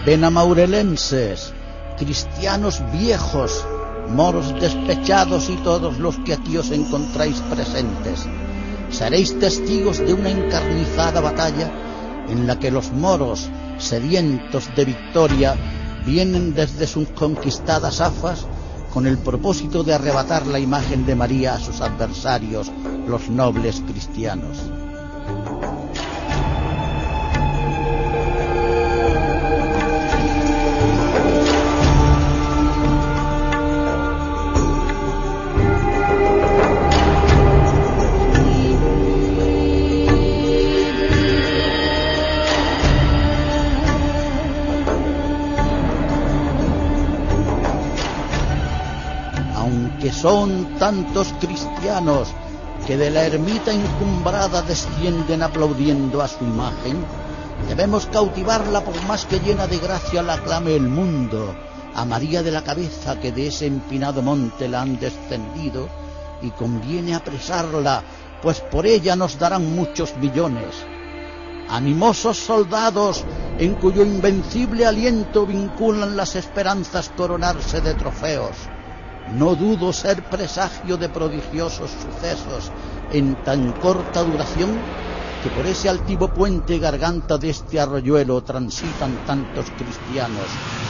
benamaurelenses, cristianos viejos, moros despechados y todos los que aquí os encontráis presentes, seréis testigos de una encarnizada batalla en la que los moros, sedientos de victoria, vienen desde sus conquistadas afas con el propósito de arrebatar la imagen de María a sus adversarios, los nobles cristianos. Son tantos cristianos que de la ermita encumbrada descienden aplaudiendo a su imagen, debemos cautivarla por más que llena de gracia la aclame el mundo, a María de la Cabeza que de ese empinado monte la han descendido, y conviene apresarla, pues por ella nos darán muchos millones. Animosos soldados, en cuyo invencible aliento vinculan las esperanzas coronarse de trofeos, no dudo ser presagio de prodigiosos sucesos en tan corta duración, que por ese altivo puente garganta de este arroyuelo transitan tantos cristianos.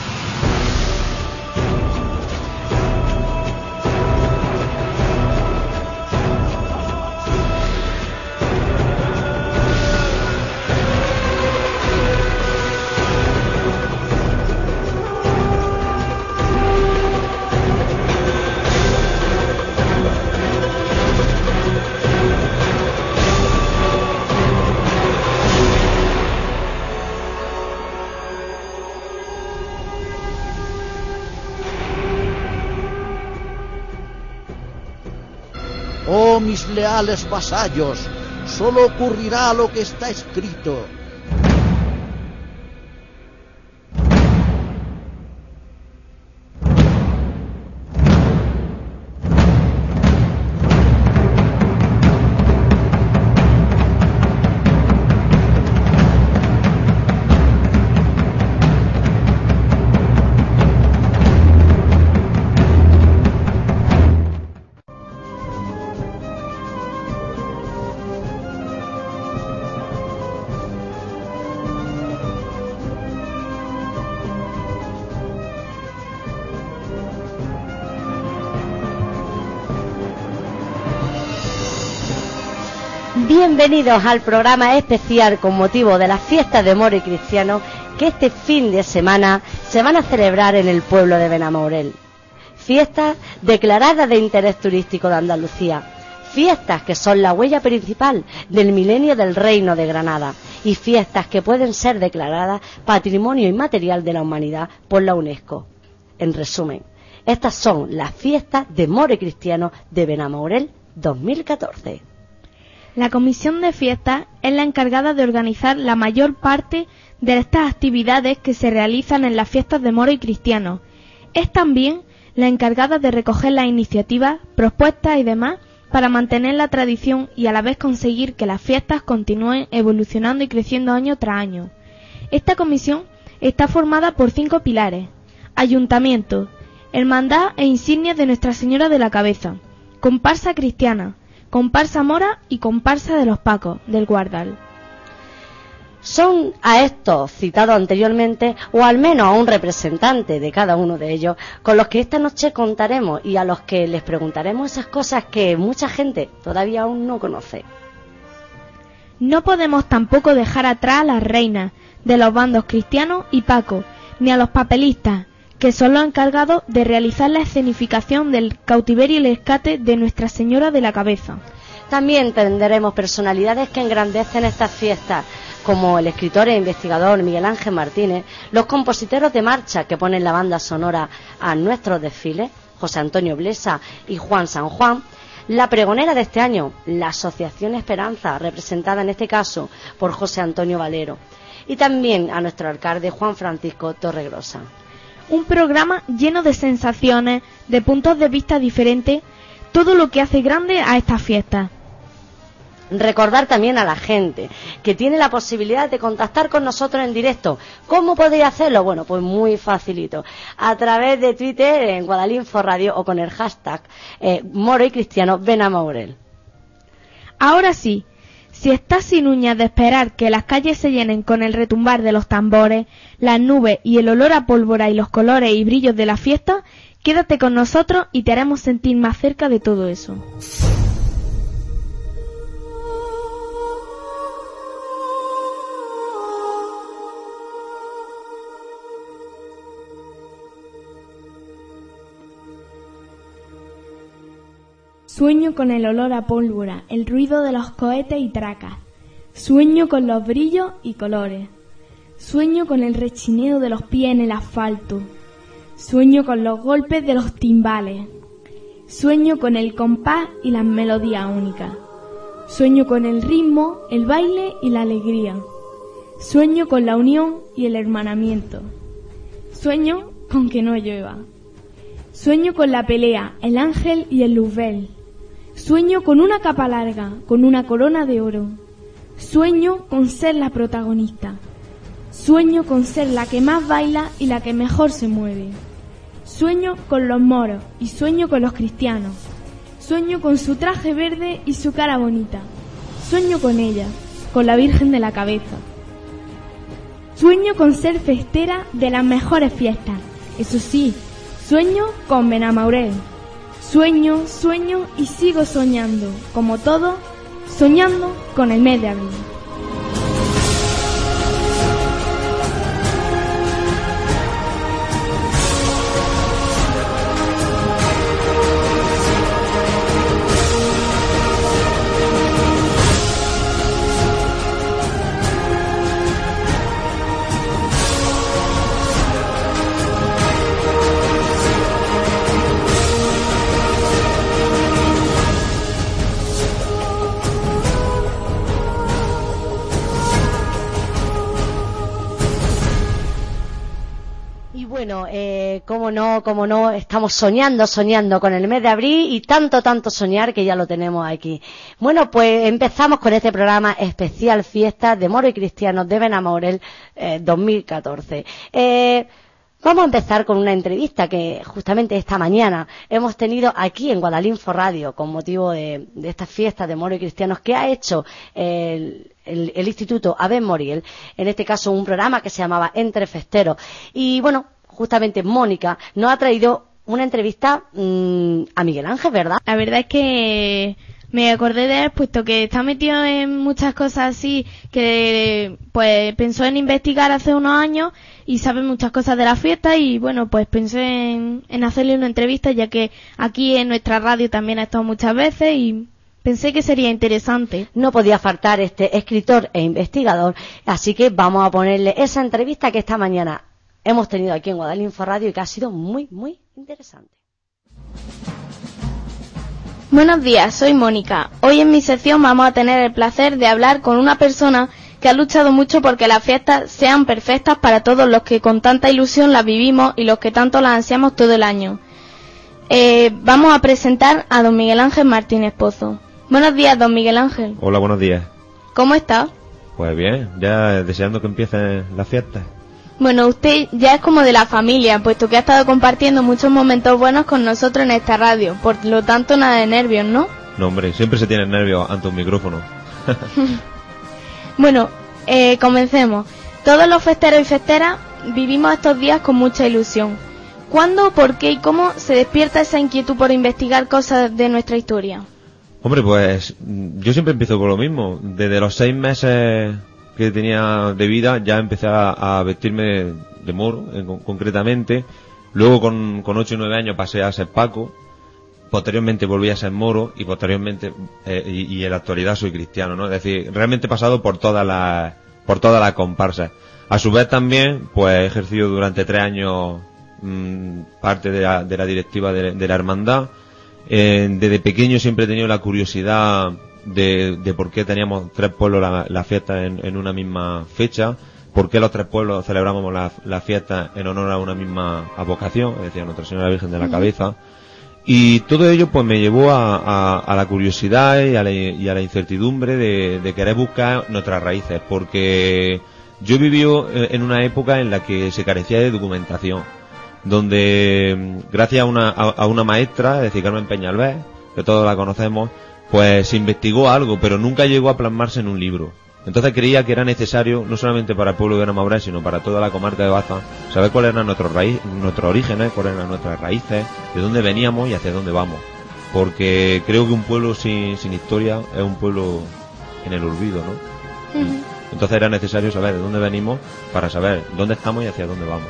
Oh, mis leales vasallos, solo ocurrirá lo que está escrito. Bienvenidos al programa especial con motivo de las fiestas de moros y cristianos que este fin de semana se van a celebrar en el pueblo de Benamaurel. Fiestas declaradas de interés turístico de Andalucía, fiestas que son la huella principal del milenio del Reino de Granada y fiestas que pueden ser declaradas Patrimonio Inmaterial de la Humanidad por la UNESCO. En resumen, estas son las fiestas de moros y cristianos de Benamaurel 2014. La Comisión de Fiestas es la encargada de organizar la mayor parte de estas actividades que se realizan en las fiestas de moros y cristianos. Es también la encargada de recoger las iniciativas, propuestas y demás para mantener la tradición y a la vez conseguir que las fiestas continúen evolucionando y creciendo año tras año. Esta comisión está formada por 5 pilares: Ayuntamiento, Hermandad e Insignias de Nuestra Señora de la Cabeza, Comparsa Cristiana, Comparsa Mora y Comparsa de los Pacos, del Guardal. Son a estos citados anteriormente, o al menos a un representante de cada uno de ellos, con los que esta noche contaremos y a los que les preguntaremos esas cosas que mucha gente todavía aún no conoce. No podemos tampoco dejar atrás a las reinas de los bandos cristianos y Paco, ni a los papelistas, que son los encargados de realizar la escenificación del cautiverio y el rescate de Nuestra Señora de la Cabeza. También tendremos personalidades que engrandecen estas fiestas, como el escritor e investigador Miguel Ángel Martínez, los compositores de marcha que ponen la banda sonora a nuestros desfiles, José Antonio Blesa y Juan San Juan, la pregonera de este año, la Asociación Esperanza, representada en este caso por José Antonio Valero, y también a nuestro alcalde Juan Francisco Torregrosa. Un programa lleno de sensaciones, de puntos de vista diferentes, todo lo que hace grande a estas fiestas. Recordar también a la gente que tiene la posibilidad de contactar con nosotros en directo. ¿Cómo podéis hacerlo? Bueno, pues muy facilito. A través de Twitter, en Guadalinfo Radio, o con el hashtag Moro y Cristiano ven a Maurel. Ahora sí, si estás sin uñas de esperar que las calles se llenen con el retumbar de los tambores, las nubes y el olor a pólvora y los colores y brillos de la fiesta, quédate con nosotros y te haremos sentir más cerca de todo eso. Sueño con el olor a pólvora, el ruido de los cohetes y tracas. Sueño con los brillos y colores. Sueño con el rechineo de los pies en el asfalto. Sueño con los golpes de los timbales. Sueño con el compás y las melodías únicas. Sueño con el ritmo, el baile y la alegría. Sueño con la unión y el hermanamiento. Sueño con que no llueva. Sueño con la pelea, el ángel y el luzbel. Sueño con una capa larga, con una corona de oro. Sueño con ser la protagonista. Sueño con ser la que más baila y la que mejor se mueve. Sueño con los moros y sueño con los cristianos. Sueño con su traje verde y su cara bonita. Sueño con ella, con la Virgen de la Cabeza. Sueño con ser festera de las mejores fiestas. Eso sí, sueño con Benamaurel. Sueño, sueño y sigo soñando, como todo, soñando con el mes de abril. Bueno, cómo no, estamos soñando con el mes de abril y tanto soñar que ya lo tenemos aquí. Bueno, pues empezamos con este programa especial Fiestas de Moros y Cristianos de Benamaurel 2014. Vamos a empezar con una entrevista que justamente esta mañana hemos tenido aquí en Guadalinfo Radio con motivo de estas fiestas de Moros y Cristianos que ha hecho el Instituto Aben Moriel, en este caso un programa que se llamaba Entre Festeros. Y bueno, justamente Mónica nos ha traído una entrevista a Miguel Ángel, ¿verdad? La verdad es que me acordé de él, puesto que está metido en muchas cosas así, que pues pensó en investigar hace unos años y sabe muchas cosas de la fiesta y bueno, pues pensé en hacerle una entrevista, ya que aquí en nuestra radio también ha estado muchas veces y pensé que sería interesante. No podía faltar este escritor e investigador, así que vamos a ponerle esa entrevista que esta mañana hemos tenido aquí en Guadalinfo Radio y que ha sido muy interesante. Buenos días, soy Mónica. Hoy en mi sección vamos a tener el placer de hablar con una persona que ha luchado mucho porque las fiestas sean perfectas para todos los que con tanta ilusión las vivimos y los que tanto las ansiamos todo el año. Vamos a presentar a don Miguel Ángel Martínez Pozo. Buenos días, don Miguel Ángel. Hola, buenos días. ¿Cómo está? Pues bien, ya deseando que empiecen las fiestas. Bueno, usted ya es como de la familia, puesto que ha estado compartiendo muchos momentos buenos con nosotros en esta radio. Por lo tanto, nada de nervios, ¿no? No, hombre, siempre se tienen nervios ante un micrófono. Bueno, comencemos. Todos los festeros y festeras vivimos estos días con mucha ilusión. ¿Cuándo, por qué y cómo se despierta esa inquietud por investigar cosas de nuestra historia? Hombre, pues yo siempre empiezo por lo mismo. Desde los 6 meses que tenía de vida ya empecé a vestirme de moro, concretamente. Luego con 8 y 9 años pasé a ser Paco. Posteriormente volví a ser moro y posteriormente y en la actualidad soy cristiano, ¿no? Es decir, realmente he pasado por todas las comparsas. A su vez también, pues he ejercido durante 3 años parte de la directiva de la hermandad. Desde pequeño siempre he tenido la curiosidad de por qué teníamos 3 pueblos la fiesta en una misma fecha, por qué los 3 pueblos celebramos la fiesta en honor a una misma advocación, es decir, a Nuestra Señora Virgen de la Cabeza. Y todo ello pues me llevó a la curiosidad y a la incertidumbre de querer buscar nuestras raíces, porque yo viví en una época en la que se carecía de documentación, donde gracias a una maestra, es decir, Carmen Peñalver, que todos la conocemos, pues se investigó algo, pero nunca llegó a plasmarse en un libro. Entonces creía que era necesario, no solamente para el pueblo de Benamorel, sino para toda la comarca de Baza, saber cuáles eran nuestros orígenes, cuáles eran nuestras raíces, de dónde veníamos y hacia dónde vamos. Porque creo que un pueblo sin historia es un pueblo en el olvido, ¿no? Uh-huh. Entonces era necesario saber de dónde venimos para saber dónde estamos y hacia dónde vamos.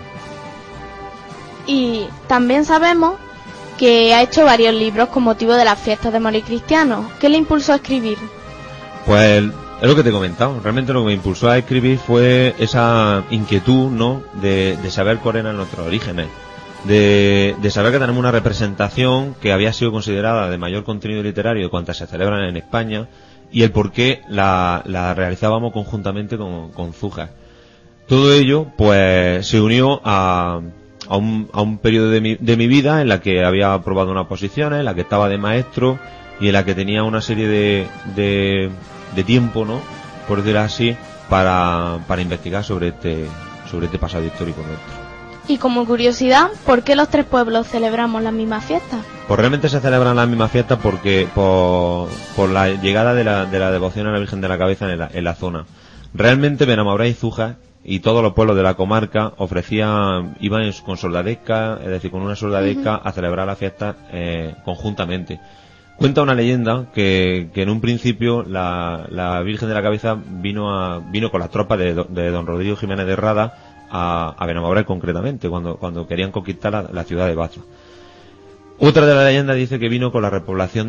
Y también sabemos que ha hecho varios libros con motivo de las fiestas de Moros y Cristianos. ¿Qué le impulsó a escribir? Pues es lo que te he comentado. Realmente lo que me impulsó a escribir fue esa inquietud, ¿no?, de saber cuáles eran nuestros orígenes, de saber que tenemos una representación que había sido considerada de mayor contenido literario de cuantas se celebran en España, y el por qué la realizábamos conjuntamente con Zújar. Todo ello pues se unió a un periodo de mi vida en la que había aprobado unas posiciones, en la que estaba de maestro y en la que tenía una serie de tiempo, ¿no?, por decir así, para investigar sobre este pasado histórico nuestro. Y como curiosidad, ¿por qué los tres pueblos celebramos las mismas fiestas? Pues realmente se celebran las mismas fiestas porque por la llegada de la devoción a la Virgen de la Cabeza en la zona. Realmente Benamorel y Zújar y todos los pueblos de la comarca iban con soldadesca, es decir, con una soldadesca, uh-huh, a celebrar la fiesta conjuntamente. Cuenta una leyenda que en un principio la Virgen de la Cabeza vino con las tropas de don Rodrigo Jiménez de Rada a Benamorel concretamente, cuando querían conquistar la ciudad de Baza. Otra de las leyendas dice que vino con la repoblación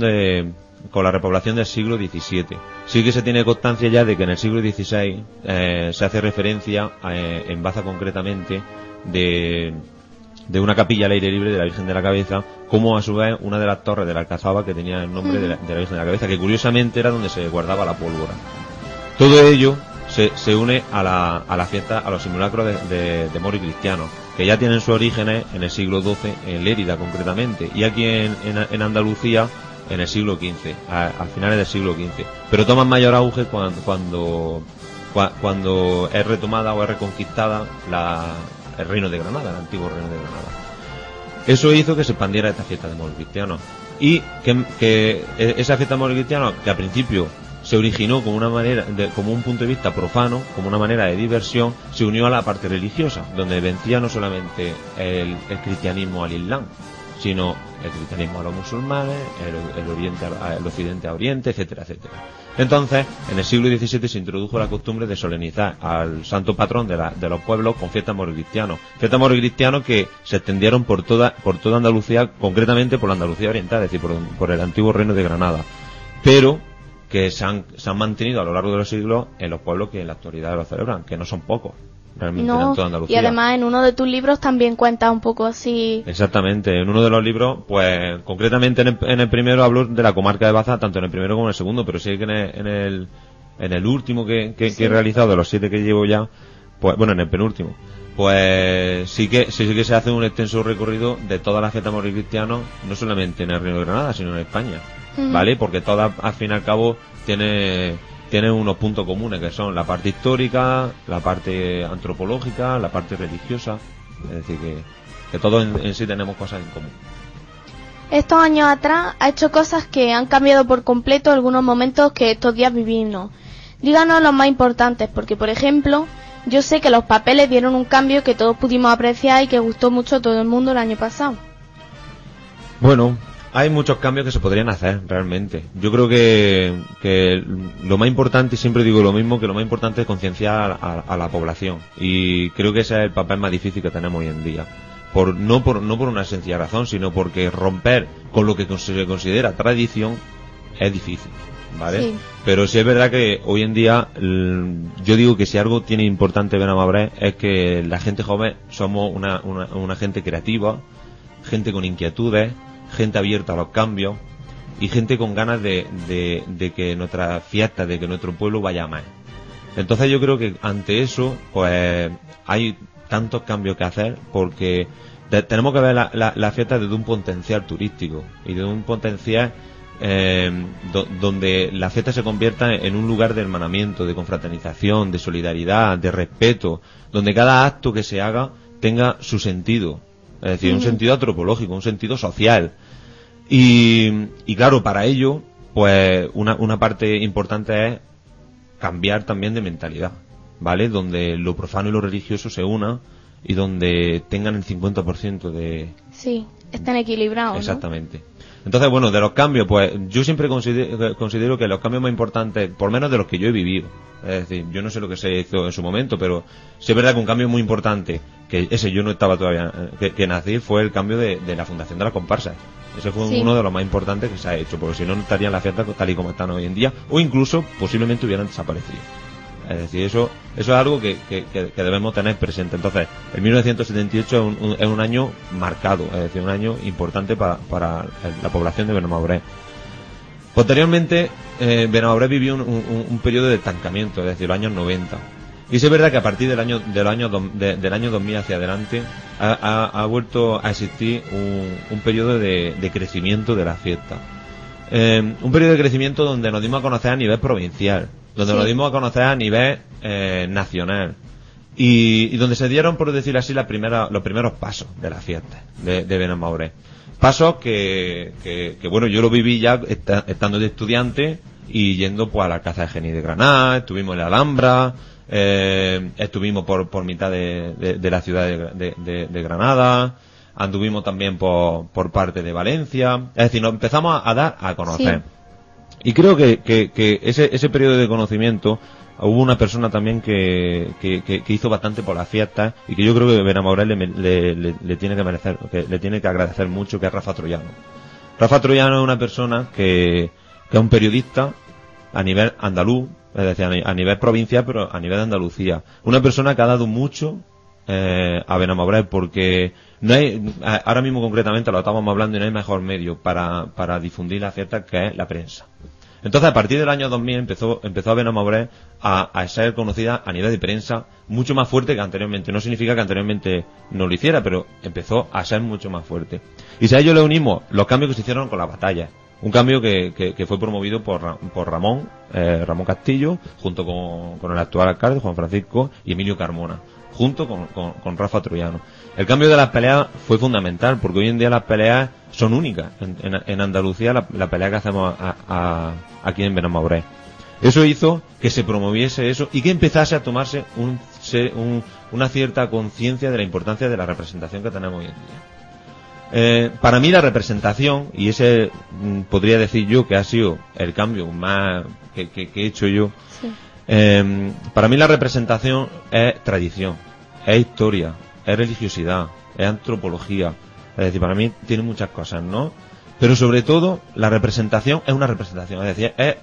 del siglo XVII. Sí que se tiene constancia ya de que en el siglo XVI se hace referencia en Baza concretamente de una capilla al aire libre de la Virgen de la Cabeza, como a su vez una de las torres de la Alcazaba que tenía el nombre de la Virgen de la Cabeza, que curiosamente era donde se guardaba la pólvora. Todo ello se une a la fiesta, a los simulacros de Moros y Cristianos, que ya tienen sus orígenes en el siglo XII, en Lérida concretamente, y aquí en Andalucía en el siglo XV, a finales del siglo XV. Pero toman mayor auge cuando es retomada o es reconquistada el reino de Granada, el antiguo reino de Granada. Eso hizo que se expandiera esta fiesta de Moros y Cristianos, y que esa fiesta de Moros y Cristianos, que al principio se originó como un punto de vista profano, como una manera de diversión, se unió a la parte religiosa, donde vencía no solamente el cristianismo al islam, sino el cristianismo a los musulmanes, el occidente a oriente, etcétera, etcétera. Entonces, en el siglo XVII se introdujo la costumbre de solemnizar al santo patrón de los pueblos con fiestas moros y cristianos. Fiestas moros y cristianos que se extendieron por toda Andalucía, concretamente por la Andalucía oriental, es decir, por el antiguo reino de Granada. Pero que se han mantenido a lo largo de los siglos en los pueblos que en la actualidad lo celebran, que no son pocos, realmente en toda Andalucía. Y además en uno de tus libros también cuentas un poco así. Exactamente, en uno de los libros, pues concretamente en el primero hablo de la comarca de Baza, tanto en el primero como en el segundo, pero sí que en el último que he realizado, de los 7 que llevo ya, pues bueno, en el penúltimo, pues sí que se hace un extenso recorrido de todas las fiestas moros y cristianos, no solamente en el Reino de Granada, sino en España. ¿Vale? Porque todas, al fin y al cabo, tienen unos puntos comunes, que son la parte histórica, la parte antropológica, la parte religiosa. Es decir, que todos en sí tenemos cosas en común. Estos años atrás ha hecho cosas que han cambiado por completo algunos momentos que estos días vivimos. Díganos los más importantes, porque, por ejemplo, yo sé que los papeles dieron un cambio que todos pudimos apreciar y que gustó mucho a todo el mundo el año pasado. Bueno, hay muchos cambios que se podrían hacer realmente. Yo creo que lo más importante, y siempre digo lo mismo, que lo más importante es concienciar a la población, y creo que ese es el papel más difícil que tenemos hoy en día. No por una sencilla razón, sino porque romper con lo que se considera tradición es difícil, ¿vale? Sí. Pero sí es verdad que hoy en día yo digo que si algo tiene importante Benamorel es que la gente joven somos una gente creativa, gente con inquietudes, gente abierta a los cambios y gente con ganas de que nuestra fiesta, de que nuestro pueblo vaya más. Entonces yo creo que ante eso pues hay tantos cambios que hacer, porque tenemos que ver la fiesta desde un potencial turístico y de un potencial donde la fiesta se convierta en un lugar de hermanamiento, de confraternización, de solidaridad, de respeto, donde cada acto que se haga tenga su sentido, es decir, un sentido antropológico, un sentido social. Y claro, para ello, pues una parte importante es cambiar también de mentalidad, ¿vale? Donde lo profano y lo religioso se unan y donde tengan el 50% de... Sí, están equilibrados, exactamente. ¿No? Entonces, bueno, de los cambios, pues yo siempre considero que los cambios más importantes, por menos de los que yo he vivido, es decir, yo no sé lo que se hizo en su momento, pero sí es verdad que un cambio muy importante, que ese yo no estaba todavía, que nací, fue el cambio de la fundación de la comparsa. Ese fue uno de los más importantes que se ha hecho, porque si no, no estarían las fiestas tal y como están hoy en día, o incluso posiblemente hubieran desaparecido. Es decir, eso es algo que debemos tener presente. Entonces, el 1978 es un año marcado, es decir, un año importante para la población de Benamauré. Posteriormente, Benamauré vivió un periodo de estancamiento, es decir, los años 90. Y es verdad que a partir del año 2000 hacia adelante ha vuelto a existir un periodo de crecimiento de la fiesta. Un periodo de crecimiento donde nos dimos a conocer a nivel provincial, donde nos dimos a conocer a nivel nacional y donde se dieron, por decir así, los primeros pasos de la fiesta de Benamauré. Pasos que bueno, yo lo viví ya estando de estudiante y yendo pues a la Alcázar de Genil de Granada, estuvimos en la Alhambra, estuvimos por mitad de la ciudad de Granada, anduvimos también por parte de Valencia, es decir, nos empezamos a dar a conocer. Sí. Y creo que ese periodo de conocimiento hubo una persona también que hizo bastante por las fiestas y que yo creo que Benamauré le tiene que merecer, que le tiene que agradecer mucho, que es Rafa Troyano. Rafa Troyano es una persona que es un periodista a nivel andaluz, es decir, a nivel provincial, pero a nivel de Andalucía. Una persona que ha dado mucho a Benamauré, porque no hay, ahora mismo concretamente lo estábamos hablando, y no hay mejor medio para difundir la fiesta que es la prensa. Entonces, a partir del año 2000 empezó a Benamauré a ser conocida a nivel de prensa mucho más fuerte que anteriormente. No significa que anteriormente no lo hiciera, pero empezó a ser mucho más fuerte. Y si a ello le unimos los cambios que se hicieron con las batallas, un cambio que fue promovido por Ramón Castillo, junto con el actual alcalde, Juan Francisco, y Emilio Carmona, junto con Rafa Troyano. El cambio de las peleas fue fundamental, porque hoy en día las peleas son únicas. En Andalucía, la pelea que hacemos aquí en Benamauré. Eso hizo que se promoviese eso y que empezase a tomarse una cierta conciencia de la importancia de la representación que tenemos hoy en día. Para mí la representación, y ese podría decir yo que ha sido el cambio más que he hecho yo, sí. Para mí la representación es tradición, es historia, es religiosidad, es antropología. Es decir, para mí tiene muchas cosas, ¿no? Pero sobre todo, la representación es una representación, es decir, es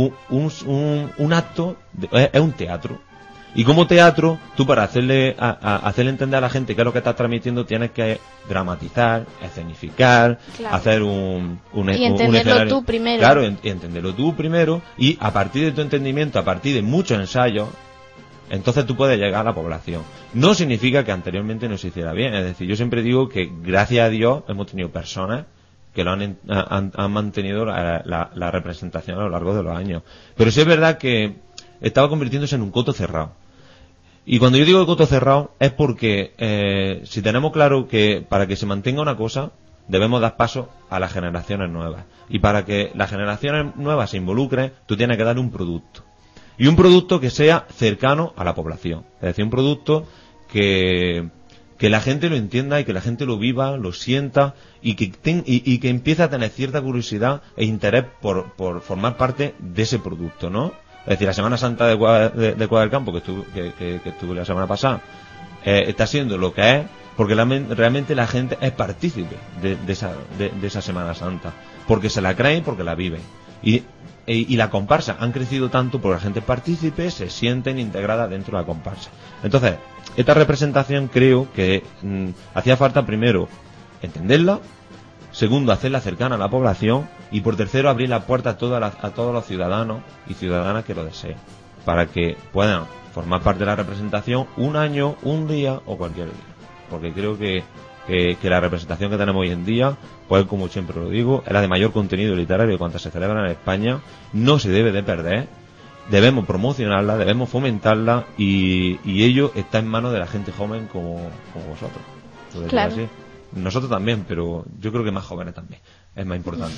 un acto, es un teatro. Y como teatro, tú para hacerle entender a la gente qué es lo que estás transmitiendo, tienes que dramatizar, escenificar, claro. Hacer un entenderlo tú primero. Claro, entenderlo tú primero, y a partir de tu entendimiento, a partir de muchos ensayos, entonces tú puedes llegar a la población. No significa que anteriormente no se hiciera bien, es decir, yo siempre digo que gracias a Dios hemos tenido personas que lo han mantenido la representación a lo largo de los años. Pero sí es verdad que estaba convirtiéndose en un coto cerrado. Y cuando yo digo coto cerrado es porque si tenemos claro que para que se mantenga una cosa debemos dar paso a las generaciones nuevas. Y para que las generaciones nuevas se involucren, tú tienes que dar un producto. Y un producto que sea cercano a la población. Es decir, un producto que la gente lo entienda y que la gente lo viva, lo sienta y que empiece a tener cierta curiosidad e interés por formar parte de ese producto, ¿no? Es decir, la Semana Santa de Cuadra del Campo, que estuve la semana pasada, está siendo lo que es porque realmente la gente es partícipe de esa Semana Santa. Porque se la cree y porque la vive. Y la comparsa han crecido tanto porque la gente partícipe, se sienten integrada dentro de la comparsa. Entonces, esta representación creo que hacía falta, primero, entenderla, segundo, hacerla cercana a la población, y por tercero, abrir la puerta a todos los ciudadanos y ciudadanas que lo deseen, para que puedan formar parte de la representación un año, un día o cualquier día. Porque creo que que la representación que tenemos hoy en día, pues como siempre lo digo, es la de mayor contenido literario de cuantas se celebran en España, no se debe de perder, debemos promocionarla, debemos fomentarla y ello está en manos de la gente joven como vosotros. Claro. Así. Nosotros también, pero yo creo que más jóvenes también, es más importante.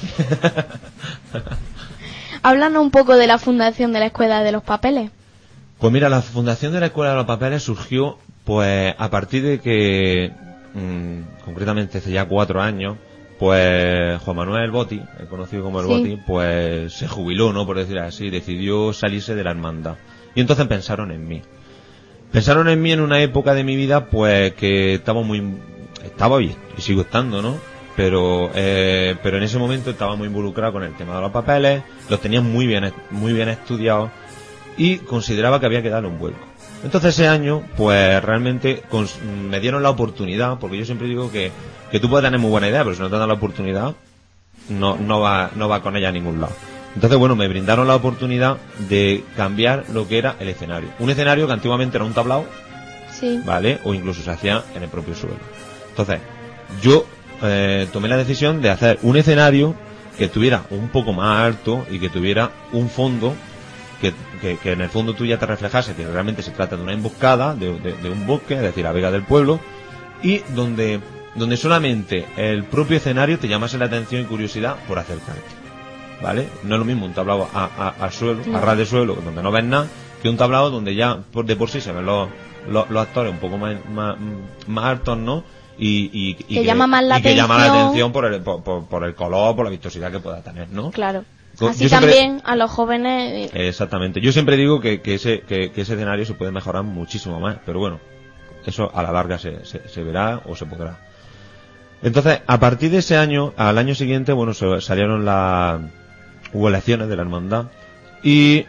Háblanos un poco de la fundación de la Escuela de los Papeles. Pues mira, la fundación de la Escuela de los Papeles surgió pues a partir de que, concretamente hace ya 4 años, pues Juan Manuel Botti, conocido como el Botti, pues se jubiló, ¿no? Por decir así, decidió salirse de la hermandad. Y entonces pensaron en mí. Pensaron en mí en una época de mi vida, pues que estaba bien, y sigo estando, ¿no? Pero en ese momento estaba muy involucrado con el tema de los papeles, los tenía muy bien estudiados y consideraba que había que darle un vuelco. Entonces ese año, pues realmente me dieron la oportunidad, porque yo siempre digo que tú puedes tener muy buena idea, pero si no te dan la oportunidad, no va con ella a ningún lado. Entonces, bueno, me brindaron la oportunidad de cambiar lo que era el escenario. Un escenario que antiguamente era un tablao, ¿vale? O incluso se hacía en el propio suelo. Entonces, yo tomé la decisión de hacer un escenario que estuviera un poco más alto y que tuviera un fondo que en el fondo tú ya te reflejase que realmente se trata de una emboscada, de un bosque, es decir, la Vega del Pueblo, y donde solamente el propio escenario te llamase la atención y curiosidad por acercarte, ¿vale? No es lo mismo un tablao al suelo, a ras de suelo, donde no ves nada, que un tablao donde ya de por sí se ven los actores un poco más altos, ¿no? Y que llama más la atención. Que llama la atención por el color, por la vistosidad que pueda tener, ¿no? Claro. Así también a los jóvenes. Exactamente. Yo siempre digo que ese escenario se puede mejorar muchísimo más, pero bueno, eso a la larga se verá o se podrá. Entonces, a partir de ese año, al año siguiente, bueno, salieron hubo elecciones de la hermandad y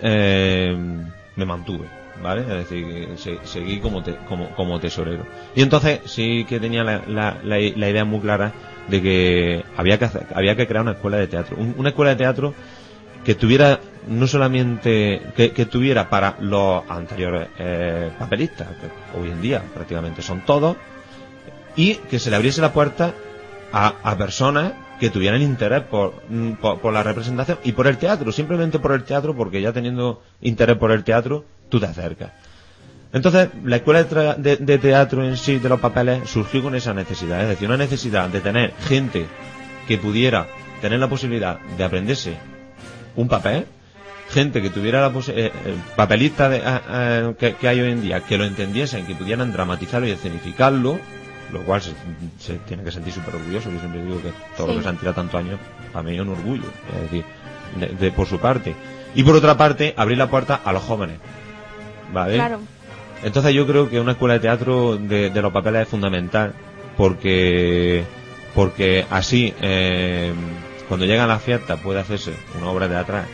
me mantuve, ¿vale? Es decir, que seguí como tesorero. Y entonces sí que tenía la idea muy clara de que había que crear una escuela de teatro. Una escuela de teatro que tuviera no solamente que tuviera para los anteriores papelistas, que hoy en día prácticamente son todos, y que se le abriese la puerta a personas que tuvieran interés por la representación y por el teatro, simplemente por el teatro, porque ya teniendo interés por el teatro, tú te acercas. Entonces, la escuela de teatro en sí, de los papeles, surgió con esa necesidad, es decir, una necesidad de tener gente que pudiera tener la posibilidad de aprenderse un papel, gente que tuviera la papelistas que hay hoy en día, que lo entendiesen, que pudieran dramatizarlo y escenificarlo, lo cual se tiene que sentir súper orgulloso. Yo siempre digo que todo lo que se han tirado tantos años, para mí es un orgullo, es decir, por su parte. Y por otra parte, abrir la puerta a los jóvenes, ¿vale? Claro. Entonces yo creo que una escuela de teatro de los papeles es fundamental, porque así, cuando llegan las fiestas puede hacerse una obra teatral,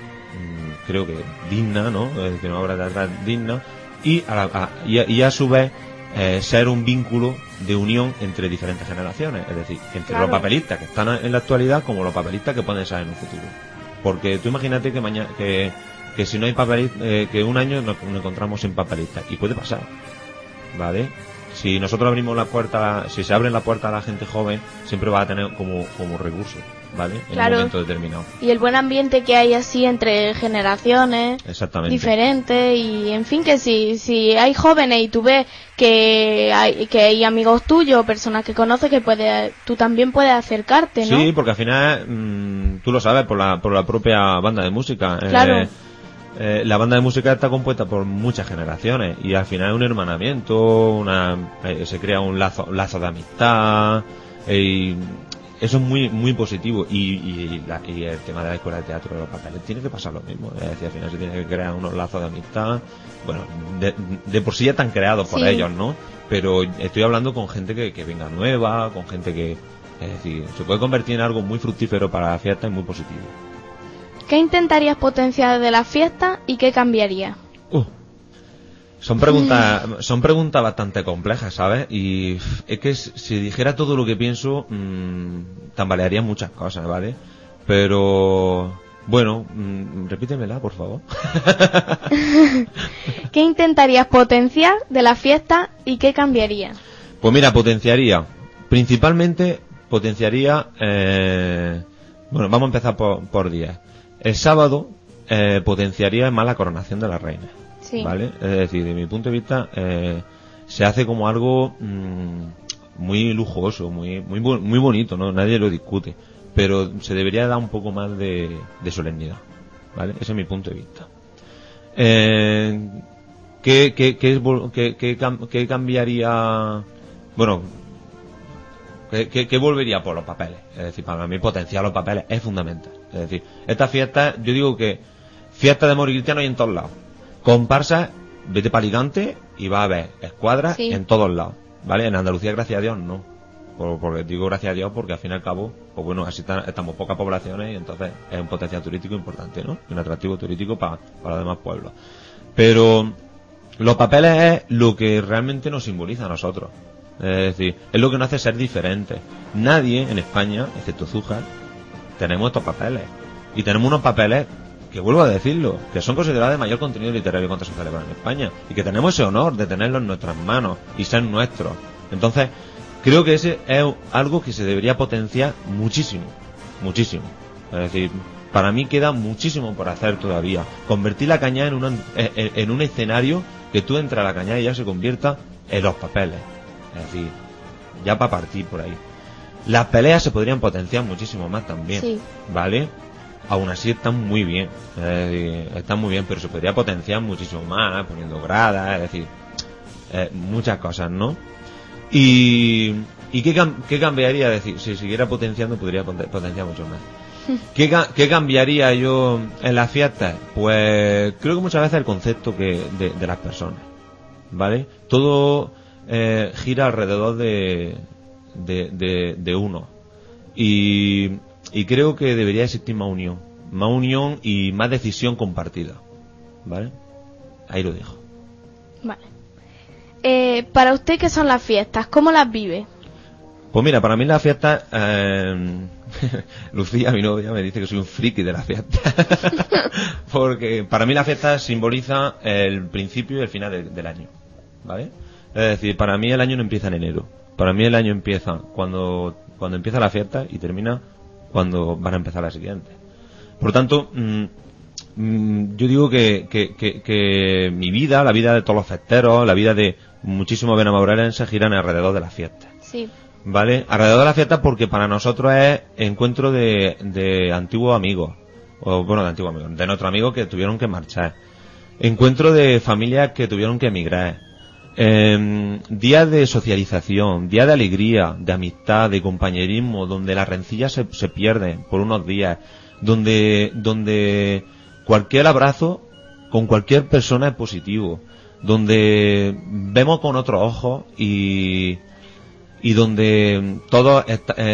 creo que digna, ¿no? Es decir, una obra teatral digna, y a su vez ser un vínculo de unión entre diferentes generaciones, es decir, entre los papelistas que están en la actualidad como los papelistas que pueden estar en un futuro. Porque tú imagínate que mañana que si no hay papelistas, que un año nos encontramos sin papelistas, y puede pasar, ¿vale? Si nosotros abrimos la puerta, si se abren la puerta a la gente joven, siempre va a tener como recurso, ¿vale? En un momento determinado. Y el buen ambiente que hay así entre generaciones diferentes, y en fin, que si hay jóvenes y tú ves que hay amigos tuyos, personas que conoces, que tú también puedes acercarte, ¿no? Sí, porque al final, tú lo sabes, por la propia banda de música. Claro. La banda de música está compuesta por muchas generaciones y al final es un hermanamiento, se crea un lazo de amistad, y eso es muy muy positivo, y el tema de la escuela de teatro de los papeles tiene que pasar lo mismo, es decir, al final se tiene que crear unos lazos de amistad, bueno, de por sí ya están creados por ellos, ¿no? Pero estoy hablando con gente que venga nueva, con gente que, es decir, se puede convertir en algo muy fructífero para la fiesta y muy positivo. ¿Qué intentarías potenciar de la fiesta y qué cambiarías? Son preguntas bastante complejas, ¿sabes? Y es que si dijera todo lo que pienso, tambalearía muchas cosas, ¿vale? Pero bueno, repítemela, por favor. ¿Qué intentarías potenciar de la fiesta y qué cambiarías? Pues mira, potenciaría Principalmente potenciaría, bueno, vamos a empezar por días. El sábado potenciaría más la coronación de la reina, Sí. ¿vale? Es decir, de mi punto de vista, se hace como algo muy lujoso, muy bonito, ¿no? Nadie lo discute, pero se debería dar un poco más de solemnidad, ¿vale? Ese es mi punto de vista. ¿Qué cambiaría? Bueno, ¿qué volvería por los papeles? Es decir, para mí potenciar los papeles es fundamental. Es decir, esta fiesta, yo digo que fiesta de moros y cristianos hay en todos lados. Comparsas, vete para Alicante y va a haber escuadras Sí. en todos lados, ¿vale? En Andalucía, gracias a Dios, no. Porque digo gracias a Dios porque al fin y al cabo, pues bueno, así estamos pocas poblaciones y entonces es un potencial turístico importante, ¿no? Un atractivo turístico para los demás pueblos. Pero los papeles es lo que realmente nos simboliza a nosotros. Es decir, es lo que nos hace ser diferentes. Nadie en España, excepto Zújar, tenemos estos papeles. Y tenemos unos papeles que, vuelvo a decirlo, que son considerados de mayor contenido literario cuando se celebran en España. Y que tenemos ese honor de tenerlos en nuestras manos y ser nuestros. Entonces, creo que ese es algo que se debería potenciar muchísimo. Muchísimo. Es decir, para mí queda muchísimo por hacer todavía. Convertir la Cañada en un escenario que tú entras a la Cañada y ya se convierta en los papeles. Es decir, ya para partir por ahí. Las peleas se podrían potenciar muchísimo más también, Sí. ¿vale? Aún así están muy bien, están muy bien, pero se podría potenciar muchísimo más, poniendo gradas, es decir, muchas cosas, ¿no? ¿Y qué cambiaría? Es decir, si siguiera potenciando, podría potenciar mucho más. ¿Qué cambiaría yo en las fiestas? Pues creo que muchas veces el concepto de las personas, ¿vale? Todo gira alrededor de uno. Y creo que debería existir más unión y más decisión compartida, ¿vale? Ahí lo dejo. Vale. Para usted, ¿qué son las fiestas? ¿Cómo las vive? Pues mira, para mí las fiestas, Lucía, mi novia, me dice que soy un friki de las fiestas. Porque para mí la fiesta simboliza el principio y el final del año, ¿vale? Es decir, para mí el año no empieza en enero. Para mí el año empieza cuando empieza la fiesta y termina cuando van a empezar las siguientes. Por lo tanto, yo digo que mi vida, la vida de todos los festeros, la vida de muchísimos benamaurelenses giran alrededor de las fiestas. Sí. ¿Vale? Alrededor de la fiesta porque para nosotros es encuentro de antiguos amigos. O bueno, de antiguos amigos. De nuestros amigos que tuvieron que marchar. Encuentro de familias que tuvieron que emigrar. Días de socialización, días de alegría, de amistad, de compañerismo, donde las rencillas se pierden por unos días, donde cualquier abrazo con cualquier persona es positivo, donde vemos con otros ojos y donde todos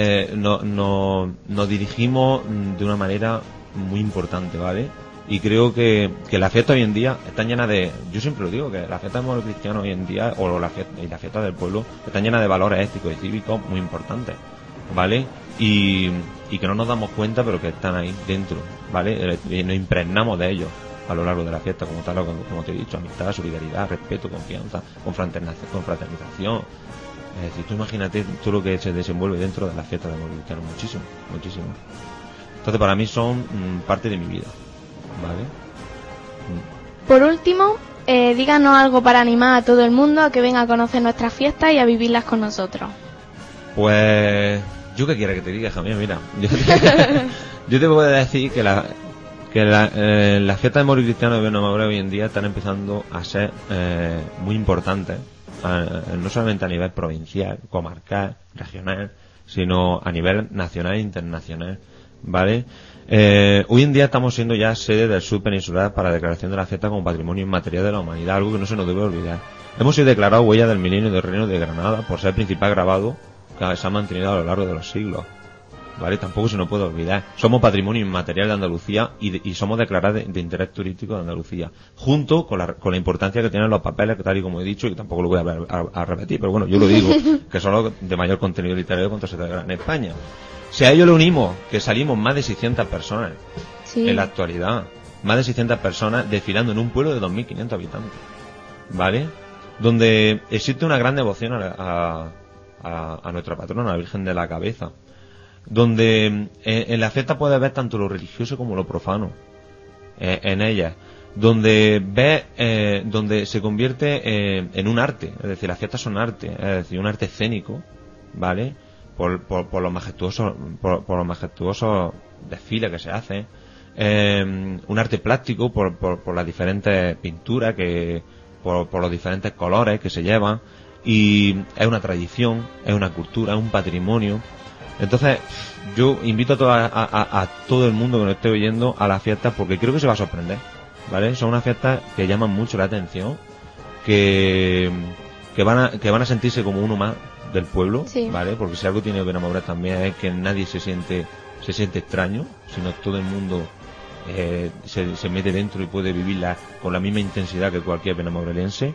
nos dirigimos de una manera muy importante, ¿vale? Y creo que las fiestas hoy en día están llenas de... Yo siempre lo digo, que las fiestas de moros cristianos hoy en día, o las fiestas del pueblo, están llenas de valores éticos y cívicos muy importantes, ¿vale? Y que no nos damos cuenta, pero que están ahí dentro, ¿vale? Y nos impregnamos de ellos a lo largo de la fiesta, como tal, como te he dicho, amistad, solidaridad, respeto, confianza, confraternización. Es decir, tú imagínate todo lo que se desenvuelve dentro de las fiestas de moros cristianos, muchísimo, muchísimo. Entonces para mí son parte de mi vida. Vale. Por último, díganos algo para animar a todo el mundo a que venga a conocer nuestras fiestas y a vivirlas con nosotros. Pues yo qué quiera que te diga, Javier, mira, yo te puedo decir que las fiestas de moros y cristianos de Benamaure hoy en día están empezando a ser muy importantes, no solamente a nivel provincial, comarcal, regional, sino a nivel nacional e internacional, ¿vale? Hoy en día estamos siendo ya sede del sur peninsular para la declaración de la fiesta como patrimonio inmaterial de la humanidad, algo que no se nos debe olvidar. Hemos sido declarados huella del milenio del Reino de Granada por ser el principal grabado que se ha mantenido a lo largo de los siglos, ¿vale? Tampoco se nos puede olvidar. Somos patrimonio inmaterial de Andalucía y somos declarados de interés turístico de Andalucía, junto con la importancia que tienen los papeles, que tal y como he dicho, y tampoco lo voy a repetir, pero bueno, yo lo digo, que son los de mayor contenido literario cuando se celebran en España. Si a ello le unimos que salimos más de 600 personas en la actualidad, más de 600 personas desfilando en un pueblo de 2.500 habitantes, ¿vale? Donde existe una gran devoción a a nuestra patrona, la Virgen de la Cabeza, donde en la fiesta puedes ver tanto lo religioso como lo profano en ella, donde ves donde se convierte en un arte, es decir, las fiestas son arte, es decir, un arte escénico, ¿vale? Por los majestuosos desfiles que se hacen, un arte plástico por las diferentes pinturas por los diferentes colores que se llevan, y es una tradición, es una cultura, es un patrimonio. Entonces yo invito a todo el mundo que nos esté oyendo a las fiestas, porque creo que se va a sorprender, ¿vale? Son unas fiestas que llaman mucho la atención, que van a sentirse como uno más del pueblo, sí. ¿Vale? Porque si algo tiene Benamorel también es que nadie se siente extraño, sino todo el mundo se mete dentro y puede vivirla con la misma intensidad que cualquier benamorelense,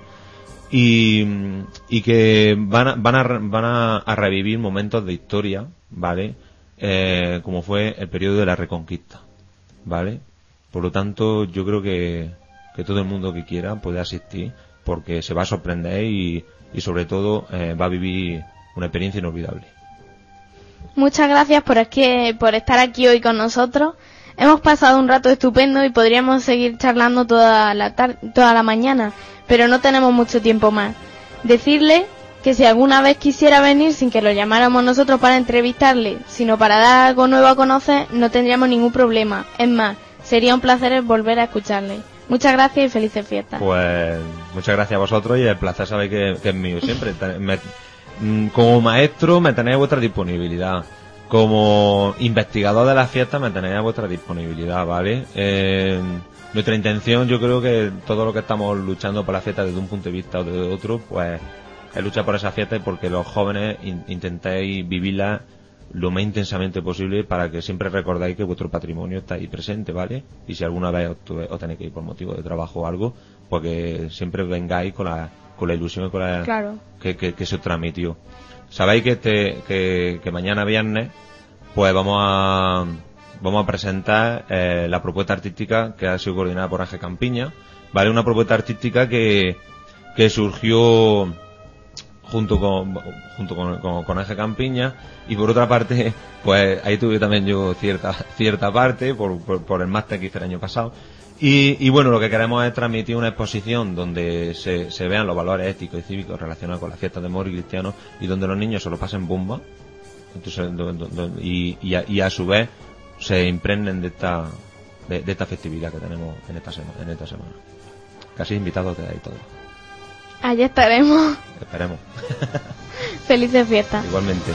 y que van a revivir momentos de historia, ¿vale? Como fue el periodo de la Reconquista, ¿vale? Por lo tanto, yo creo que todo el mundo que quiera puede asistir, porque se va a sorprender y sobre todo va a vivir una experiencia inolvidable. Muchas gracias por estar aquí hoy con nosotros. Hemos pasado un rato estupendo y podríamos seguir charlando toda la mañana, pero no tenemos mucho tiempo más. Decirle que si alguna vez quisiera venir sin que lo llamáramos nosotros para entrevistarle, sino para dar algo nuevo a conocer, no tendríamos ningún problema. Es más, sería un placer volver a escucharle. Muchas gracias y felices fiestas. Pues muchas gracias a vosotros, y el placer sabéis que es mío siempre. Como maestro me tenéis a vuestra disponibilidad. Como investigador de las fiestas me tenéis a vuestra disponibilidad, ¿vale? Nuestra intención, yo creo que todo lo que estamos luchando por las fiestas desde un punto de vista o de otro, pues es luchar por esas fiestas, porque los jóvenes intentéis vivirlas lo más intensamente posible, para que siempre recordáis que vuestro patrimonio está ahí presente, ¿vale? Y si alguna vez os tenéis que ir por motivo de trabajo o algo, pues que siempre vengáis con la ilusión y con la claro. que se os transmitió. Sabéis que mañana viernes pues vamos a presentar la propuesta artística que ha sido coordinada por Ángel Campiña, ¿vale? Una propuesta artística que surgió junto con Ángel Campiña, y por otra parte pues ahí tuve también yo cierta parte por el máster que hice el año pasado, y bueno, lo que queremos es transmitir una exposición donde se vean los valores éticos y cívicos relacionados con las fiestas de moros y cristianos, y donde los niños se lo pasen bomba, entonces y a su vez se impregnen de esta festividad que tenemos en esta semana. Casi invitados quedáis todos. Allí estaremos. Esperemos. Felices fiestas. Igualmente.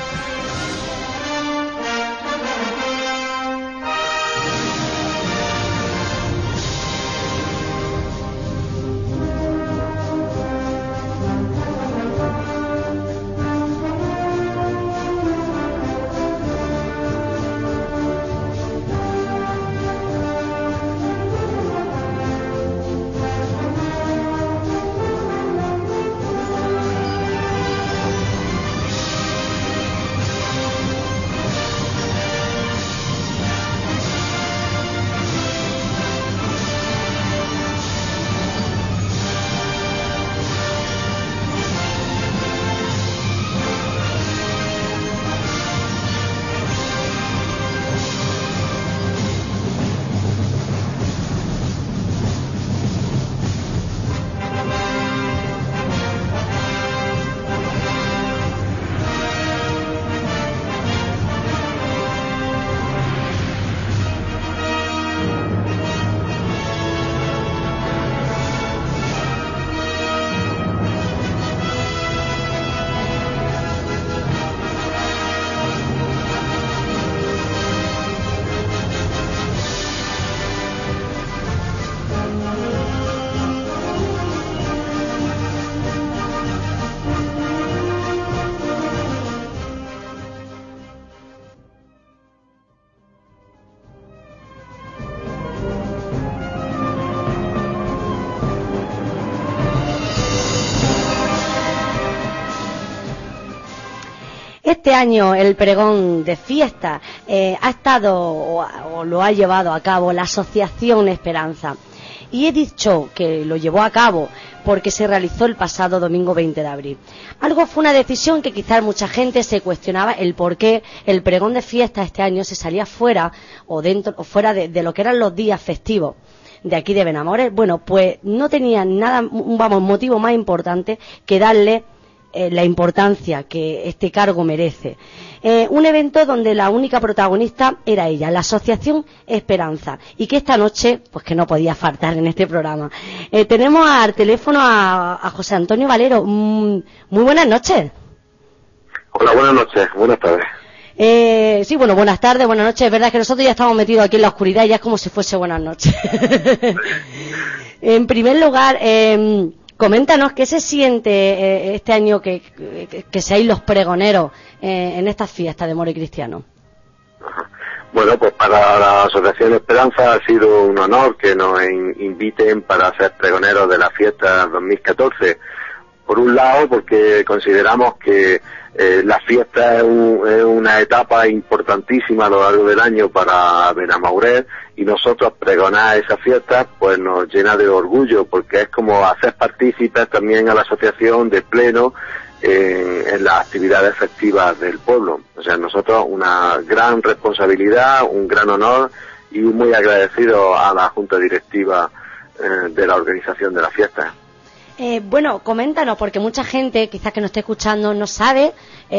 Este año el pregón de fiesta ha estado o lo ha llevado a cabo la Asociación Esperanza. Y he dicho que lo llevó a cabo porque se realizó el pasado domingo 20 de abril. Algo fue una decisión que quizás mucha gente se cuestionaba el por qué el pregón de fiesta este año se salía fuera o dentro o fuera de lo que eran los días festivos de aquí de Benamorel. Bueno, pues no tenía nada, motivo más importante que darle la importancia que este cargo merece. Un evento donde la única protagonista era ella, la Asociación Esperanza, y que esta noche, pues que no podía faltar en este programa. Tenemos al teléfono a José Antonio Valero. Muy buenas noches. Hola, buenas noches, buenas tardes. Sí, bueno, buenas tardes, buenas noches. Es verdad que nosotros ya estamos metidos aquí en la oscuridad y ya es como si fuese buenas noches. En primer lugar, coméntanos qué se siente este año que seáis los pregoneros en estas fiestas de Moro y Cristiano. Bueno, pues para la Asociación Esperanza ha sido un honor que nos inviten para ser pregoneros de la fiesta 2014. Por un lado, porque consideramos que la fiesta es una etapa importantísima a lo largo del año para Benamorel, y nosotros pregonar esa fiesta pues nos llena de orgullo, porque es como hacer partícipes también a la asociación de pleno en las actividades festivas del pueblo. O sea, nosotros una gran responsabilidad, un gran honor y muy agradecido a la Junta Directiva de la organización de la fiesta. Bueno, coméntanos, porque mucha gente, quizás que nos esté escuchando, no sabe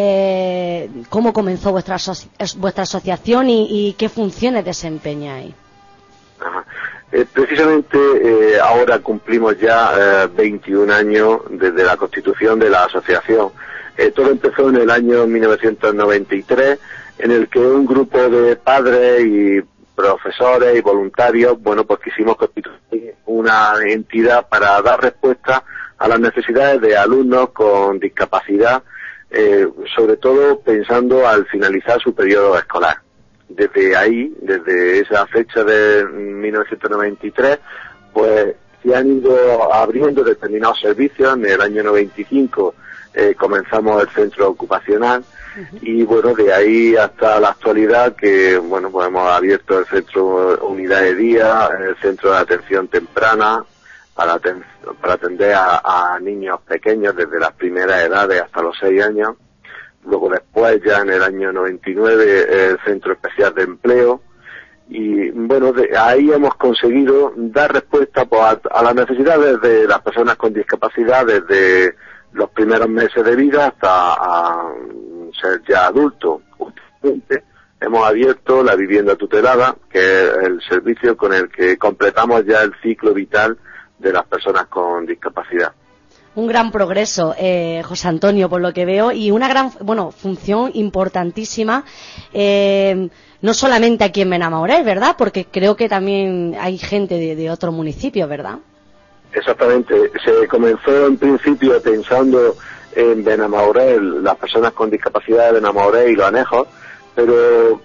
cómo comenzó vuestra asociación y qué funciones desempeñáis. Ajá. Precisamente ahora cumplimos ya 21 años desde la constitución de la asociación. Todo empezó en el año 1993, en el que un grupo de padres y profesores y voluntarios, bueno, pues quisimos constituir una entidad para dar respuesta a las necesidades de alumnos con discapacidad, sobre todo pensando al finalizar su periodo escolar. Desde ahí, desde esa fecha de 1993, pues se han ido abriendo determinados servicios. En el año 95 comenzamos el centro ocupacional. Y bueno, de ahí hasta la actualidad que, bueno, pues hemos abierto el centro Unidad de Día, el centro de atención temprana, para atender a niños pequeños desde las primeras edades hasta los 6 años. Luego después, ya en el año 99, el Centro Especial de Empleo. Y bueno, ahí hemos conseguido dar respuesta pues, a las necesidades de las personas con discapacidad desde los primeros meses de vida hasta ser ya adulto. Últimamente hemos abierto la vivienda tutelada, que es el servicio con el que completamos ya el ciclo vital de las personas con discapacidad. Un gran progreso, José Antonio, por lo que veo, y una gran, función importantísima, no solamente aquí en Benamorel, ¿verdad? Porque creo que también hay gente de otros municipios, ¿verdad? Exactamente. Se comenzó en principio pensando en Benamorel, las personas con discapacidad de Benamorel y los anejos, pero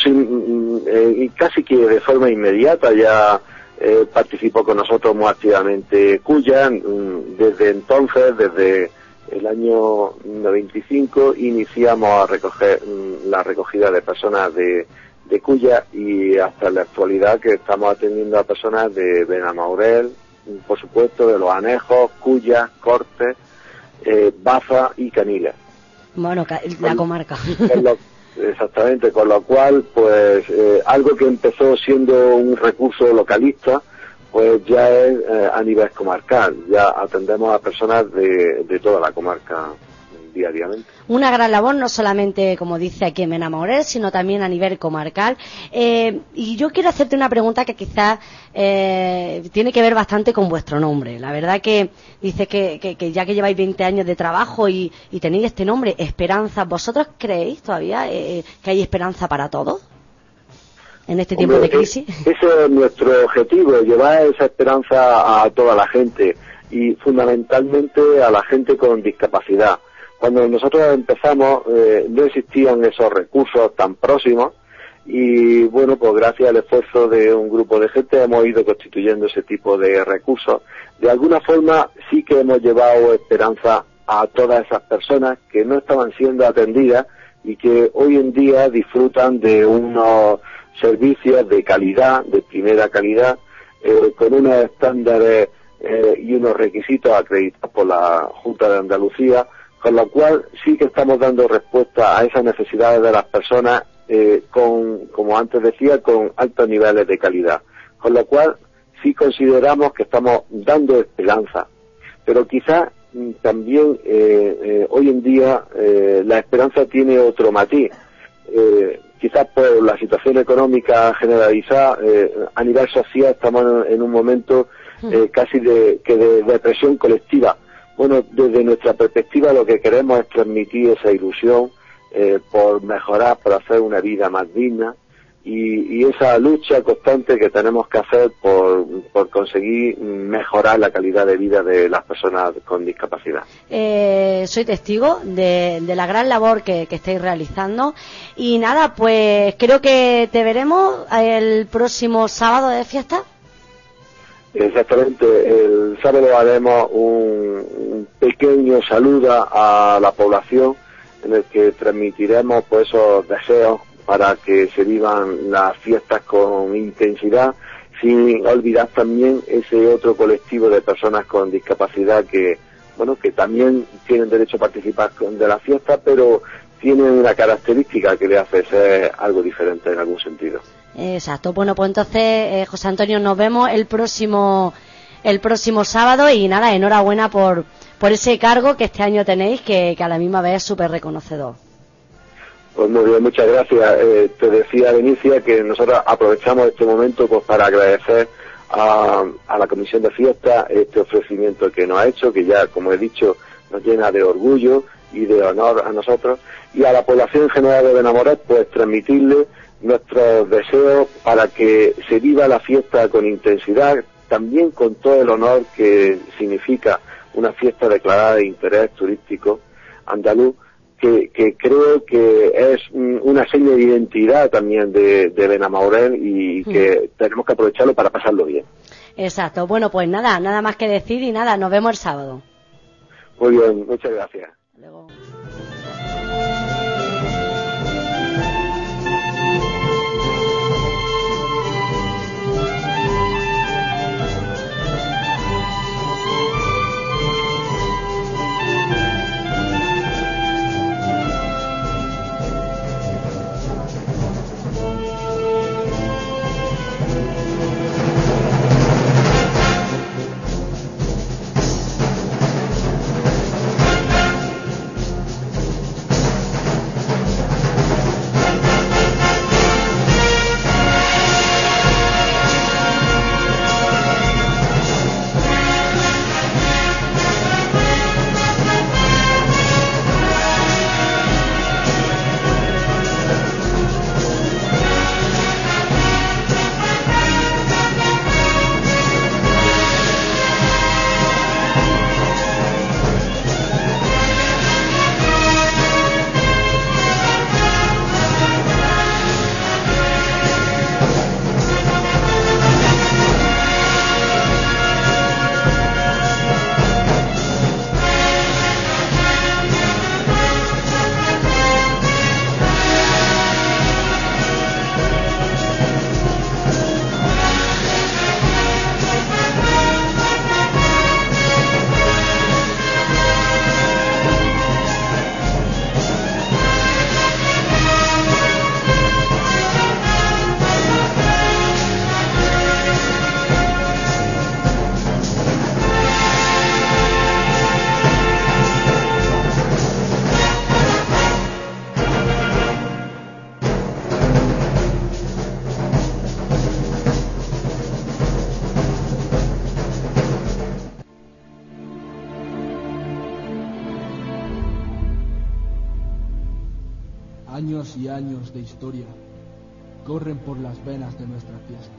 casi que de forma inmediata ya participó con nosotros muy activamente Cuya. Desde entonces, desde el año 95, iniciamos a recoger la recogida de personas de Cuya, y hasta la actualidad que estamos atendiendo a personas de Benamorel, por supuesto de los anejos, Cuya, Cortes, Baza y Caniles. Bueno, la comarca. Exactamente, con lo cual, pues, algo que empezó siendo un recurso localista, pues ya es a nivel comarcal. Ya atendemos a personas de toda la comarca diariamente. Una gran labor, no solamente, como dice aquí en Benamorel, sino también a nivel comarcal. Y yo quiero hacerte una pregunta que quizás tiene que ver bastante con vuestro nombre. La verdad que dice que ya que lleváis 20 años de trabajo y tenéis este nombre, Esperanza, ¿vosotros creéis todavía que hay esperanza para todos en este tiempo de crisis? Ese es nuestro objetivo, llevar esa esperanza a toda la gente, y fundamentalmente a la gente con discapacidad. Cuando nosotros empezamos no existían esos recursos tan próximos, y bueno, pues gracias al esfuerzo de un grupo de gente hemos ido constituyendo ese tipo de recursos. De alguna forma sí que hemos llevado esperanza a todas esas personas que no estaban siendo atendidas y que hoy en día disfrutan de unos servicios de calidad, de primera calidad, con unos estándares y unos requisitos acreditados por la Junta de Andalucía, con lo cual sí que estamos dando respuesta a esas necesidades de las personas como antes decía, con altos niveles de calidad. Con lo cual sí consideramos que estamos dando esperanza. Pero quizás también hoy en día la esperanza tiene otro matiz. Quizás por la situación económica generalizada, a nivel social estamos en un momento casi de depresión colectiva. Bueno, desde nuestra perspectiva lo que queremos es transmitir esa ilusión por mejorar, por hacer una vida más digna y esa lucha constante que tenemos que hacer por conseguir mejorar la calidad de vida de las personas con discapacidad. Soy testigo de la gran labor que estáis realizando y nada, pues creo que te veremos el próximo sábado de fiesta. Exactamente, el sábado haremos un pequeño saludo a la población en el que transmitiremos pues esos deseos para que se vivan las fiestas con intensidad, sin olvidar también ese otro colectivo de personas con discapacidad que también tienen derecho a participar de la fiesta, pero tienen una característica que le hace ser algo diferente en algún sentido. Exacto. Bueno, pues entonces, José Antonio, nos vemos el próximo sábado y nada, enhorabuena por ese cargo que este año tenéis, que a la misma vez es súper reconocedor. Pues muy bien, muchas gracias. Te decía, Benicia, que nosotros aprovechamos este momento pues para agradecer a la Comisión de Fiestas este ofrecimiento que nos ha hecho, que ya, como he dicho, nos llena de orgullo y de honor a nosotros, y a la población en general de Benamorel, pues transmitirle nuestros deseos para que se viva la fiesta con intensidad, también con todo el honor que significa una fiesta declarada de interés turístico andaluz, que creo que es una seña de identidad también de Benamorel y que tenemos que aprovecharlo para pasarlo bien. Exacto. Bueno, pues nada más que decir y nada, nos vemos el sábado. Muy bien, muchas gracias. Hasta luego. Años y años de historia corren por las venas de nuestras fiestas.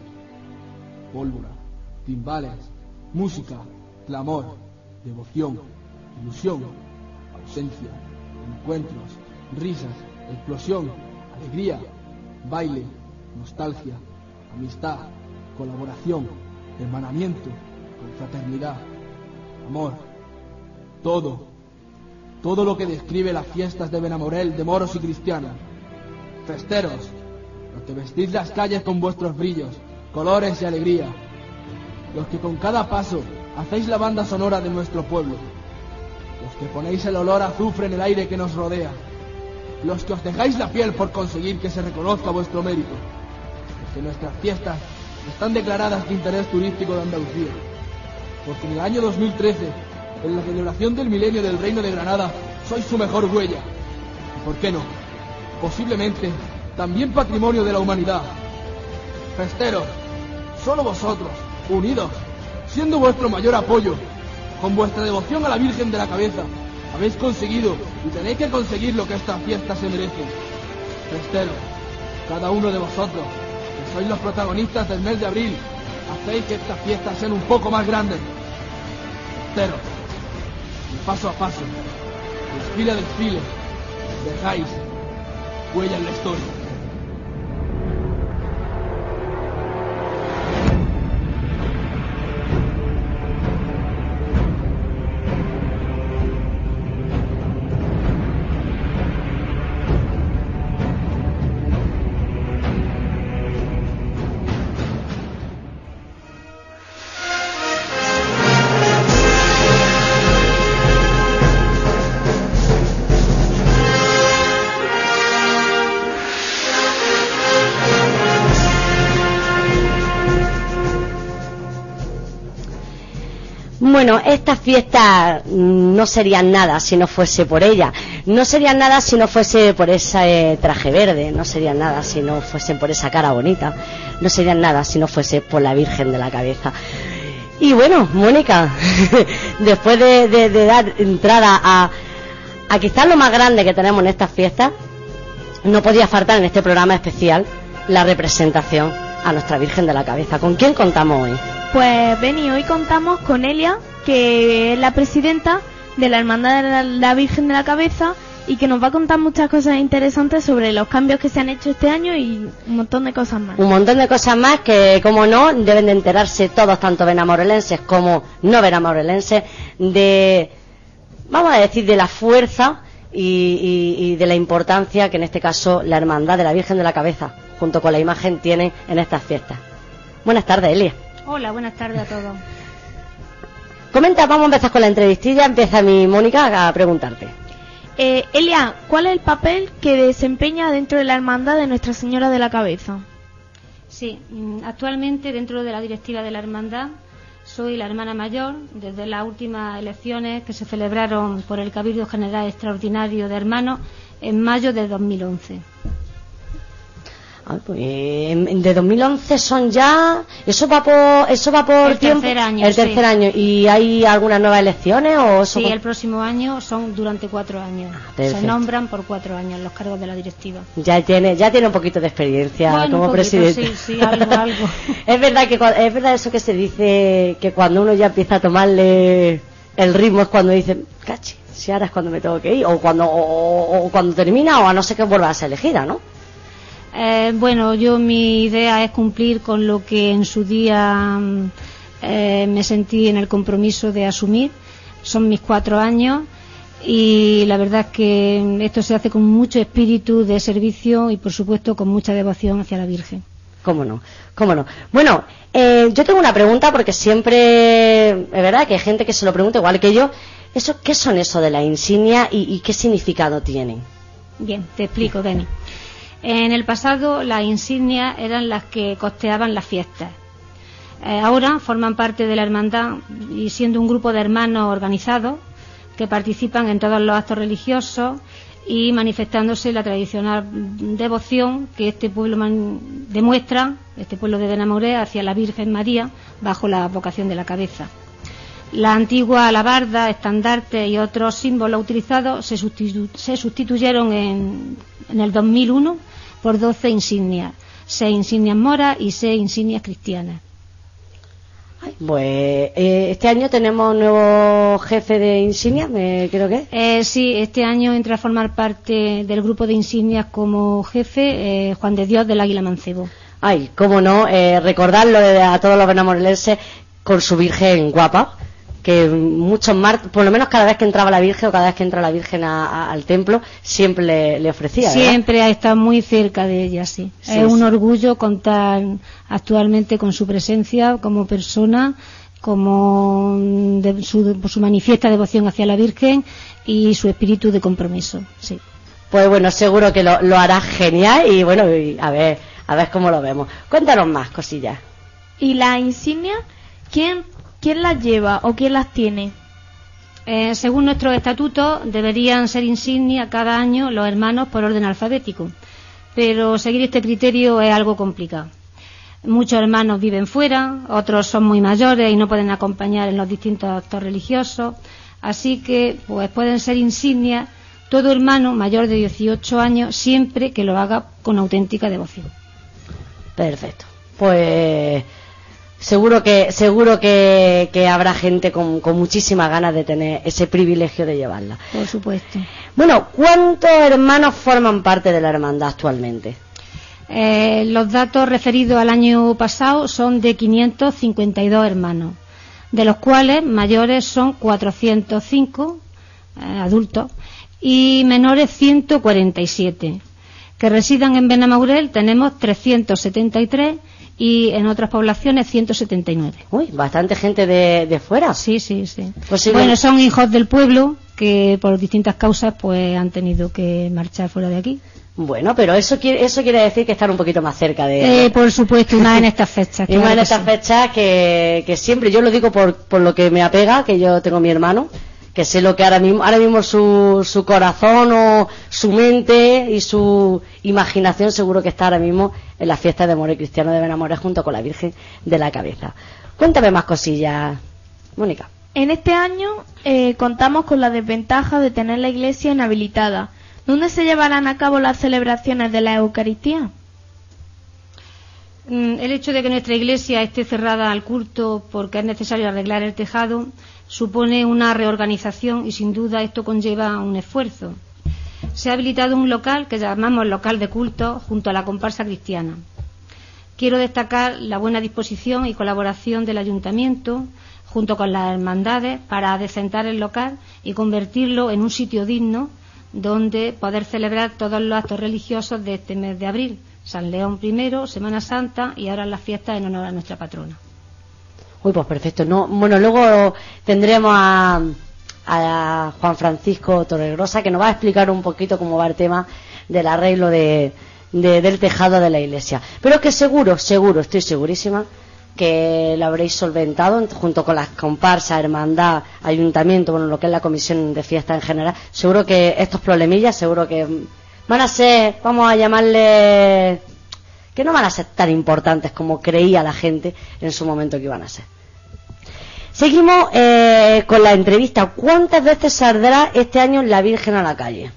Pólvora, timbales, música, clamor, devoción, ilusión, ausencia, encuentros, risas, explosión, alegría, baile, nostalgia, amistad, colaboración, hermanamiento, confraternidad, amor, todo lo que describe las fiestas de Benamorel de moros y cristianos. Festeros, los que vestís las calles con vuestros brillos, colores y alegría, los que con cada paso hacéis la banda sonora de nuestro pueblo. Los que ponéis el olor a azufre en el aire que nos rodea. Los que os dejáis la piel por conseguir que se reconozca vuestro mérito. Porque nuestras fiestas están declaradas de interés turístico de Andalucía. Porque en el año 2013, en la celebración del milenio del Reino de Granada, sois su mejor huella. ¿Y por qué no? Posiblemente también patrimonio de la humanidad. Festeros, solo vosotros, unidos, siendo vuestro mayor apoyo, con vuestra devoción a la Virgen de la Cabeza, habéis conseguido y tenéis que conseguir lo que estas fiestas se merecen. Festeros, cada uno de vosotros, que sois los protagonistas del mes de abril, hacéis que estas fiestas sean un poco más grandes. Festeros, y paso a paso, desfile a desfile, dejáis huella en la historia. Bueno, estas fiestas no serían nada si no fuese por ella, no serían nada si no fuese por ese traje verde, no serían nada si no fuesen por esa cara bonita, no serían nada si no fuese por la Virgen de la Cabeza. Y bueno, Mónica, después de dar entrada a quizás lo más grande que tenemos en estas fiestas, no podía faltar en este programa especial la representación a nuestra Virgen de la Cabeza. ¿Con quién contamos hoy? Pues Beni, hoy contamos con Elia, que es la presidenta de la Hermandad de la Virgen de la Cabeza y que nos va a contar muchas cosas interesantes sobre los cambios que se han hecho este año y un montón de cosas más. Un montón de cosas más que, como no, deben de enterarse todos, tanto benamorelenses como no benamorelenses, de, vamos a decir, de la fuerza y de la importancia que en este caso la Hermandad de la Virgen de la Cabeza, junto con la imagen, tiene en estas fiestas. Buenas tardes, Elia. Hola, buenas tardes a todos. Comenta, vamos a empezar con la entrevistilla. Empieza mi Mónica a preguntarte. Elia, ¿cuál es el papel que desempeña dentro de la Hermandad de Nuestra Señora de la Cabeza? Sí, actualmente dentro de la directiva de la Hermandad soy la hermana mayor desde las últimas elecciones que se celebraron por el Cabildo General Extraordinario de Hermanos en mayo de 2011. Pues, de 2011 son ya, eso va por el tiempo, tercer año, el tercer sí. año. ¿Y hay algunas nuevas elecciones o sí, el próximo año son durante 4 años. Se nombran por 4 años los cargos de la directiva. Ya tiene un poquito de experiencia, bueno, como presidente. Sí, algo. Es verdad eso que se dice, que cuando uno ya empieza a tomarle el ritmo es cuando dice, cachi, si ahora es cuando me tengo que ir, o cuando termina, o a no ser que vuelva a ser elegida, ¿no? Bueno, mi idea es cumplir con lo que en su día me sentí en el compromiso de asumir. Son mis 4 años y la verdad es que esto se hace con mucho espíritu de servicio y por supuesto con mucha devoción hacia la Virgen. ¿Cómo no? Bueno, yo tengo una pregunta porque siempre es verdad que hay gente que se lo pregunta igual que yo. ¿Qué son eso de la insignia y qué significado tienen? Bien, te explico, Dani. En el pasado las insignias eran las que costeaban las fiestas. Ahora forman parte de la hermandad y siendo un grupo de hermanos organizados que participan en todos los actos religiosos y manifestándose la tradicional devoción que este pueblo demuestra, este pueblo de Benamoré, hacia la Virgen María bajo la advocación de la Cabeza. La antigua alabarda, estandarte y otros símbolos utilizados se sustituyeron en el 2001 por 12 insignias, 6 insignias moras y 6 insignias cristianas. Pues este año tenemos un nuevo jefe de insignias, creo que. Sí, este año entra a formar parte del grupo de insignias como jefe Juan de Dios del Águila Mancebo. Ay, cómo no, recordarlo a todos los benamorelenses con su Virgen guapa, que muchos más, por lo menos cada vez que entraba la Virgen o cada vez que entra la Virgen al templo, siempre le ofrecía, ¿verdad? Siempre ha estado muy cerca de ella, sí. Es un orgullo contar actualmente con su presencia como persona como de su manifiesta devoción hacia la Virgen y su espíritu de compromiso. Sí. Pues bueno, seguro que lo harás genial y bueno, a ver cómo lo vemos. Cuéntanos más cosillas. ¿Y las insignias? ¿Quién las lleva o quién las tiene? Según nuestros estatutos, deberían ser insignias cada año los hermanos por orden alfabético, pero seguir este criterio es algo complicado. Muchos hermanos viven fuera, otros son muy mayores y no pueden acompañar en los distintos actos religiosos, así que pues pueden ser insignias todo hermano mayor de 18 años siempre que lo haga con auténtica devoción. Perfecto. Pues seguro que habrá gente con muchísimas ganas de tener ese privilegio de llevarla. Por supuesto. Bueno, ¿cuántos hermanos forman parte de la hermandad actualmente? Los datos referidos al año pasado son de 552 hermanos, de los cuales mayores son 405 adultos y menores 147. Que residan en Benamaurel tenemos 373 y en otras poblaciones 179. Uy, bastante gente de fuera. Sí. Pues bueno, son hijos del pueblo que por distintas causas pues han tenido que marchar fuera de aquí. Bueno, pero eso quiere decir que están un poquito más cerca de... Por supuesto, y más en estas fechas. Y más en estas fechas que siempre, yo lo digo por lo que me apega, que yo tengo mi hermano, que sé lo que ahora mismo su corazón o su mente y su imaginación seguro que está ahora mismo en las fiestas de Moro y Cristiano de Benamorel junto con la Virgen de la Cabeza. Cuéntame más cosillas, Mónica. En este año contamos con la desventaja de tener la iglesia inhabilitada. ¿Dónde se llevarán a cabo las celebraciones de la Eucaristía? El hecho de que nuestra iglesia esté cerrada al culto porque es necesario arreglar el tejado supone una reorganización y sin duda esto conlleva un esfuerzo. Se ha habilitado un local que llamamos local de culto junto a la comparsa cristiana. Quiero destacar la buena disposición y colaboración del ayuntamiento junto con las hermandades para adecentar el local y convertirlo en un sitio digno donde poder celebrar todos los actos religiosos de este mes de abril, San León primero, Semana Santa y ahora las fiestas en honor a nuestra patrona. Uy, pues perfecto. Bueno, luego tendremos a Juan Francisco Torregrosa que nos va a explicar un poquito cómo va el tema del arreglo del tejado de la iglesia. Pero es que seguro, estoy segurísima que lo habréis solventado junto con las comparsas, hermandad, ayuntamiento, bueno, lo que es la comisión de fiesta en general. Seguro que estos problemillas, seguro que van a ser, vamos a llamarle, que no van a ser tan importantes como creía la gente en su momento que iban a ser. Seguimos con la entrevista. ¿Cuántas veces saldrá este año la Virgen a la calle?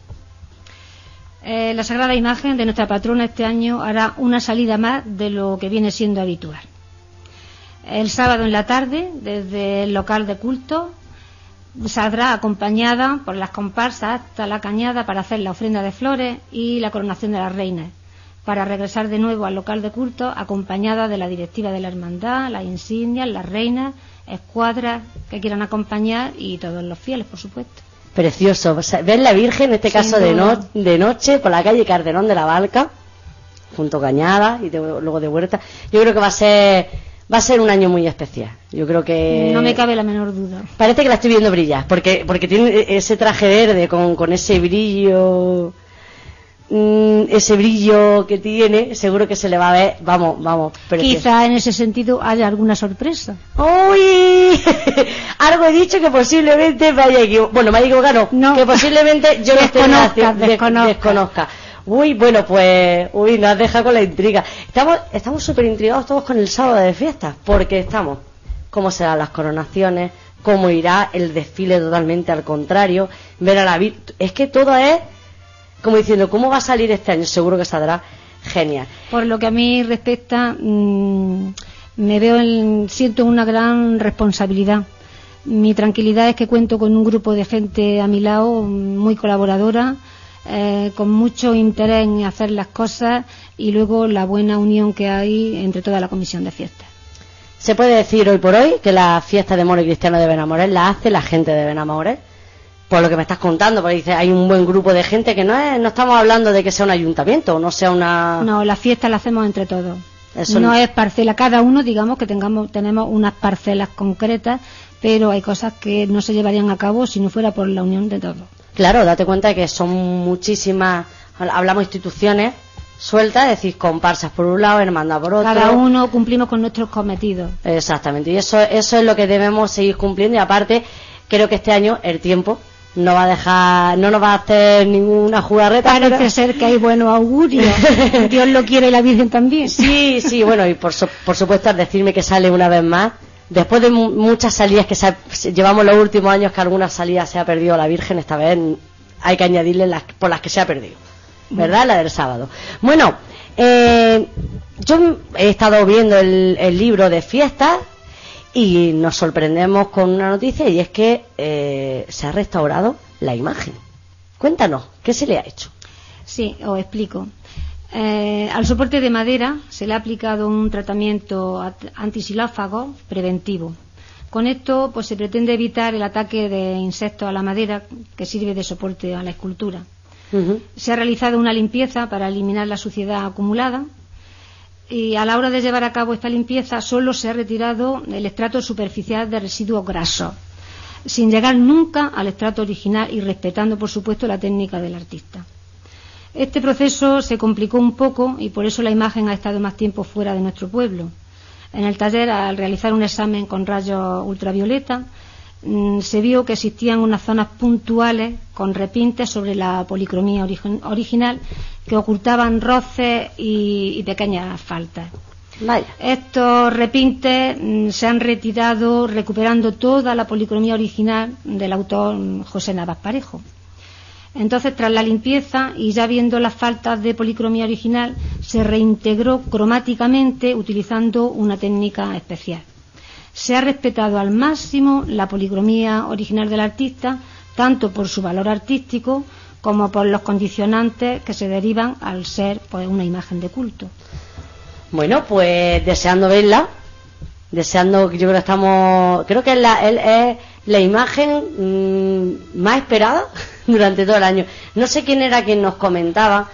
La Sagrada Imagen de nuestra patrona este año hará una salida más de lo que viene siendo habitual. El sábado en la tarde, desde el local de culto, saldrá acompañada por las comparsas hasta la cañada para hacer la ofrenda de flores y la coronación de las reinas, para regresar de nuevo al local de culto acompañada de la directiva de la hermandad, las insignias, las reinas, escuadras que quieran acompañar y todos los fieles, por supuesto. Precioso. Ver la Virgen, en este caso de noche, por la calle Cardenón de la Barca, junto a Cañada y luego de Huerta. Yo creo que va a ser un año muy especial. Yo creo que... No me cabe la menor duda. Parece que la estoy viendo brillar, porque tiene ese traje verde con ese brillo... ese brillo que tiene, seguro que se le va a ver, vamos, precioso. Quizá en ese sentido haya alguna sorpresa. ¡Uy! Algo he dicho que posiblemente me haya equivocado. No, que posiblemente yo desconozca. Uy, bueno, pues, nos has dejado con la intriga. Estamos súper intrigados todos con el sábado de fiesta, porque cómo serán las coronaciones, cómo irá el desfile totalmente al contrario, ver a la Virgen. Es que todo es como diciendo, ¿cómo va a salir este año? Seguro que saldrá genial. Por lo que a mí respecta, siento una gran responsabilidad. Mi tranquilidad es que cuento con un grupo de gente a mi lado muy colaboradora, con mucho interés en hacer las cosas y luego la buena unión que hay entre toda la comisión de fiestas. Se puede decir hoy por hoy que la fiesta de Moro y Cristiano de Benamorel la hace la gente de Benamorel, por lo que me estás contando, porque dices, hay un buen grupo de gente que no estamos hablando de que sea un ayuntamiento, no sea una... No, la fiesta la hacemos entre todos. Eso no es parcela, cada uno, digamos que tenemos unas parcelas concretas, pero hay cosas que no se llevarían a cabo si no fuera por la unión de todos. Claro, date cuenta de que son muchísimas, hablamos instituciones sueltas, es decir, comparsas por un lado, hermandad por otro. Cada uno cumplimos con nuestros cometidos. Exactamente, y eso es lo que debemos seguir cumpliendo, y aparte creo que este año el tiempo no va a dejar, no nos va a hacer ninguna jugarreta. Parece ser que hay buenos augurios. Dios lo quiere y la Virgen también. Sí, bueno, y por supuesto al decirme que sale una vez más, después de muchas salidas que llevamos los últimos años, que algunas salidas se ha perdido la Virgen, esta vez hay que añadirle por las que se ha perdido, ¿verdad? La del sábado. Bueno, yo he estado viendo el libro de fiestas y nos sorprendemos con una noticia, y es que se ha restaurado la imagen. Cuéntanos, ¿qué se le ha hecho? Sí, os explico. Al soporte de madera se le ha aplicado un tratamiento antisiláfago preventivo. Con esto pues se pretende evitar el ataque de insectos a la madera, que sirve de soporte a la escultura. Se ha realizado una limpieza para eliminar la suciedad acumulada, y a la hora de llevar a cabo esta limpieza solo se ha retirado el estrato superficial de residuos grasos, sin llegar nunca al estrato original y respetando, por supuesto, la técnica del artista. Este proceso se complicó un poco y por eso la imagen ha estado más tiempo fuera de nuestro pueblo. En el taller, al realizar un examen con rayos ultravioleta, se vio que existían unas zonas puntuales con repintes sobre la policromía original que ocultaban roces y pequeñas faltas. Vaya. Estos repintes se han retirado recuperando toda la policromía original del autor José Navas Parejo. Entonces, tras la limpieza y ya viendo las faltas de policromía original, se reintegró cromáticamente utilizando una técnica especial. Se ha respetado al máximo la policromía original del artista, tanto por su valor artístico como por los condicionantes que se derivan al ser pues una imagen de culto. Bueno, pues deseando verla, yo creo que es la imagen más esperada durante todo el año. No sé quién era quien nos comentaba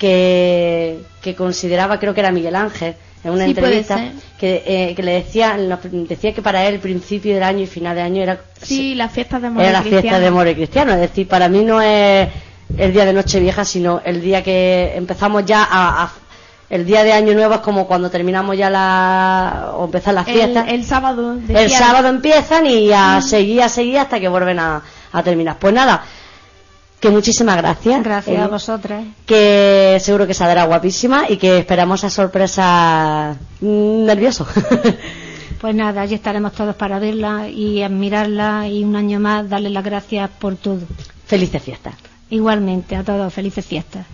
que consideraba, creo que era Miguel Ángel, en una entrevista, que le decía que para él el principio del año y final de año era la fiesta de More Cristiano. Fiesta de More Cristiano, es decir, para mí no es el día de Nochevieja, sino el día que empezamos ya el día de Año Nuevo, es como cuando terminamos ya o empiezan las fiestas. El sábado. El sábado empiezan y a seguir hasta que vuelven a terminar. Pues nada, que muchísimas gracias. Gracias a vosotras. Que seguro que saldrá guapísima y que esperamos a sorpresa nervioso. Pues nada, allí estaremos todos para verla y admirarla, y un año más darle las gracias por todo. Felices fiestas. Igualmente, a todos, felices fiestas.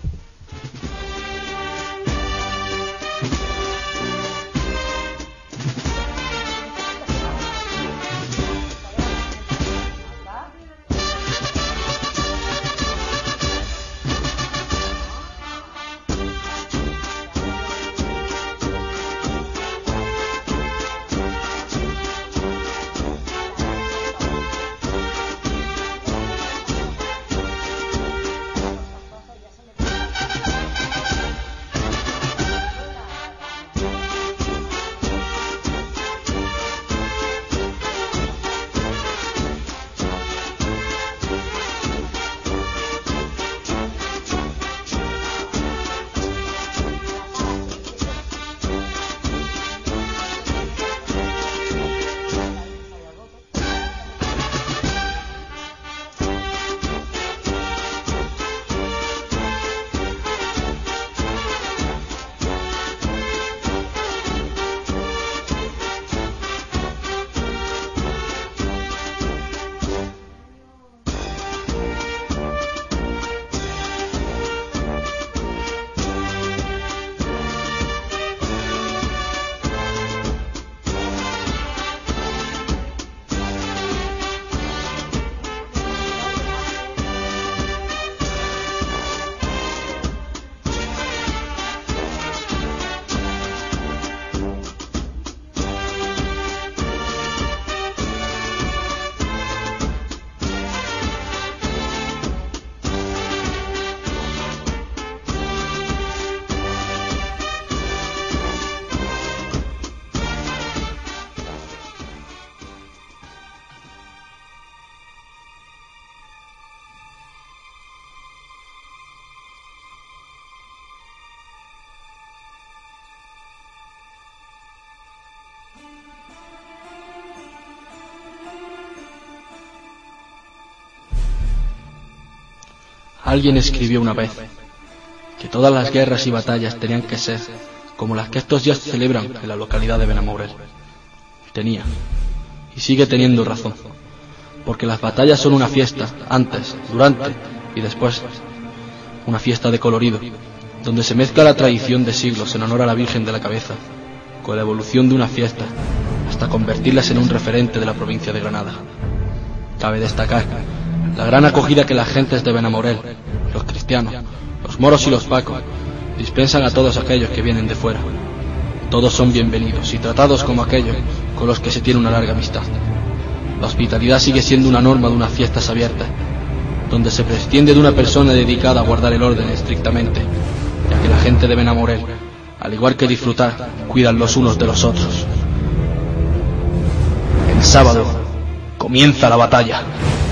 Alguien escribió una vez que todas las guerras y batallas tenían que ser como las que estos días se celebran en la localidad de Benamorel. Tenía, y sigue teniendo razón, porque las batallas son una fiesta, antes, durante y después. Una fiesta de colorido, donde se mezcla la tradición de siglos en honor a la Virgen de la Cabeza, con la evolución de una fiesta, hasta convertirlas en un referente de la provincia de Granada. Cabe destacar la gran acogida que las gentes de Benamorel, los cristianos, los moros y los pacos, dispensan a todos aquellos que vienen de fuera. Todos son bienvenidos y tratados como aquellos con los que se tiene una larga amistad. La hospitalidad sigue siendo una norma de unas fiestas abiertas, donde se prescinde de una persona dedicada a guardar el orden estrictamente, ya que la gente de Benamorel, al igual que disfrutar, cuidan los unos de los otros. El sábado comienza la batalla.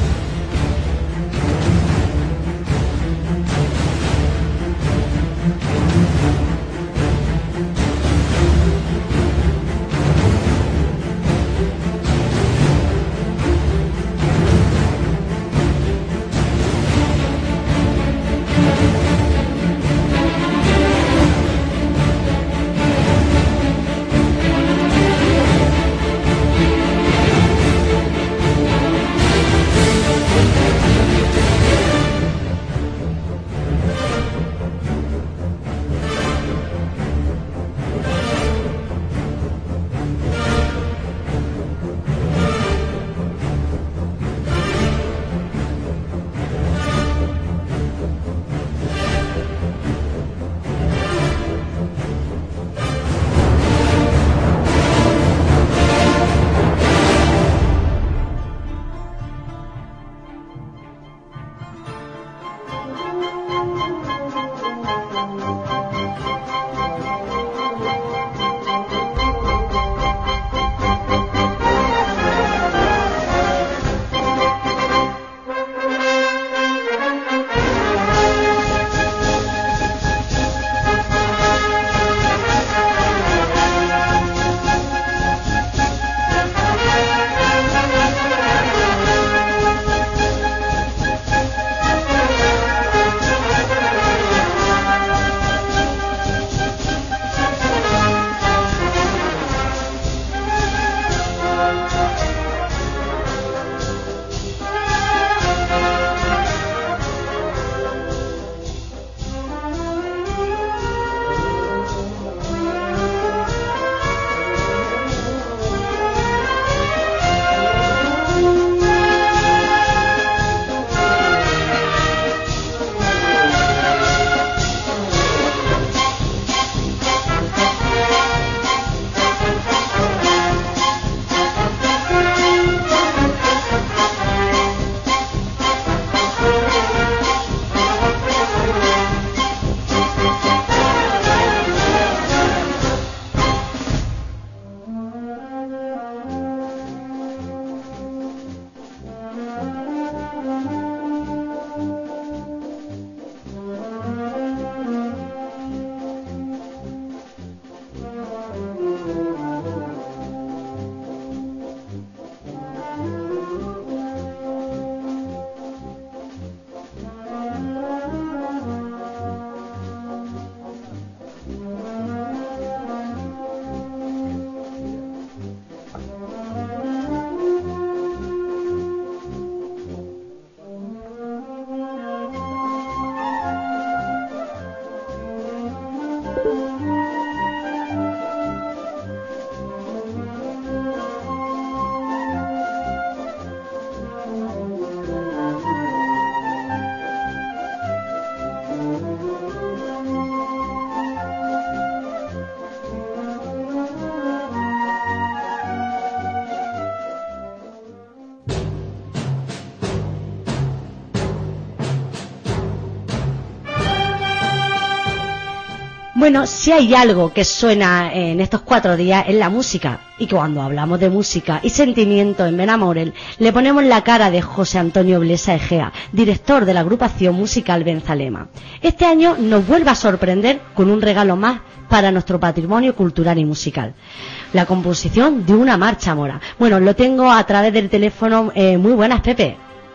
Bueno, si hay algo que suena en estos 4 días es la música, y que cuando hablamos de música y sentimiento en Benamorel le ponemos la cara de José Antonio Blesa Egea, director de la agrupación musical Benzalema. Este año nos vuelve a sorprender con un regalo más para nuestro patrimonio cultural y musical: la composición de una marcha mora. Bueno, lo tengo a través del teléfono. Muy buenas, Pepe.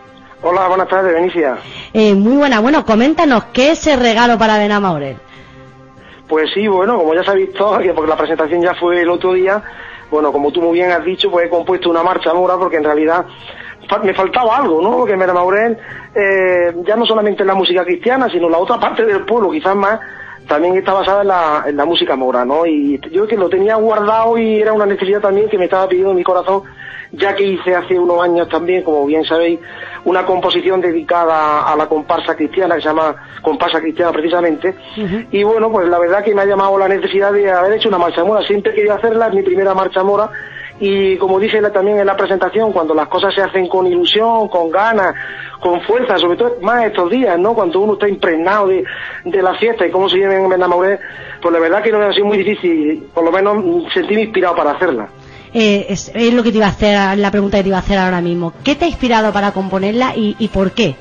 Hola, buenas tardes, Benicia. Muy buena. Bueno, coméntanos, ¿qué es el regalo para Benamaurel? Pues sí, bueno, como ya se ha visto, porque la presentación ya fue el otro día, bueno, como tú muy bien has dicho, pues he compuesto una marcha mora, porque en realidad me faltaba algo, ¿no? Porque en Benamaurel, ya no solamente en la música cristiana, sino la otra parte del pueblo, quizás más, también está basada en la música mora, ¿no? Y yo que lo tenía guardado y era una necesidad también que me estaba pidiendo en mi corazón, ya que hice hace unos años también, como bien sabéis, una composición dedicada a la comparsa cristiana, que se llama Comparsa Cristiana precisamente, y bueno, pues la verdad que me ha llamado la necesidad de haber hecho una marcha mora. Siempre quería hacerla, es mi primera marcha mora, y como dije también en la presentación, cuando las cosas se hacen con ilusión, con ganas, con fuerza, sobre todo más estos días, ¿no? Cuando uno está impregnado de la fiesta y cómo se vive en Benamaurel, pues la verdad que no me ha sido muy difícil, por lo menos sentirme inspirado para hacerla. Es lo que te iba a hacer, la pregunta que te iba a hacer ahora mismo. ¿Qué te ha inspirado para componerla y por qué?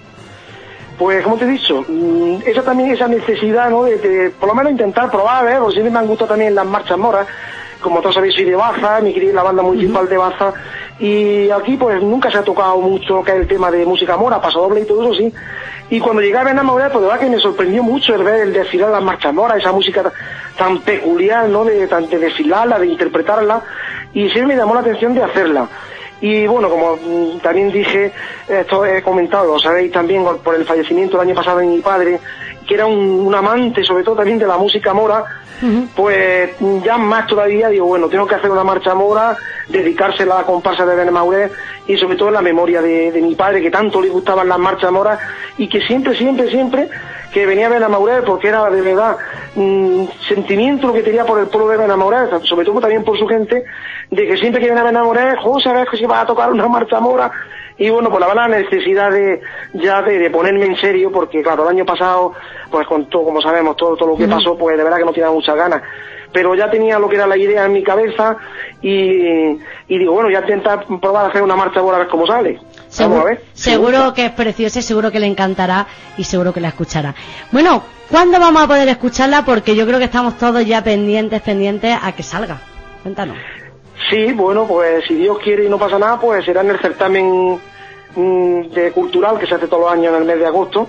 Pues como te he dicho, esa necesidad, ¿no? De por lo menos intentar probar, porque siempre me han gustado también las marchas moras. Como todos sabéis, soy de Baza, me crié en la banda municipal de Baza, y aquí pues nunca se ha tocado mucho lo que es el tema de música mora, pasodoble y todo eso, sí. Y cuando llegué a Benamaurel, pues de verdad que me sorprendió mucho el ver el desfilar las marchas moras, esa música tan peculiar, ¿no? De desfilarla, de interpretarla, y siempre me llamó la atención de hacerla. Y bueno, como también dije, esto he comentado, lo sabéis también por el fallecimiento el año pasado de mi padre, que era un amante sobre todo también de la música mora, pues ya más todavía digo, bueno, tengo que hacer una marcha mora, dedicársela a la comparsa de Benamaurel y sobre todo en la memoria de mi padre, que tanto le gustaban las marchas moras y que siempre que venía a Benamaurel, porque era de verdad sentimiento lo que tenía por el pueblo de Benamaurel, sobre todo también por su gente, de que siempre que viene a Benamaurel, sabes que se va a tocar una marcha mora. Y bueno, pues la verdad, la necesidad de ponerme en serio, porque claro, el año pasado, pues con todo, como sabemos, todo lo que pasó, pues de verdad que no tenía muchas ganas. Pero ya tenía lo que era la idea en mi cabeza y digo, bueno, ya intentar probar a hacer una marcha mora a ver cómo sale. Vamos a ver. Seguro que es preciosa y seguro que le encantará y seguro que la escuchará. Bueno, ¿cuándo vamos a poder escucharla? Porque yo creo que estamos todos ya pendientes a que salga. Cuéntanos. Sí, bueno, pues si Dios quiere y no pasa nada, pues será en el certamen de cultural que se hace todos los años en el mes de agosto,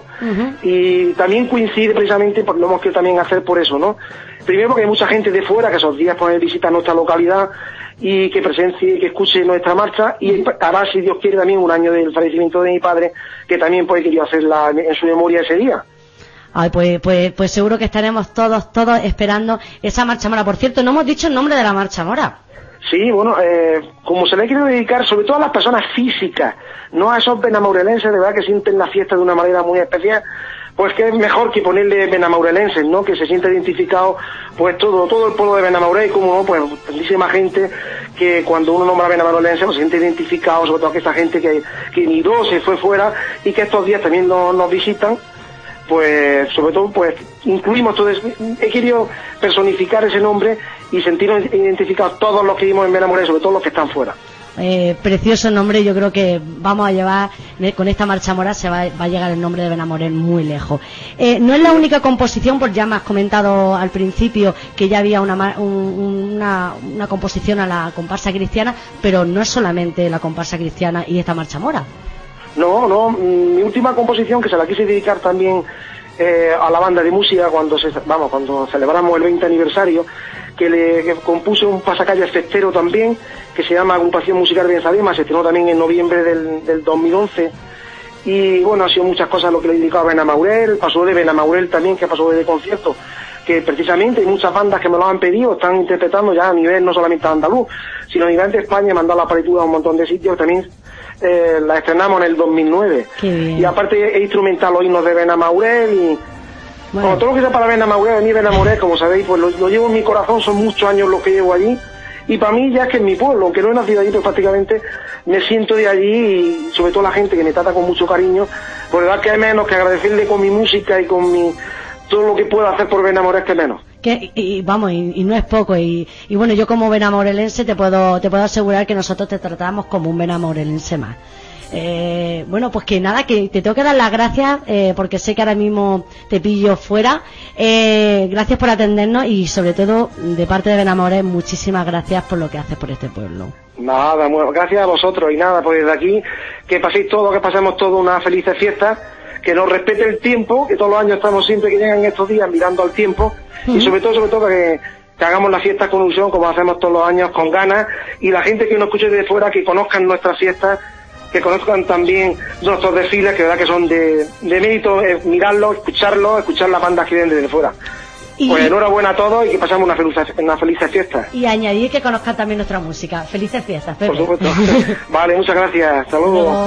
y también coincide precisamente, porque lo hemos querido también hacer por eso, ¿no? Primero porque hay mucha gente de fuera que esos días pueden visitar nuestra localidad y que presencie, que escuche nuestra marcha, y hará, si Dios quiere, también un año del fallecimiento de mi padre, que también pues he querido hacerla en su memoria ese día. Ay, pues seguro que estaremos todos esperando esa marcha mora. Por cierto, no hemos dicho el nombre de la marcha mora. Sí, bueno, como se le ha querido dedicar sobre todo a las personas físicas, no a esos benamaurelenses de verdad que sienten la fiesta de una manera muy especial, pues que es mejor que ponerle benamaurelenses, ¿no? Que se sienta identificado pues todo el pueblo de Benamaurel, y como no, pues tantísima gente que cuando uno nombra benamaurelense pues se siente identificado, sobre todo que esta gente que emigró, se fue fuera y que estos días también nos visitan. Pues sobre todo pues incluimos todo eso. He querido personificar ese nombre y sentirnos identificados todos los que vivimos en Benamaurel, sobre todo los que están fuera. Precioso nombre, yo creo que vamos a llevar con esta marcha mora, se va a llegar el nombre de Benamaurel muy lejos. No es la única composición, pues ya me has comentado al principio que ya había una composición a la comparsa cristiana, pero no es solamente la comparsa cristiana y esta marcha mora. No, mi última composición, que se la quise dedicar también a la banda de música cuando celebramos el 20 aniversario, que compuse un pasacalles festero también, que se llama Agrupación Musical de Benzadema, se estrenó también en noviembre del 2011, y bueno, ha sido muchas cosas lo que le he dedicado a Benamaurel, pasó de Benamaurel también, que pasó de conciertos, que precisamente hay muchas bandas que me lo han pedido, están interpretando ya a nivel no solamente andaluz, sino a nivel de España, me han dado la partitura a un montón de sitios, también la estrenamos en el 2009. Y aparte he instrumentado los himnos de Benamaurel y bueno, todo lo que sea para Benamaurel, a mí Benamaurel, como sabéis, pues lo llevo en mi corazón, son muchos años los que llevo allí, y para mí ya es que es mi pueblo, aunque no he nacido allí, pues prácticamente me siento de allí, y sobre todo la gente que me trata con mucho cariño, por verdad que hay menos que agradecerle con mi música y con todo lo que puedo hacer por Benamaurel, que menos. y no es poco, y bueno, yo como benamorelense te puedo asegurar que nosotros te tratamos como un benamorelense más. Bueno, pues que nada, que te tengo que dar las gracias, porque sé que ahora mismo te pillo fuera. Gracias por atendernos, y sobre todo de parte de Benamorel, muchísimas gracias por lo que haces por este pueblo. Nada, bueno, gracias a vosotros, y nada, pues desde aquí que paséis todo, que pasemos todos una feliz fiesta, que nos respete el tiempo, que todos los años estamos siempre que llegan estos días mirando al tiempo, y sobre todo que hagamos las fiestas con ilusión, como hacemos todos los años, con ganas, y la gente que nos escuche de fuera, que conozcan nuestras fiestas, que conozcan también nuestros desfiles, que verdad que son de mérito, mirarlos, escucharlos, escuchar las bandas que vienen desde fuera. Pues enhorabuena a todos, y que pasamos una feliz fiesta. Y añadir que conozcan también nuestra música. Felices fiestas, Pepe. Por supuesto. Vale, muchas gracias. Hasta luego.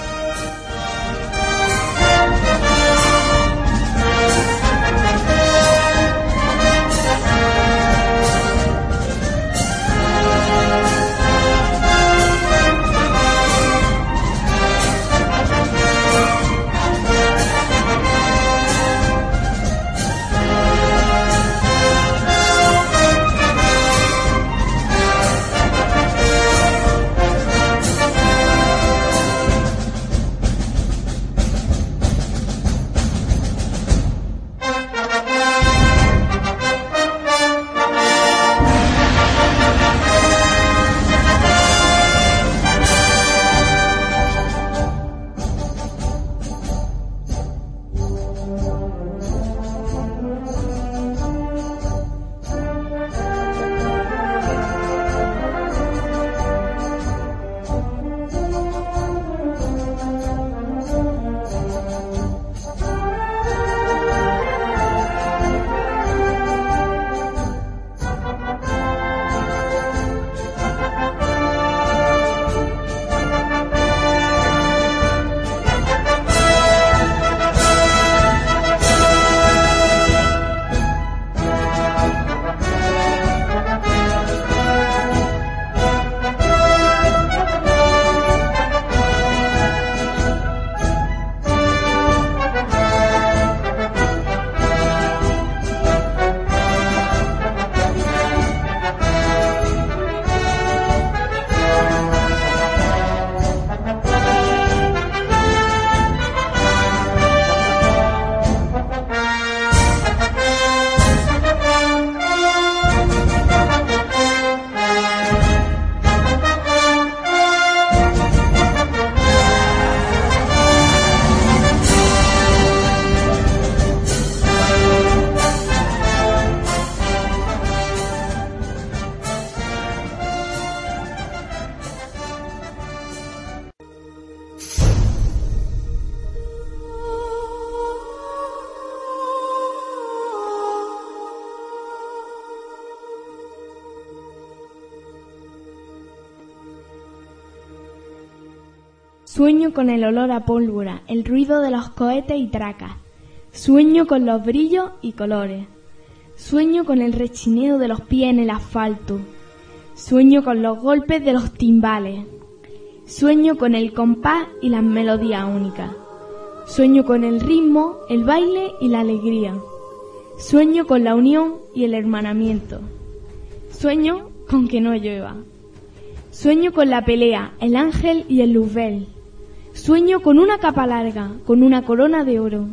Sueño con el olor a pólvora, el ruido de los cohetes y tracas. Sueño con los brillos y colores. Sueño con el rechineo de los pies en el asfalto. Sueño con los golpes de los timbales. Sueño con el compás y las melodías únicas. Sueño con el ritmo, el baile y la alegría. Sueño con la unión y el hermanamiento. Sueño con que no llueva. Sueño con la pelea, el ángel y el luzbel. Sueño con una capa larga, con una corona de oro.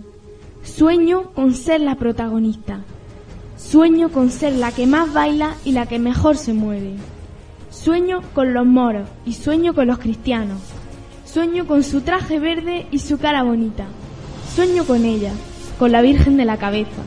Sueño con ser la protagonista. Sueño con ser la que más baila y la que mejor se mueve. Sueño con los moros y sueño con los cristianos. Sueño con su traje verde y su cara bonita. Sueño con ella, con la Virgen de la Cabeza.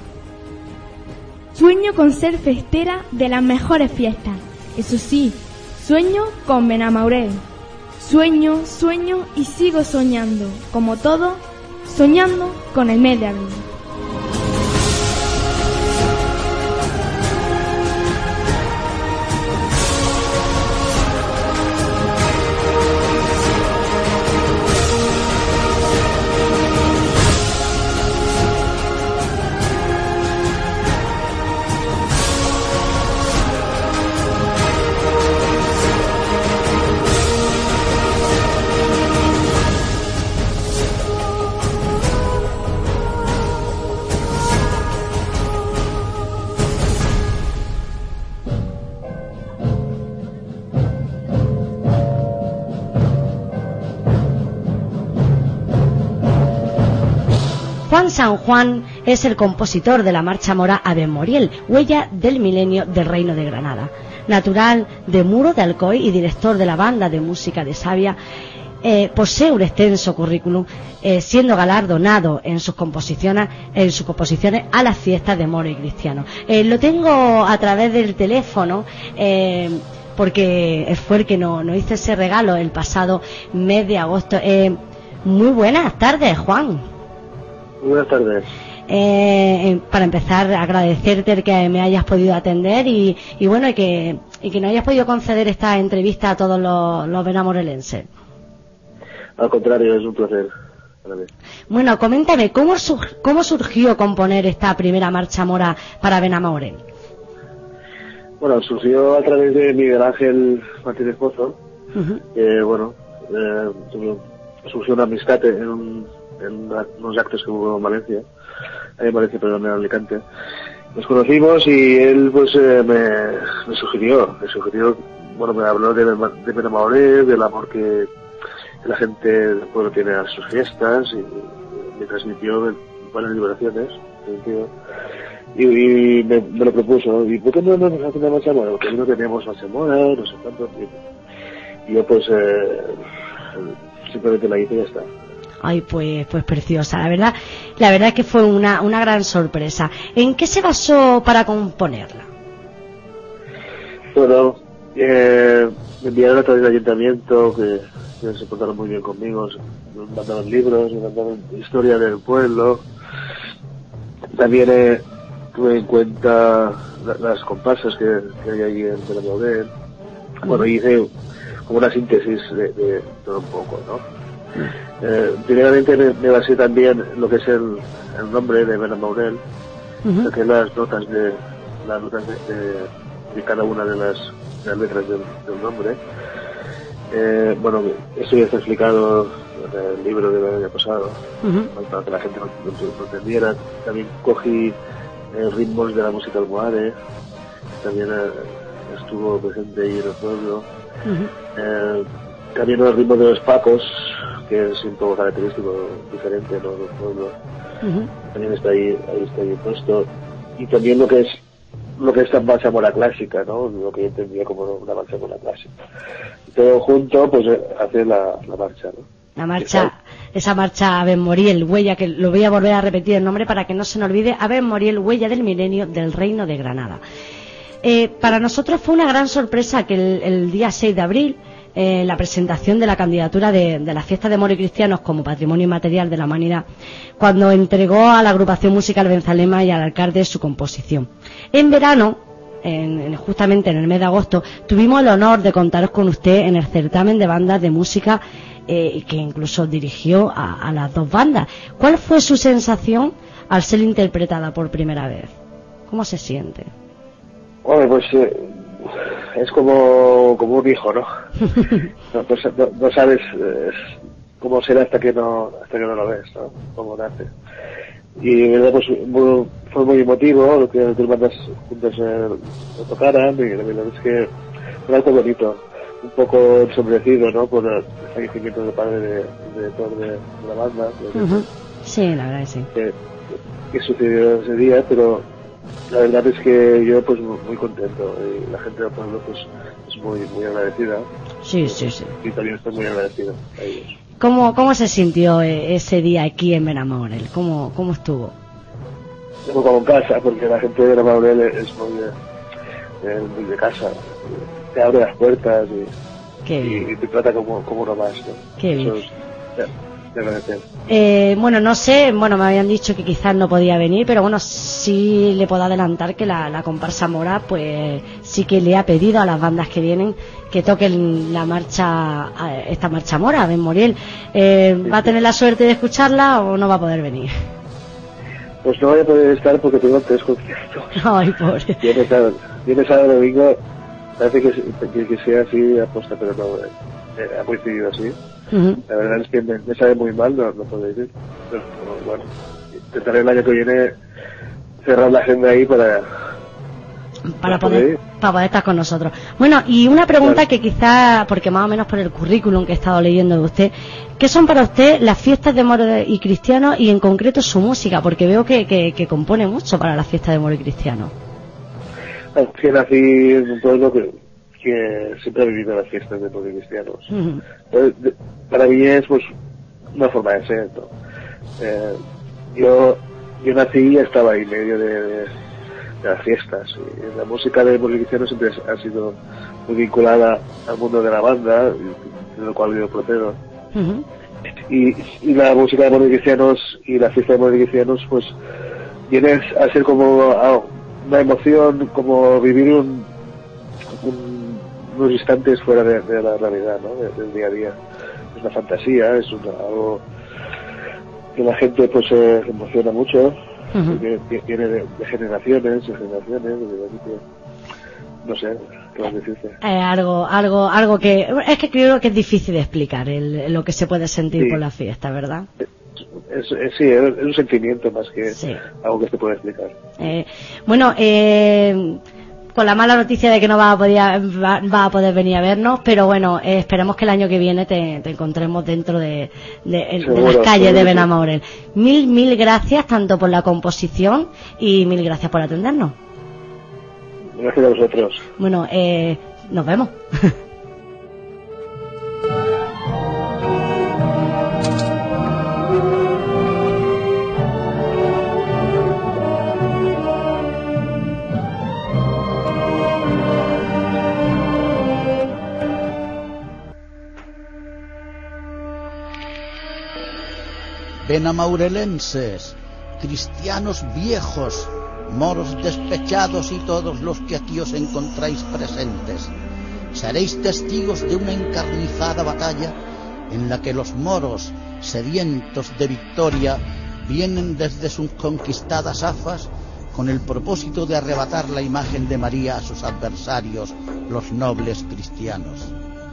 Sueño con ser festera de las mejores fiestas. Eso sí, sueño con Benamaurel. Sueño y sigo soñando, como todo, soñando con el mes de abril. Juan San Juan es el compositor de la marcha mora Ave Moriel, huella del milenio del Reino de Granada. Natural de Muro de Alcoy y director de la banda de música de Sabia, posee un extenso currículum, siendo galardonado en sus composiciones a las fiestas de moro y cristiano. Lo tengo a través del teléfono, porque fue el que nos hizo ese regalo el pasado mes de agosto. Muy buenas tardes, Juan. Buenas tardes. Para empezar, agradecerte el que me hayas podido atender y bueno, y que nos hayas podido conceder esta entrevista a todos los benamorelenses. Al contrario, es un placer para mí. Bueno, coméntame, ¿cómo surgió componer esta primera marcha mora para Benamorel? Bueno, surgió a través de Miguel Ángel Martínez Pozo, surgió una amistad en unos actos que hubo en Valencia, en Alicante. Nos conocimos y él pues me sugirió, me habló de Benamorel, del amor que la gente del pueblo tiene a sus fiestas, y me transmitió buenas vibraciones, y me lo propuso. ¿Y por qué no nos hace una marcha mora? Porque no teníamos marcha mora, no sé cuánto. Y yo pues simplemente la hice y ya está. Ay, pues preciosa, la verdad es que fue una gran sorpresa. ¿En qué se basó para componerla? Bueno, me enviaron a través del ayuntamiento, que se portaron muy bien conmigo, me mandaron libros, me mandaron historia del pueblo. También tuve en cuenta las comparsas que hay ahí en Benamorel. Bueno, hice como una síntesis de todo un poco, ¿no? Primeramente me basé también en lo que es el nombre de Benamorel, que es las notas de cada una de las letras del nombre. Esto ya está explicado en el libro del año pasado, para que la gente lo entendiera. También cogí ritmos de la música almohade, también estuvo presente ahí en el pueblo. También los ritmos de los pacos, que es un poco característico, diferente, ¿no?, del pueblo. También está ahí puesto. Y también lo que es esta marcha mora clásica, ¿no?, lo que yo entendía como una marcha mora clásica. Y todo junto, pues, hace la marcha, ¿no? La marcha, esa marcha Ave Moriel, huella, que lo voy a volver a repetir el nombre para que no se nos olvide, Ave Moriel, huella del milenio del Reino de Granada. Para nosotros fue una gran sorpresa que el día 6 de abril, la presentación de la candidatura de la fiesta de moro y cristianos como patrimonio inmaterial de la humanidad, cuando entregó a la agrupación musical Benzalema y al alcalde su composición. En verano, justamente en el mes de agosto, tuvimos el honor de contaros con usted en el certamen de bandas de música, que incluso dirigió a las dos bandas. ¿Cuál fue su sensación al ser interpretada por primera vez? ¿Cómo se siente? Bueno, pues es como un hijo, ¿no? No sabes cómo será hasta que no lo ves, ¿no? Cómo nace. Y de verdad, pues fue muy emotivo lo que las dos bandas juntas lo tocaran, y la verdad es que fue algo bonito, un poco ensombrecido, ¿no?, por el fallecimiento del padre de la banda. Sí, la verdad es que sí. Que sucedió ese día, pero la verdad es que yo pues muy contento, y la gente del pueblo pues es muy agradecida. Sí. Y también estoy muy agradecido a ellos. ¿Cómo se sintió ese día aquí en Benamorel? ¿Cómo estuvo? Como en casa, porque la gente de Benamorel es muy de casa. Te abre las puertas y te trata como uno más, ¿no? Qué bien. Bueno, no sé, me habían dicho que quizás no podía venir, pero bueno, sí le puedo adelantar que la comparsa mora pues sí que le ha pedido a las bandas que vienen que toquen esta marcha mora, Ave Moriel. ¿Va a tener la suerte de escucharla o no va a poder venir? Pues no voy a poder estar porque tengo 3 conciertos. Ay, pobre. Viene sábado, domingo, parece que sea así aposta, pero no, ha coincidido así. La verdad es que me sabe muy mal no poder ir, pero bueno, intentaré el año que viene cerrar la agenda ahí para para poder estar con nosotros. Bueno, y una pregunta que quizá, porque más o menos por el currículum que he estado leyendo de usted, ¿qué son para usted las fiestas de moros y cristianos y en concreto su música? Porque veo que compone mucho para las fiestas de moros y cristianos. Que nací en un pueblo que siempre ha vivido las fiestas de moros y cristianos. Entonces, para mí es pues una forma de ser, ¿no? Yo nací y estaba ahí en medio de las fiestas, y la música de moros y cristianos siempre ha sido muy vinculada al mundo de la banda, de lo cual yo procedo. Y la música de moros y cristianos y la fiesta de moros y cristianos pues viene a ser como una emoción, como vivir unos instantes fuera de la realidad, ¿no? Del día a día. Es una fantasía, es algo que la gente pues se emociona mucho. Viene de generaciones, no sé qué vas a decirte. Algo que es que creo que es difícil de explicar lo que se puede sentir por la fiesta, ¿verdad? Es un sentimiento más que algo que se puede explicar. Con la mala noticia de que no va a poder venir a vernos, pero bueno, esperemos que el año que viene te encontremos dentro de las calles de Benamaurel. Mil gracias tanto por la composición y mil gracias por atendernos. Gracias a vosotros. Bueno, nos vemos. Benamaurelenses, cristianos viejos, moros despechados y todos los que aquí os encontráis presentes, seréis testigos de una encarnizada batalla en la que los moros, sedientos de victoria, vienen desde sus conquistadas afas con el propósito de arrebatar la imagen de María a sus adversarios, los nobles cristianos.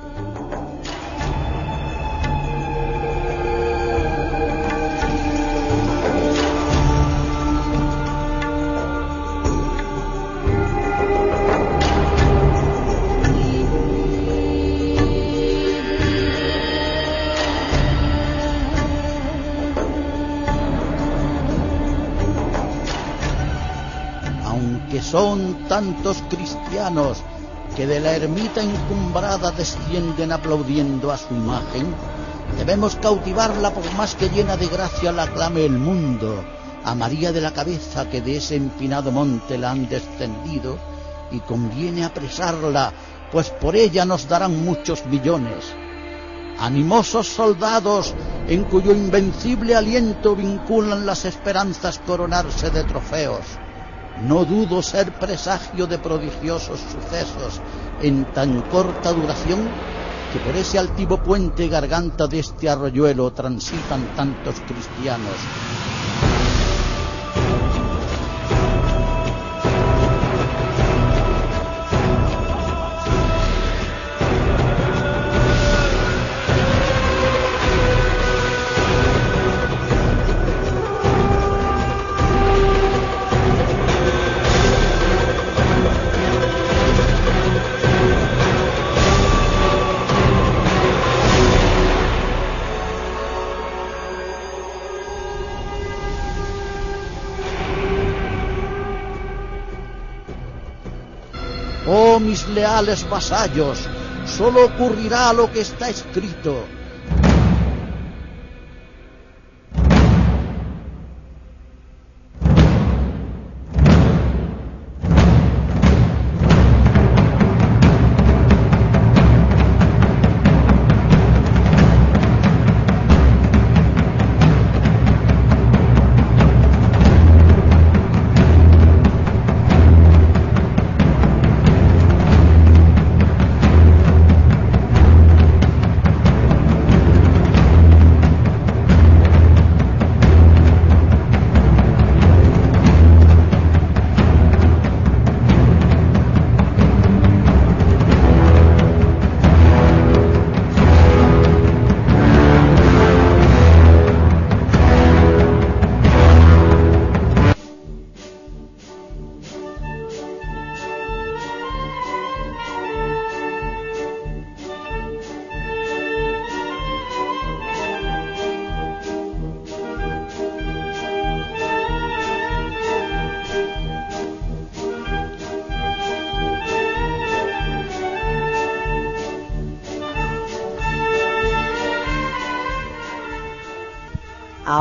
Son tantos cristianos que de la ermita encumbrada descienden aplaudiendo a su imagen, debemos cautivarla por más que llena de gracia la aclame el mundo, a María de la Cabeza que de ese empinado monte la han descendido, y conviene apresarla, pues por ella nos darán muchos millones. Animosos soldados, en cuyo invencible aliento vinculan las esperanzas coronarse de trofeos, no dudo ser presagio de prodigiosos sucesos en tan corta duración que por ese altivo puente garganta de este arroyuelo transitan tantos cristianos. Oh, mis leales vasallos, solo ocurrirá lo que está escrito.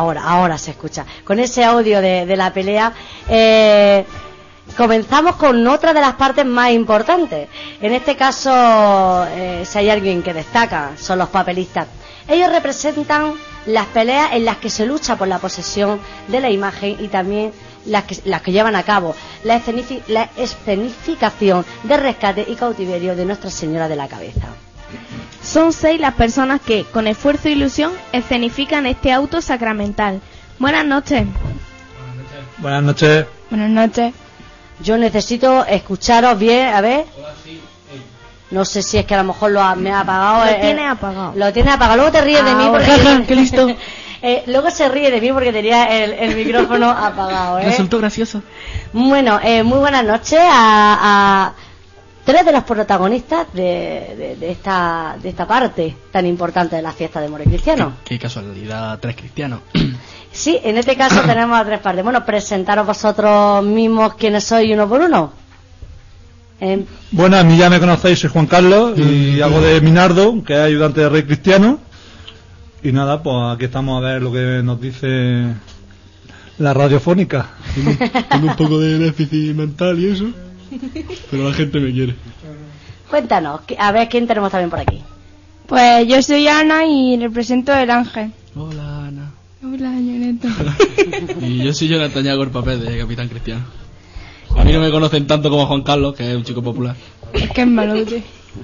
ahora se escucha. Con ese audio de la pelea, comenzamos con otra de las partes más importantes. En este caso, si hay alguien que destaca, son los papelistas. Ellos representan las peleas en las que se lucha por la posesión de la imagen y también las que llevan a cabo la escenificación de rescate y cautiverio de Nuestra Señora de la Cabeza. Son 6 las personas que, con esfuerzo e ilusión, escenifican este auto sacramental. Buenas noches. Buenas noches. Buenas noches. Yo necesito escucharos bien, a ver. No sé si es que a lo mejor me ha apagado. Lo tiene apagado. Lo tiene apagado. Luego te ríes de mí porque... ¡Qué listo! Luego se ríe de mí porque tenía el micrófono apagado. Resultó gracioso. Bueno, muy buenas noches a 3 de los protagonistas de esta parte tan importante de la fiesta de Moro y Cristiano. Qué casualidad, 3 cristianos. Sí, en este caso tenemos a 3 partes. Bueno, presentaros vosotros mismos quiénes sois uno por uno. Bueno, a mí ya me conocéis, soy Juan Carlos y hago de Minardo, que es ayudante de Rey Cristiano. Y nada, pues aquí estamos a ver lo que nos dice la radiofónica. Tengo un poco de déficit mental y eso, pero la gente me quiere. Cuéntanos, a ver quién tenemos también por aquí. Pues yo soy Ana y represento el Ángel. Hola, Ana. Hola, Jonathan. Y yo soy Jonathan y hago el papel de Capitán Cristiano. A mí no me conocen tanto como a Juan Carlos, que es un chico popular. Es que es malote.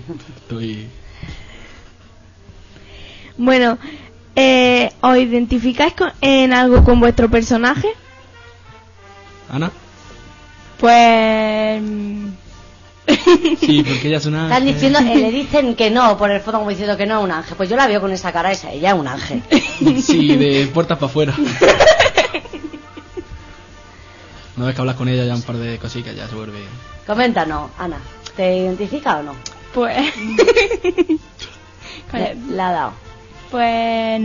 Bueno, ¿os identificáis en algo con vuestro personaje? ¿Ana? Pues... Sí, porque ella es un ángel. Están diciendo, le dicen que no, por el fondo como diciendo que no es un ángel. Pues yo la veo con esa cara esa, ella es un ángel. Sí, de puertas para afuera. Una vez que hablas con ella ya un par de cositas ya se vuelve... Coméntanos, Ana, ¿te identifica o no? Pues... La ha dado. Pues...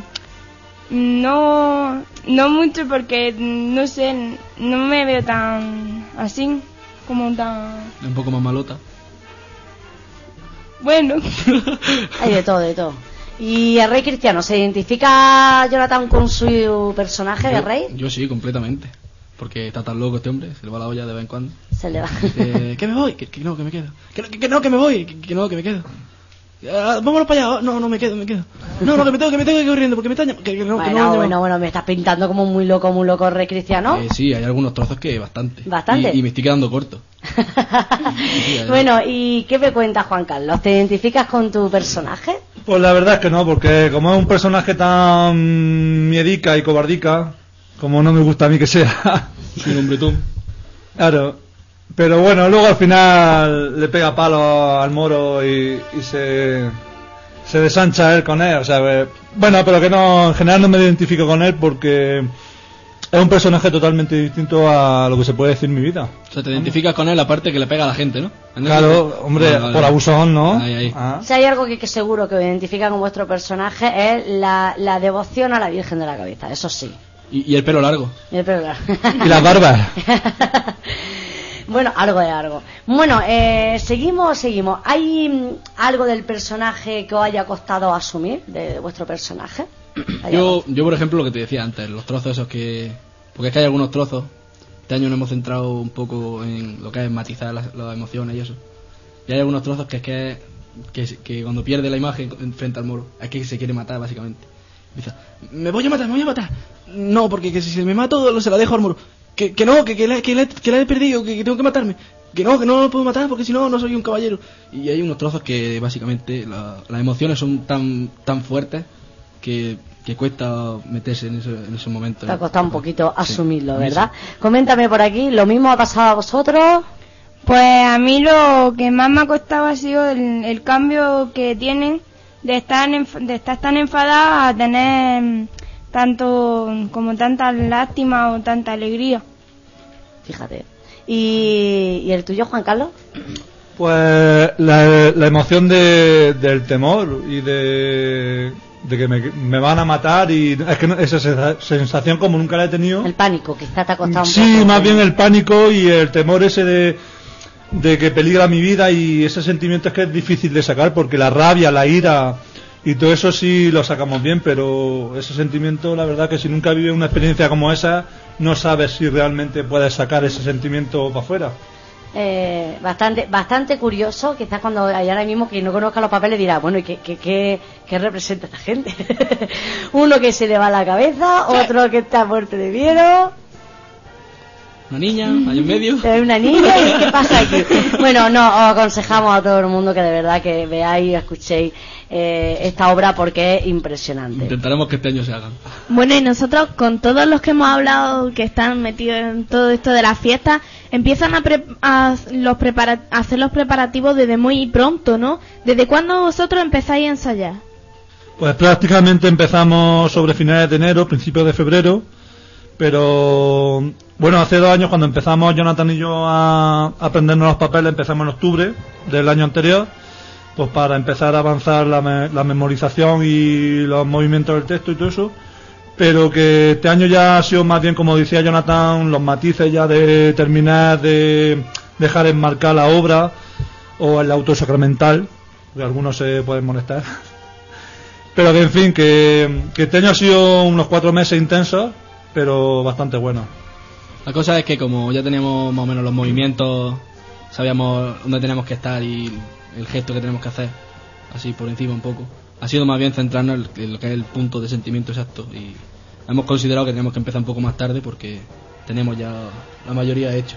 No mucho porque, no sé, no me veo tan así, como tan... Un poco más malota. Bueno. Hay de todo, de todo. ¿Y el Rey Cristiano, se identifica Jonathan con su personaje de Rey? Yo sí, completamente. Porque está tan loco este hombre, se le va la olla de vez en cuando. Se le va. Que me voy, que no, que me quedo. Que no, que me voy, que no, que me quedo. Vámonos para allá. No, me quedo. No, que me tengo que ir corriendo porque me está Bueno, me estás pintando como muy loco Rey Cristiano. Sí, hay algunos trozos que bastante. ¿Bastante? Y me estoy quedando corto. Bueno, ¿y qué me cuentas, Juan Carlos? ¿Te identificas con tu personaje? Pues la verdad es que no, porque como es un personaje tan miedica y cobardica, como no me gusta a mí que sea. Soy un hombretón. Claro. Pero bueno, luego al final le pega palo al Moro y se desancha él con él. O sea, bueno, pero que no, en general no me identifico con él porque es un personaje totalmente distinto a lo que se puede decir en mi vida. O sea, te identificas con él aparte que le pega a la gente, ¿no? Claro, hombre, vale. Por abusón, ¿no? Ahí. Si hay algo que seguro que os identifica con vuestro personaje es la devoción a la Virgen de la Cabeza, eso sí. Y el pelo largo. Y el pelo largo. Y las barbas. Bueno, algo de algo. Bueno, seguimos. ¿Hay algo del personaje que os haya costado asumir, de vuestro personaje? Yo, por ejemplo, lo que te decía antes, los trozos esos que... Porque es que hay algunos trozos. Este año nos hemos centrado un poco en lo que es matizar las emociones y eso. Y hay algunos trozos que cuando pierde la imagen frente al Moro, es que se quiere matar, básicamente. Empieza, me voy a matar. No, porque si me mato, se la dejo al Moro. Que la he perdido, que tengo que matarme. Que no lo puedo matar porque si no, no soy un caballero. Y hay unos trozos que básicamente las emociones son tan fuertes que cuesta meterse en esos momentos. Te ha costado un poquito asumirlo, ¿verdad? Coméntame por aquí, ¿lo mismo ha pasado a vosotros? Pues a mí lo que más me ha costado ha sido el cambio que tienen de estar tan enfadada a tener tanta lástima o tanta alegría. Fíjate. ¿Y el tuyo, Juan Carlos? Pues la emoción del temor y de que me van a matar, y es que esa sensación como nunca la he tenido. El pánico, quizá te ha costado un poco. Sí, más bien el pánico y el temor ese de que peligra mi vida, y ese sentimiento es que es difícil de sacar porque la rabia, la ira, y todo eso sí lo sacamos bien, pero ese sentimiento, la verdad que si nunca vives una experiencia como esa, no sabes si realmente puedes sacar ese sentimiento para afuera. Bastante curioso, quizás cuando hay ahora mismo quien no conozca los papeles dirá, bueno, ¿y qué representa esta gente? Uno que se le va la cabeza, otro que está muerto de miedo. Una niña, hay en medio. Una niña, ¿y qué pasa aquí? Bueno, no, os aconsejamos a todo el mundo que de verdad que veáis y escuchéis esta obra porque es impresionante. Intentaremos que este año se hagan. Bueno, y nosotros con todos los que hemos hablado que están metidos en todo esto de las fiestas, empiezan a hacer los preparativos desde muy pronto, ¿no? ¿Desde cuándo vosotros empezáis a ensayar? Pues prácticamente empezamos sobre finales de enero, principios de febrero, pero bueno, hace 2 años cuando empezamos Jonathan y yo a aprendernos los papeles, empezamos en octubre del año anterior, pues para empezar a avanzar la memorización y los movimientos del texto y todo eso, pero que este año ya ha sido más bien, como decía Jonathan, los matices ya de terminar de dejar enmarcar la obra o el auto sacramental, porque algunos se pueden molestar. Pero que en fin, que este año ha sido unos 4 meses intensos, pero bastante bueno. La cosa es que como ya teníamos más o menos los movimientos, sabíamos dónde teníamos que estar y el gesto que tenemos que hacer, así por encima un poco, ha sido más bien centrarnos en lo que es el punto de sentimiento exacto, y hemos considerado que teníamos que empezar un poco más tarde porque tenemos ya la mayoría hecho.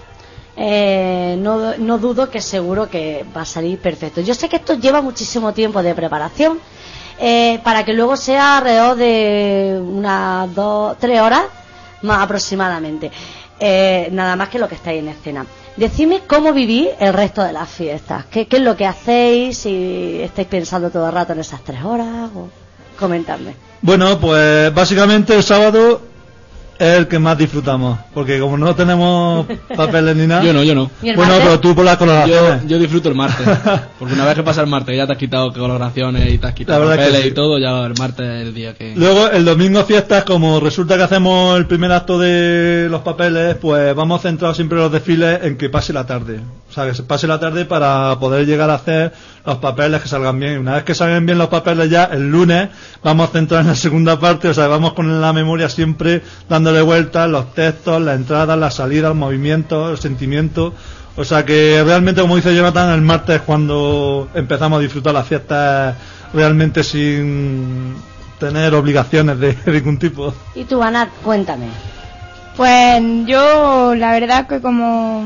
No dudo que seguro que va a salir perfecto. Yo sé que esto lleva muchísimo tiempo de preparación, para que luego sea alrededor de unas 2-3 horas más aproximadamente, nada más que lo que estáis en escena. Decidme cómo vivís el resto de las fiestas, qué es lo que hacéis, si estáis pensando todo el rato en esas 3 horas, o comentadme. Bueno, pues básicamente el sábado es el que más disfrutamos, porque como no tenemos papeles ni nada. Yo no. Bueno, pero tú por las coloraciones. Yo disfruto el martes, porque una vez que pasa el martes ya te has quitado coloraciones y te has quitado papeles y todo, ya el martes es el día que... Luego el domingo fiestas, como resulta que hacemos el primer acto de los papeles, pues vamos centrados siempre los desfiles en que pase la tarde. O sea, que se pase la tarde para poder llegar a hacer los papeles que salgan bien. Y una vez que salgan bien los papeles ya, el lunes vamos centrados en la segunda parte, o sea, vamos con la memoria siempre dándole vueltas, los textos, las entradas, las salidas, los movimientos, el sentimiento. O sea que realmente, como dice Jonathan, el martes es cuando empezamos a disfrutar las fiestas realmente sin tener obligaciones de ningún tipo. Y tú, Ana, cuéntame. Pues yo, la verdad que como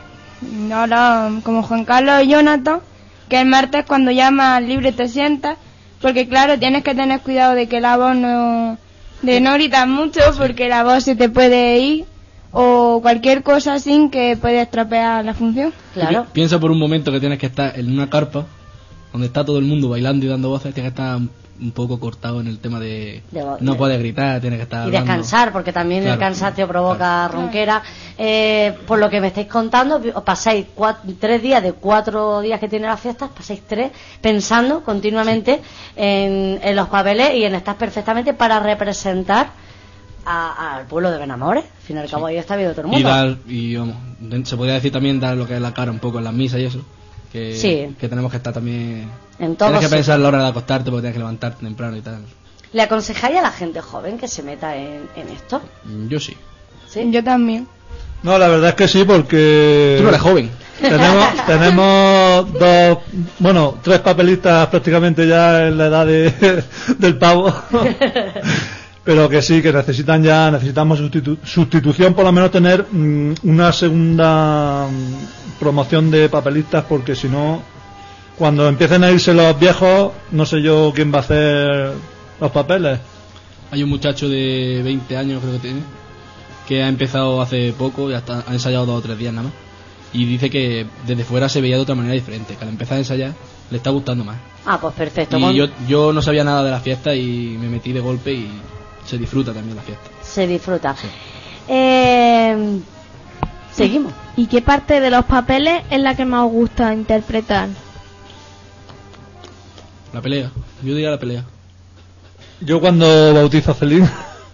Juan Carlos y Jonathan, que el martes cuando llamas libre te sientas, porque claro, tienes que tener cuidado de que la voz no gritas mucho, porque la voz se te puede ir o cualquier cosa sin que puede estropear la función. Claro. Piensa por un momento que tienes que estar en una carpa donde está todo el mundo bailando y dando voces, tienes que estar un poco cortado en el tema de no puedes gritar, tienes que estar y hablando. Descansar, porque también claro, el cansancio provoca ronquera. Por lo que me estáis contando, os pasáis 3 días de 4 días que tiene las fiestas, pasáis 3 pensando continuamente en los papeles y en estar perfectamente para representar al pueblo de Benamores. Al fin y al cabo ahí está viendo todo el mundo. Y vamos, se podría decir también dar lo que es la cara un poco en las misas y eso. Que tenemos que estar también. Tienes que pensar a la hora de acostarte porque tienes que levantarte temprano y tal. ¿Le aconsejaría a la gente joven que se meta en esto? Yo sí. ¿Sí? Yo también. No, la verdad es que sí, porque... Tú no eres joven. Tenemos 3 papelistas prácticamente ya en la edad del pavo. Pero que sí, que necesitamos sustitución, por lo menos tener una segunda promoción de papelistas, porque si no, cuando empiecen a irse los viejos, no sé yo quién va a hacer los papeles. Hay un muchacho de 20 años, creo que tiene, que ha empezado hace poco, ya ha ensayado 2 o 3 días nada más, y dice que desde fuera se veía de otra manera diferente, que al empezar a ensayar le está gustando más. Ah, pues perfecto. Y yo no sabía nada de la fiesta y me metí de golpe y se disfruta también la fiesta. Se disfruta. Sí. Seguimos. ¿Y qué parte de los papeles es la que más os gusta interpretar? La pelea. Yo diría la pelea. Yo cuando bautizo a Celine.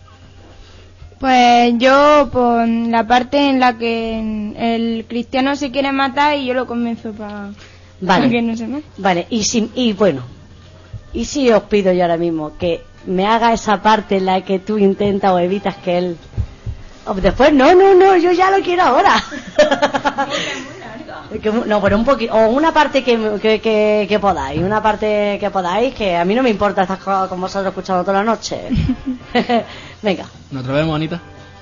Pues yo por la parte en la que el cristiano se quiere matar y yo lo convenzo para que no se mate. Vale, y bueno, ¿Y si os pido yo ahora mismo que me haga esa parte en la que tú intentas o evitas que él... Después, no, yo ya lo quiero ahora. No, pero un poquito, o una parte que podáis, una parte que podáis, que a mí no me importa estar con vosotros escuchando toda la noche. Venga. ¿Nos atrevemos, Anita?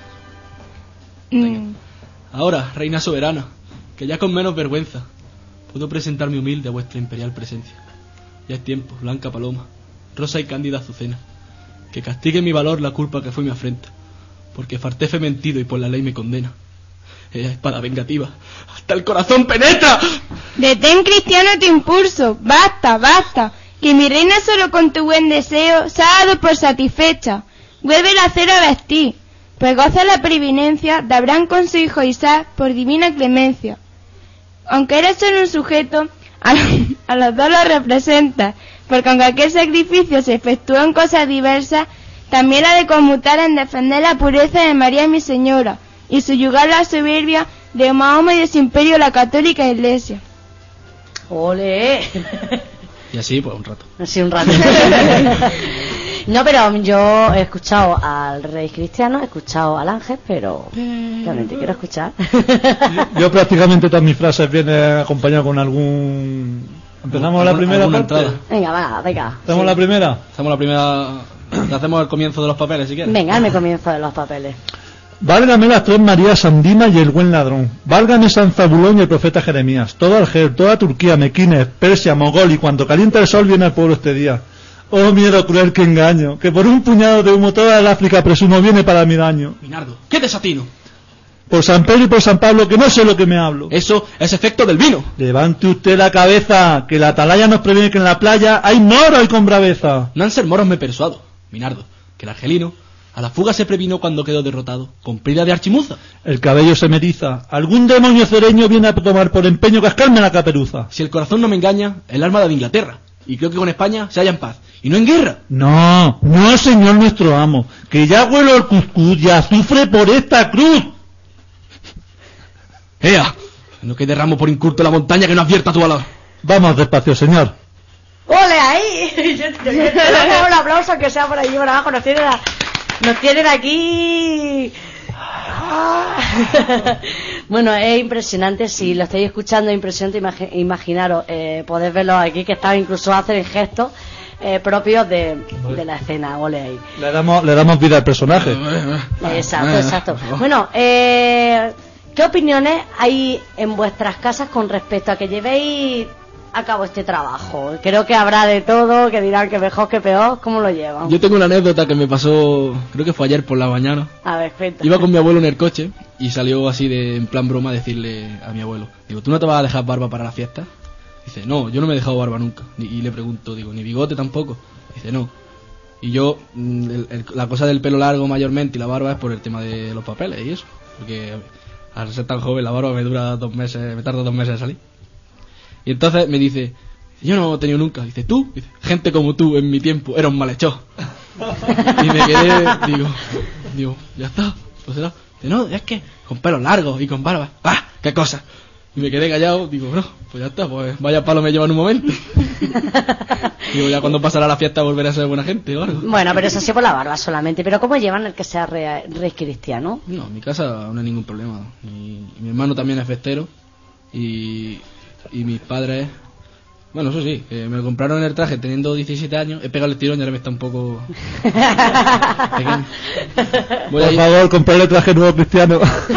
Venga. Ahora, reina soberana, que ya con menos vergüenza puedo presentarme humilde a vuestra imperial presencia. Ya es tiempo, blanca paloma, rosa y cándida azucena, que castigue mi valor la culpa que fue mi afrenta, porque farté fe mentido y por la ley me condena. Ella espada vengativa, hasta el corazón penetra. Detén, cristiano, tu impulso. Basta, que mi reina solo con tu buen deseo se ha dado por satisfecha. Vuelve el acero a vestir, pues goza la preeminencia de Abraham con su hijo Isaac por divina clemencia. Aunque eres solo un sujeto, a los dos los representa, porque aunque aquel sacrificio se efectuó en cosas diversas, también ha de conmutar en defender la pureza de María mi Señora, y subyugar la soberbia de Mahoma y de su imperio la católica Iglesia. ¡Ole! Y así, pues, un rato. Así un rato. No, pero yo he escuchado al rey cristiano, he escuchado al ángel, pero también te quiero escuchar. Yo prácticamente todas mis frases vienen acompañadas con algún... ¿Empezamos la primera parte? Entrada. Venga. ¿Hacemos la primera? Hacemos la primera... Hacemos el comienzo de los papeles, si quieres. Venga, el comienzo de los papeles. Válgame las tres Marías Sandima y el buen ladrón. Válgame San Zabulón y el profeta Jeremías. Todo Argel, toda Turquía, Mequines, Persia, Mogol y cuando calienta el sol viene al pueblo este día. Oh miedo cruel que engaño, que por un puñado de humo toda el África presumo viene para mi daño. Minardo, ¿qué desatino? Por San Pedro y por San Pablo, que no sé lo que me hablo. Eso es efecto del vino. Levante usted la cabeza, que la atalaya nos previene que en la playa hay moros y con braveza. No han ser moros me persuado, Minardo, que el argelino a la fuga se previno cuando quedó derrotado, con prida de archimuza. El cabello se me eriza, algún demonio cereño viene a tomar por empeño cascarme la caperuza. Si el corazón no me engaña, el armada de Inglaterra, y creo que con España se halla en paz, y no en guerra. No, señor nuestro amo, que ya huelo el cuscús y azufre por esta cruz. ¡Ea! No que derramo por incurto la montaña que no advierta tu valor. Vamos despacio, señor. ¡Ole ahí! Yo un aplauso que sea por allí por abajo. Nos tienen aquí. Bueno, es impresionante. Si lo estáis escuchando, es impresionante. Imaginaros, podéis verlo aquí, que estaba incluso hacen gestos propios de la escena. Ole ahí. Le damos vida al personaje. Exacto. Bueno, ¿qué opiniones hay en vuestras casas con respecto a que llevéis a cabo este trabajo? Creo que habrá de todo, que dirán que mejor que peor. ¿Cómo lo llevan? Yo tengo una anécdota que me pasó, creo que fue ayer por la mañana. A ver, cuenta. Iba con mi abuelo en el coche y salió así en plan broma decirle a mi abuelo, digo, ¿tú no te vas a dejar barba para la fiesta? Dice, no, yo no me he dejado barba nunca. Y le pregunto, digo, ¿ni bigote tampoco? Dice, no. Y yo, la cosa del pelo largo mayormente y la barba es por el tema de los papeles y eso, porque al ser tan joven la barba me dura 2 meses, me tarda 2 meses en salir. Y entonces me dice, yo no he tenido nunca. Dice, ¿tú? Dice, gente como tú en mi tiempo era un malhechor. Y me quedé, digo, ya está, pues será. Dice, no, es que con pelos largos y con barba. ¡Ah! ¡Qué cosa! Y me quedé callado, digo, no, pues ya está, pues vaya palo me lleva en un momento. Digo, ya cuando pasará la fiesta volveré a ser buena gente o algo. Bueno, pero eso sí por la barba solamente. ¿Pero cómo llevan el que sea rey cristiano? No, en mi casa no hay ningún problema. Y mi hermano también es festero. Y mis padres, bueno, eso sí, me compraron el traje teniendo 17 años. He pegado el tirón y ahora me está un poco pequeño. Por favor, comprarle traje nuevo cristiano.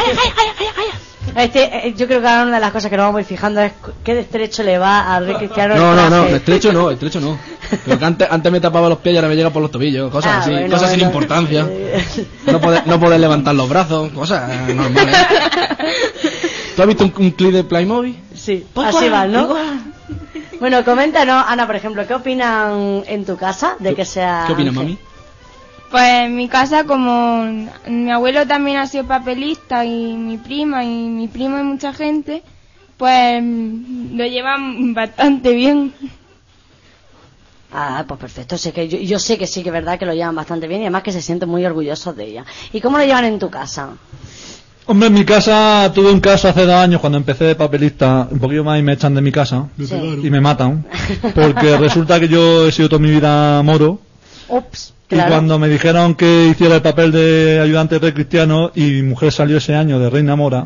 Yo creo que ahora una de las cosas que nos vamos a ir fijando es qué de estrecho le va al rey cristiano. No, estrecho no. Pero que antes me tapaba los pies y ahora me llega por los tobillos, cosas así, bueno, cosas sin importancia. No poder levantar los brazos, cosas normales. ¿Tú has visto un clip de Playmobil? Sí, pues así va, ¿no? Bueno, coméntanos, Ana, por ejemplo, ¿qué opinan en tu casa de que sea... ¿Qué opina mami? Pues en mi casa, como mi abuelo también ha sido papelista y mi prima y mi primo y mucha gente, pues lo llevan bastante bien. Ah, pues perfecto. Sé que yo sé que sí, que es verdad que lo llevan bastante bien y además que se sienten muy orgullosos de ella. ¿Y cómo lo llevan en tu casa? Hombre, en mi casa tuve un caso hace 2 años cuando empecé de papelista, un poquillo más y me echan de mi casa Sí. y me matan, porque resulta que yo he sido toda mi vida moro. Ups, Y claro. cuando me dijeron que hiciera el papel de ayudante rey cristiano y mi mujer salió ese año de reina mora,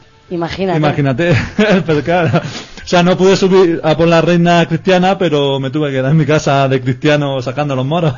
imagínate, pero claro, o sea, no pude subir a por la reina cristiana, pero me tuve que quedar en mi casa de cristiano sacando los moros.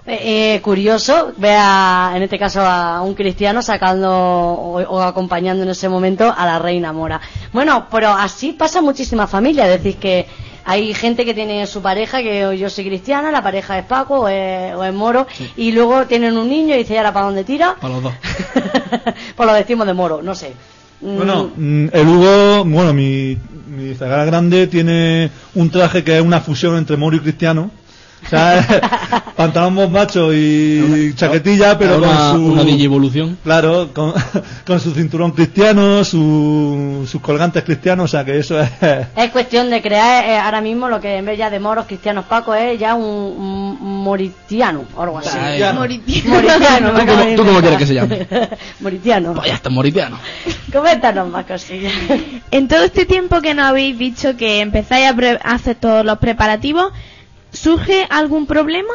Curioso, en este caso a un cristiano sacando o acompañando en ese momento a la reina mora. Bueno, pero así pasa muchísimas familias, es decir, que hay gente que tiene su pareja, que yo soy cristiana, la pareja es Paco o es moro, y luego tienen un niño y dice, ¿y ahora para dónde tira? Para los dos. Pues lo decimos de moro, no sé. Bueno, el Hugo, bueno, mi zagal grande tiene un traje que es una fusión entre moro y cristiano. O sea, pantalón bombacho y chaquetilla, pero una digievolución. Claro, con su cinturón cristiano, sus colgantes cristianos, o sea que eso es... Es cuestión de crear ahora mismo lo que en vez ya de moros cristianos Paco es ya un moritiano o algo así. Moritiano. ¿Tú cómo quieres que se llame? Moritiano. Vaya, está moritiano. Coméntanos más cosillas. En todo este tiempo que nos habéis dicho que empezáis a hacer todos los preparativos, ¿surge algún problema?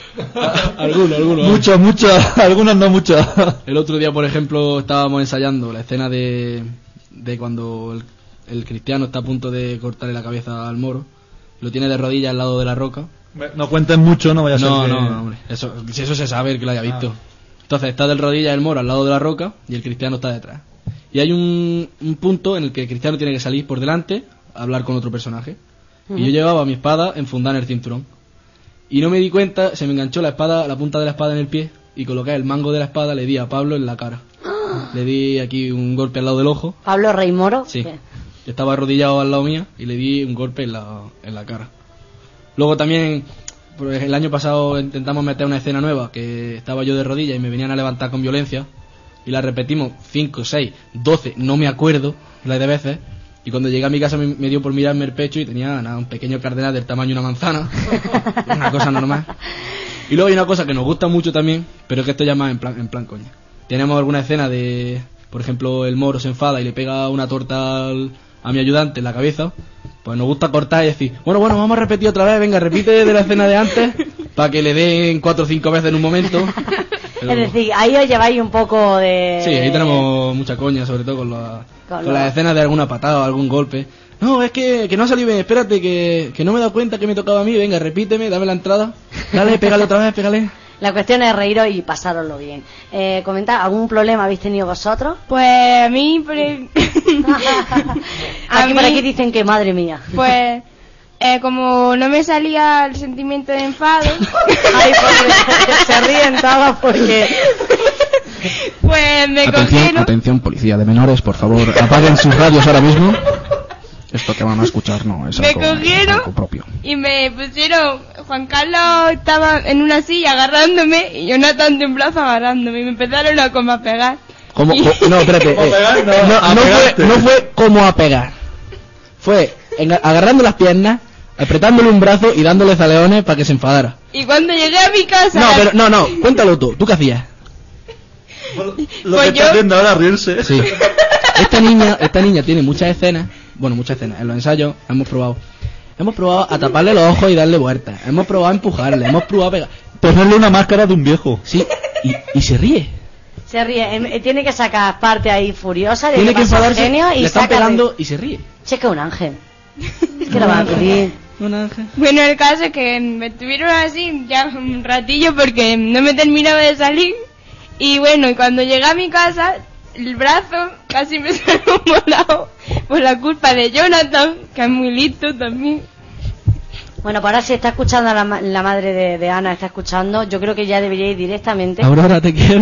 Algunos. Muchos, algunos no muchos. El otro día, por ejemplo, estábamos ensayando la escena de cuando el cristiano está a punto de cortarle la cabeza al moro. Lo tiene de rodillas al lado de la roca. No cuentes mucho, no vaya a ser que... No, hombre. Si eso se sabe, el que lo haya visto. Entonces está de rodillas el moro al lado de la roca y el cristiano está detrás. Y hay un punto en el que el cristiano tiene que salir por delante a hablar con otro personaje. Y yo llevaba mi espada enfundada en el cinturón. Y no me di cuenta, se me enganchó la punta de la espada en el pie, y coloqué el mango de la espada, le di a Pablo en la cara. Le di aquí un golpe al lado del ojo. ¿Pablo Rey Moro? Sí. Estaba arrodillado al lado mío y le di un golpe en la cara. Luego también, pues, el año pasado intentamos meter una escena nueva, que estaba yo de rodillas y me venían a levantar con violencia. Y la repetimos 5, 6, 12, no me acuerdo la de veces. Y cuando llegué a mi casa me dio por mirarme el pecho y tenía un pequeño cardenal del tamaño de una manzana. Una cosa normal. Y luego hay una cosa que nos gusta mucho también, pero que esto ya más en plan coña. Tenemos alguna escena de, por ejemplo, el moro se enfada y le pega una torta a mi ayudante en la cabeza. Pues nos gusta cortar y decir, bueno, vamos a repetir otra vez, venga, repite de la escena de antes, para que le den 4 o 5 veces en un momento. Pero... Es decir, ahí os lleváis un poco de... Sí, ahí tenemos mucha coña, sobre todo con las escenas de alguna patada o algún golpe. No, es que no ha salido bien, espérate, que no me he dado cuenta que me tocaba a mí, venga, repíteme, dame la entrada, dale, pégale otra vez, pégale. La cuestión es reíros y pasároslo bien. Comentar, ¿algún problema habéis tenido vosotros? Pues a mí... Por aquí dicen que madre mía. Pues... como no me salía el sentimiento de enfado... Ay, pobre, se ríen todos porque... Pues me cogieron... Atención, policía de menores, por favor, apaguen sus radios ahora mismo. Esto que van a escuchar no es algo propio. Y me pusieron... Juan Carlos estaba en una silla agarrándome y Jonathan de un brazo agarrándome y me empezaron a como a pegar. ¿Cómo? No, espérate. No fue como a pegar. Fue agarrando las piernas, apretándole un brazo y dándole zaleones para que se enfadara. Y cuando llegué a mi casa... No, cuéntalo tú qué hacías. Lo pues que está haciendo ahora reírse. Sí. Esta niña tiene muchas escenas, en los ensayos hemos probado a taparle los ojos y darle vueltas, hemos probado a empujarle, hemos probado a pegar, ponerle una máscara de un viejo. Sí, y se ríe. Se ríe, tiene que sacar parte ahí furiosa, tiene que enfadarse, genio y le están pegando y se ríe. Che, que un ángel. Es que lo va a pedir. Un ángel. Bueno, el caso es que me tuvieron así ya un ratillo porque no me terminaba de salir. Y bueno, y cuando llegué a mi casa, el brazo casi me salió volado por la culpa de Jonathan, que es muy listo también. Bueno, pues ahora si está escuchando la madre de Ana, está escuchando, yo creo que ya debería ir directamente. Aurora, te quiero.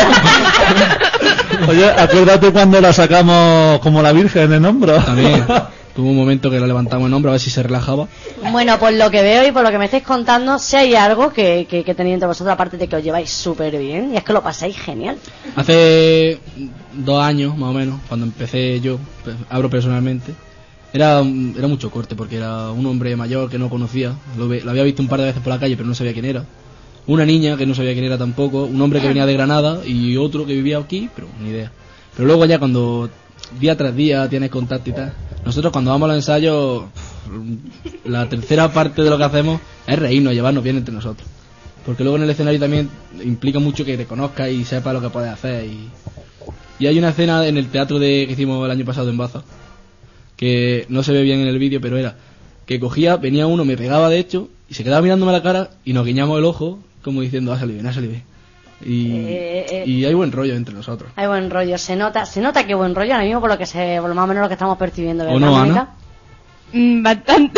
Oye, acuérdate cuando la sacamos como la Virgen en hombro. También. Tuvo un momento que la levantamos en hombro a ver si se relajaba. Bueno, por lo que veo y por lo que me estáis contando, si hay algo que tenéis entre vosotros, aparte de que os lleváis súper bien, y es que lo pasáis genial. Hace 2 años, más o menos, cuando empecé yo, abro personalmente, era mucho corte, porque era un hombre mayor que no conocía, lo había visto un par de veces por la calle, pero no sabía quién era. Una niña que no sabía quién era tampoco, un hombre que venía de Granada y otro que vivía aquí, pero ni idea. Pero luego ya cuando día tras día tienes contacto y tal, nosotros cuando vamos a los ensayos, la tercera parte de lo que hacemos es reírnos, llevarnos bien entre nosotros. Porque luego en el escenario también implica mucho que te conozcas y sepas lo que puedes hacer. Y hay una escena en el teatro que hicimos el año pasado en Baza, que no se ve bien en el vídeo, pero era que venía uno, me pegaba de hecho, y se quedaba mirándome a la cara y nos guiñamos el ojo como diciendo, ha salido bien. Y hay buen rollo entre nosotros. Hay buen rollo, se nota que buen rollo ahora mismo por lo más o menos lo que estamos percibiendo, ¿verdad, ¿o no, Mónica? Bastante.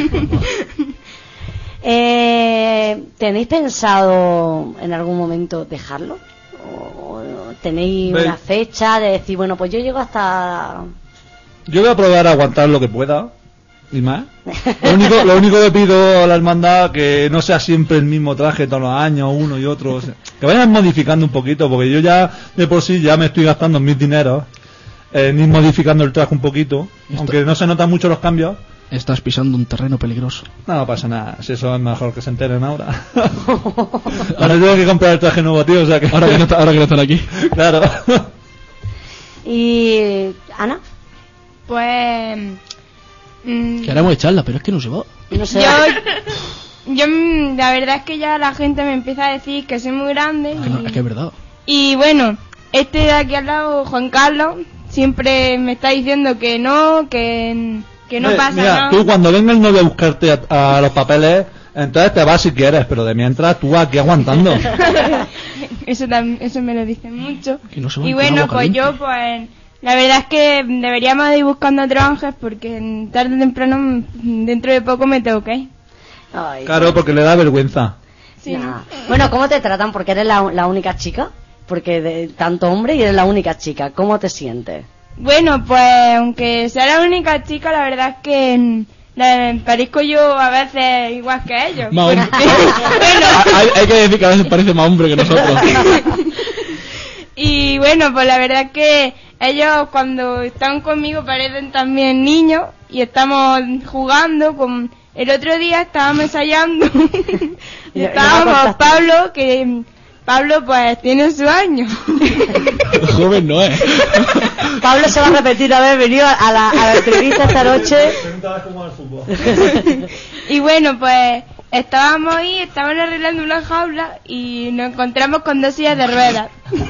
¿Tenéis pensado en algún momento dejarlo? ¿O tenéis una fecha de decir, bueno, pues yo llego hasta... Yo voy a probar a aguantar lo que pueda y más. Lo único que pido a la hermandad que no sea siempre el mismo traje todos los años, uno y otro, o sea, que vayan modificando un poquito, porque yo ya de por sí ya me estoy gastando mis dineros ni modificando el traje un poquito, aunque no se notan mucho los cambios. Estás pisando un terreno peligroso. No pasa nada, si eso es mejor que se enteren ahora. Ahora tengo que comprar el traje nuevo, tío, o sea que... ahora que no están aquí. Claro. ¿Y Ana? Pues... Queremos echarla, pero es que no se va. No sé. Yo la verdad es que ya la gente me empieza a decir que soy muy grande. Es que es verdad. Y bueno, este de aquí al lado, Juan Carlos, siempre me está diciendo que no pasa nada. Tú cuando venga el novio a buscarte a los papeles, entonces te vas si quieres, pero de mientras tú aquí aguantando. Eso me lo dicen mucho. Y bueno, pues yo, pues la verdad es que deberíamos de ir buscando otro Ángel, porque tarde o temprano, dentro de poco me tengo que ir. Ay, claro, porque le da vergüenza. Sí. Nah. Bueno, ¿cómo te tratan? Porque eres la única chica, porque de tanto hombre y eres la única chica. ¿Cómo te sientes? Bueno, pues aunque sea la única chica, la verdad es que parezco yo a veces igual que ellos. Bueno, hay que decir que a veces parece más hombre que nosotros. Y bueno, pues la verdad es que ellos cuando están conmigo parecen también niños y estamos jugando. El otro día estábamos ensayando y estábamos Pablo pues tiene su año. Joven no es. Pablo se va a repetir haber venido a la entrevista esta noche. Y bueno, pues estábamos arreglando una jaula y nos encontramos con 2 sillas de ruedas.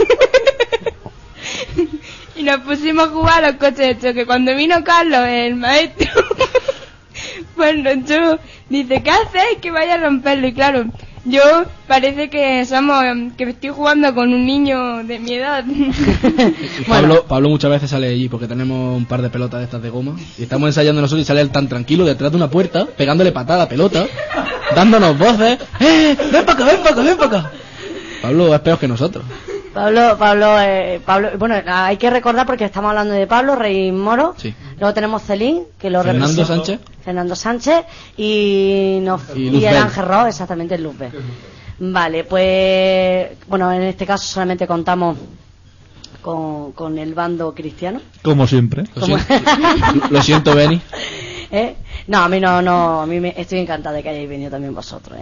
Y nos pusimos a jugar a los coches de choque. Cuando vino Carlos, el maestro, pues nos dice, ¿qué hacéis? Que vaya a romperlo. Y claro, yo parece que estoy jugando con un niño de mi edad. Pablo muchas veces sale allí porque tenemos un par de pelotas de estas de goma y estamos ensayando nosotros y sale él tan tranquilo detrás de una puerta, pegándole patada a la pelota, dándonos voces. ¡Ven para acá! Pablo es peor que nosotros. Pablo, bueno, hay que recordar porque estamos hablando de Pablo Rey Moro. Sí. Luego tenemos Celín, que lo representa. Fernando Sánchez y el Ángel Ross, exactamente, el Luzbe. Vale, pues bueno, en este caso solamente contamos con el bando cristiano. Como siempre. Lo siento, Beni. No, a mí no, a mí estoy encantada de que hayáis venido también vosotros.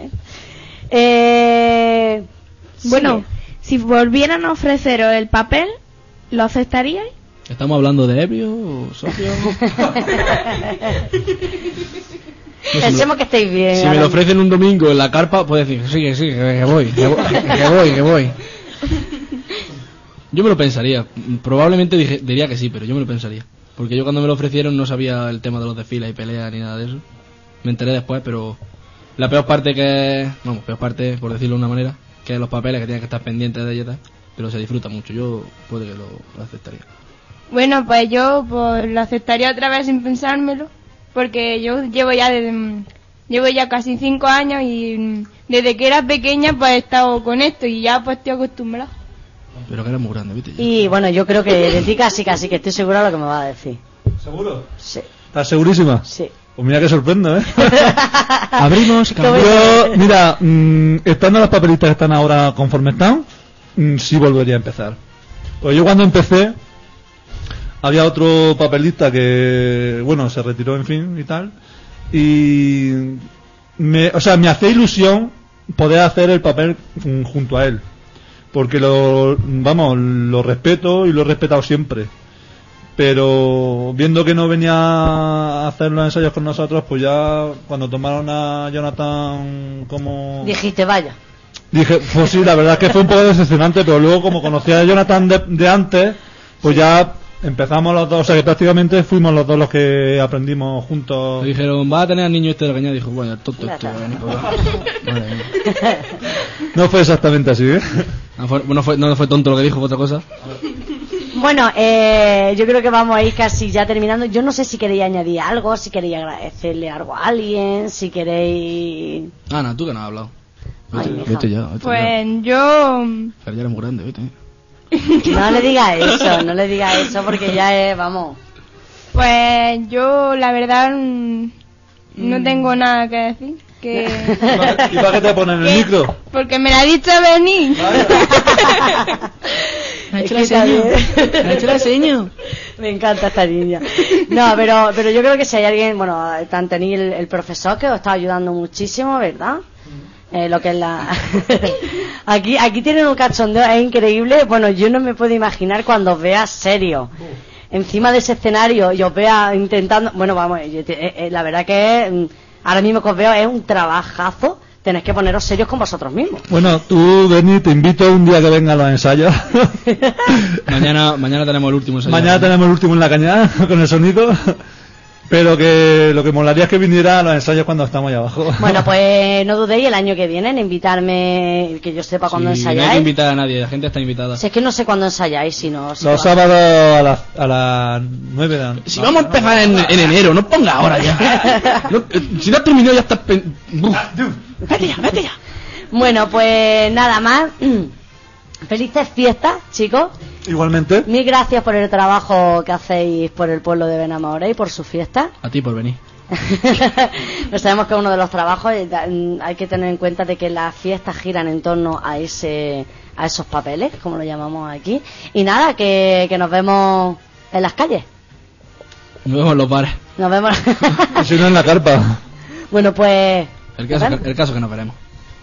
Bueno, sí. Si volvieran a ofreceros el papel, ¿lo aceptaríais? ¿Estamos hablando de ebrio o socio? Pensemos que estáis bien. Si me lo ofrecen un domingo en la carpa, puedo decir, sí, que voy. Yo me lo pensaría. Probablemente diría que sí, pero yo me lo pensaría. Porque yo cuando me lo ofrecieron no sabía el tema de los desfiles y peleas ni nada de eso. Me enteré después, pero la peor parte por decirlo de una manera, que es los papeles que tienes que estar pendientes de ellos, pero se disfruta mucho. Yo puede que lo aceptaría. Bueno, pues yo lo aceptaría otra vez sin pensármelo, porque yo llevo ya casi 5 años y desde que era pequeña pues he estado con esto y ya pues estoy acostumbrado. Pero que eres muy grande, ¿viste? Y bueno, yo creo que de ti casi que estoy segura de lo que me va a decir. ¿Seguro? Sí. ¿Estás segurísima? Sí. Pues mira que sorprendo, ¿eh? Abrimos. Yo, mira, estando las papelitas que están ahora conforme están, sí volvería a empezar. Pues yo cuando empecé, había otro papelista que, bueno, se retiró, en fin, y tal. Y me hacía ilusión poder hacer el papel junto a él. porque lo respeto y lo he respetado siempre. Pero viendo que no venía a hacer los ensayos con nosotros, pues ya cuando tomaron a Jonathan como... Dijiste, vaya. Dije, pues sí, la verdad es que fue un poco decepcionante, pero luego como conocía a Jonathan de antes, pues ya empezamos los dos, o sea que prácticamente fuimos los dos los que aprendimos juntos. Le dijeron, va a tener al niño este de la cañada, dijo, bueno, el tonto este va a venir por acá. No fue exactamente así, ¿eh? No fue tonto lo que dijo, fue otra cosa. Bueno, yo creo que vamos a ir casi ya terminando. Yo no sé si queréis añadir algo, si queréis agradecerle algo a alguien, si queréis... Ana, tú que no has hablado. Vete ya. Pues yo... Pero ya eres muy grande, vete. No le digas eso porque ya es, vamos. Pues yo la verdad no tengo nada que decir. ¿Y para qué te ponen el micro? Porque me la ha dicho venir. Me ha hecho la seña. Me encanta esta niña. No, pero yo creo que si hay alguien, bueno, tanto ni el profesor que os está ayudando muchísimo, ¿verdad? Lo que es la aquí tienen un cachondeo, es increíble. Bueno, yo no me puedo imaginar cuando os vea serio encima de ese escenario y os vea intentando, bueno, vamos, la verdad que ahora mismo que os veo es un trabajazo. Tenéis que poneros serios con vosotros mismos. Bueno, tú, Berni, te invito un día que vengan a los ensayos. Mañana tenemos el último ensayo. Mañana tenemos el último en la cañada con el sonido. Pero que lo que molaría es que viniera a los ensayos cuando estamos allá abajo. Bueno, pues no dudéis el año que viene en invitarme, que yo sepa cuándo ensayáis. No hay que invitar a nadie, la gente está invitada. Si es que no sé cuándo ensayáis, si no... Los sábados a las 9 de la noche. Si vamos a empezar en enero, no ponga ahora ya. Si no has terminado ya estás... Vete ya. Bueno, pues nada más. Felices fiestas, chicos. Igualmente. Mil gracias por el trabajo que hacéis por el pueblo de Benamahorell y por su fiesta. A ti por venir. Pues sabemos que uno de los trabajos hay que tener en cuenta de que las fiestas giran en torno a esos papeles, como lo llamamos aquí. Y nada, que nos vemos en las calles. Nos vemos en los bares. Nos vemos. Y si no, en la carpa. Bueno, pues... El caso que nos veremos.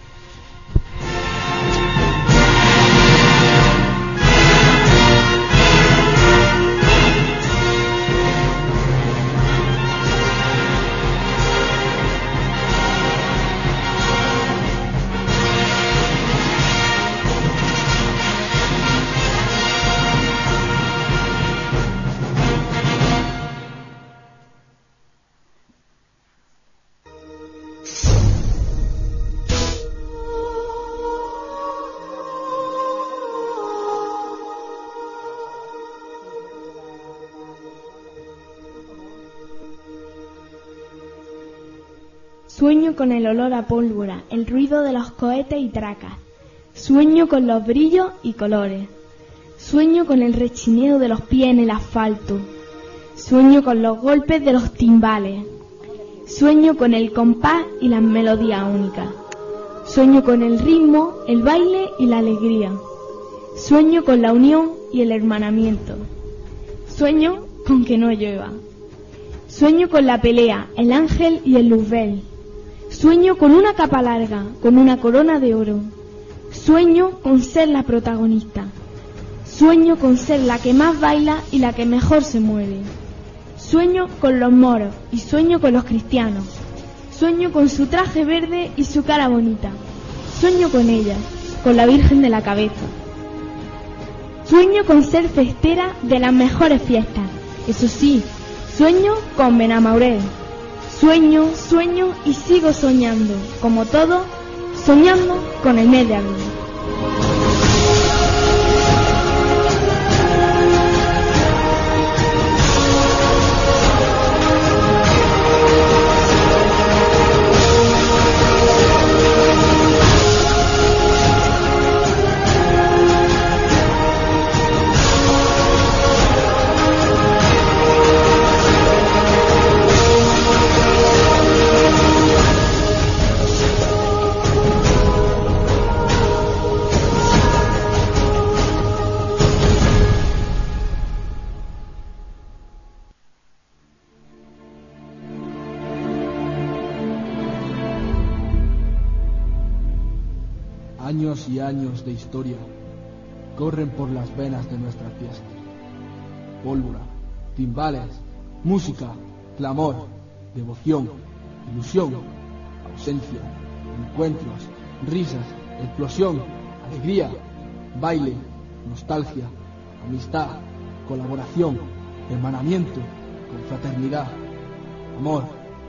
Sueño con el olor a pólvora, el ruido de los cohetes y tracas. Sueño con los brillos y colores. Sueño con el rechineo de los pies en el asfalto. Sueño con los golpes de los timbales. Sueño con el compás y las melodías únicas. Sueño con el ritmo, el baile y la alegría. Sueño con la unión y el hermanamiento. Sueño con que no llueva. Sueño con la pelea, el ángel y el luzbel. Sueño con una capa larga, con una corona de oro. Sueño con ser la protagonista. Sueño con ser la que más baila y la que mejor se mueve. Sueño con los moros y sueño con los cristianos. Sueño con su traje verde y su cara bonita. Sueño con ella, con la Virgen de la Cabeza. Sueño con ser festera de las mejores fiestas. Eso sí, sueño con Benamahorell. Sueño y sigo soñando, como todo, soñando con el mes de abril. Años y años de historia corren por las venas de nuestra fiesta. Pólvora, timbales, música, clamor, devoción, ilusión, ausencia, encuentros, risas, explosión, alegría, baile, nostalgia, amistad, colaboración, hermanamiento, confraternidad, amor,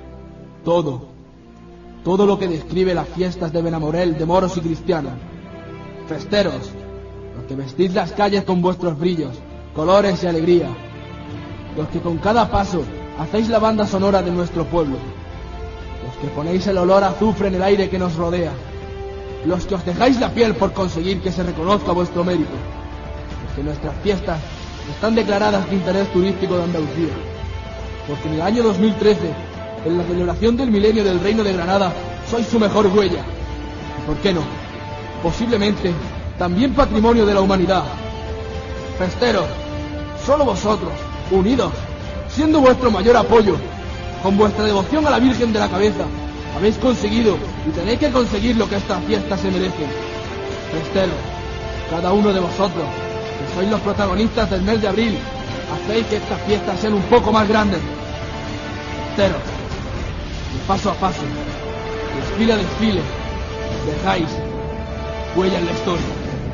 todo lo que describe las fiestas de Benamorel de moros y cristianos. Festeros, los que vestís las calles con vuestros brillos, colores y alegría, los que con cada paso hacéis la banda sonora de nuestro pueblo, los que ponéis el olor a azufre en el aire que nos rodea, los que os dejáis la piel por conseguir que se reconozca vuestro mérito, los que nuestras fiestas están declaradas de interés turístico de Andalucía, porque en el año 2013, en la celebración del milenio del Reino de Granada, sois su mejor huella, y por qué no, posiblemente también patrimonio de la humanidad. Festeros, solo vosotros, unidos, siendo vuestro mayor apoyo, con vuestra devoción a la Virgen de la Cabeza, habéis conseguido y tenéis que conseguir lo que estas fiestas se merecen. Festeros, cada uno de vosotros, que sois los protagonistas del mes de abril, hacéis que estas fiestas sean un poco más grandes. Festeros, de paso a paso, desfile a desfile, dejáis huella en la historia.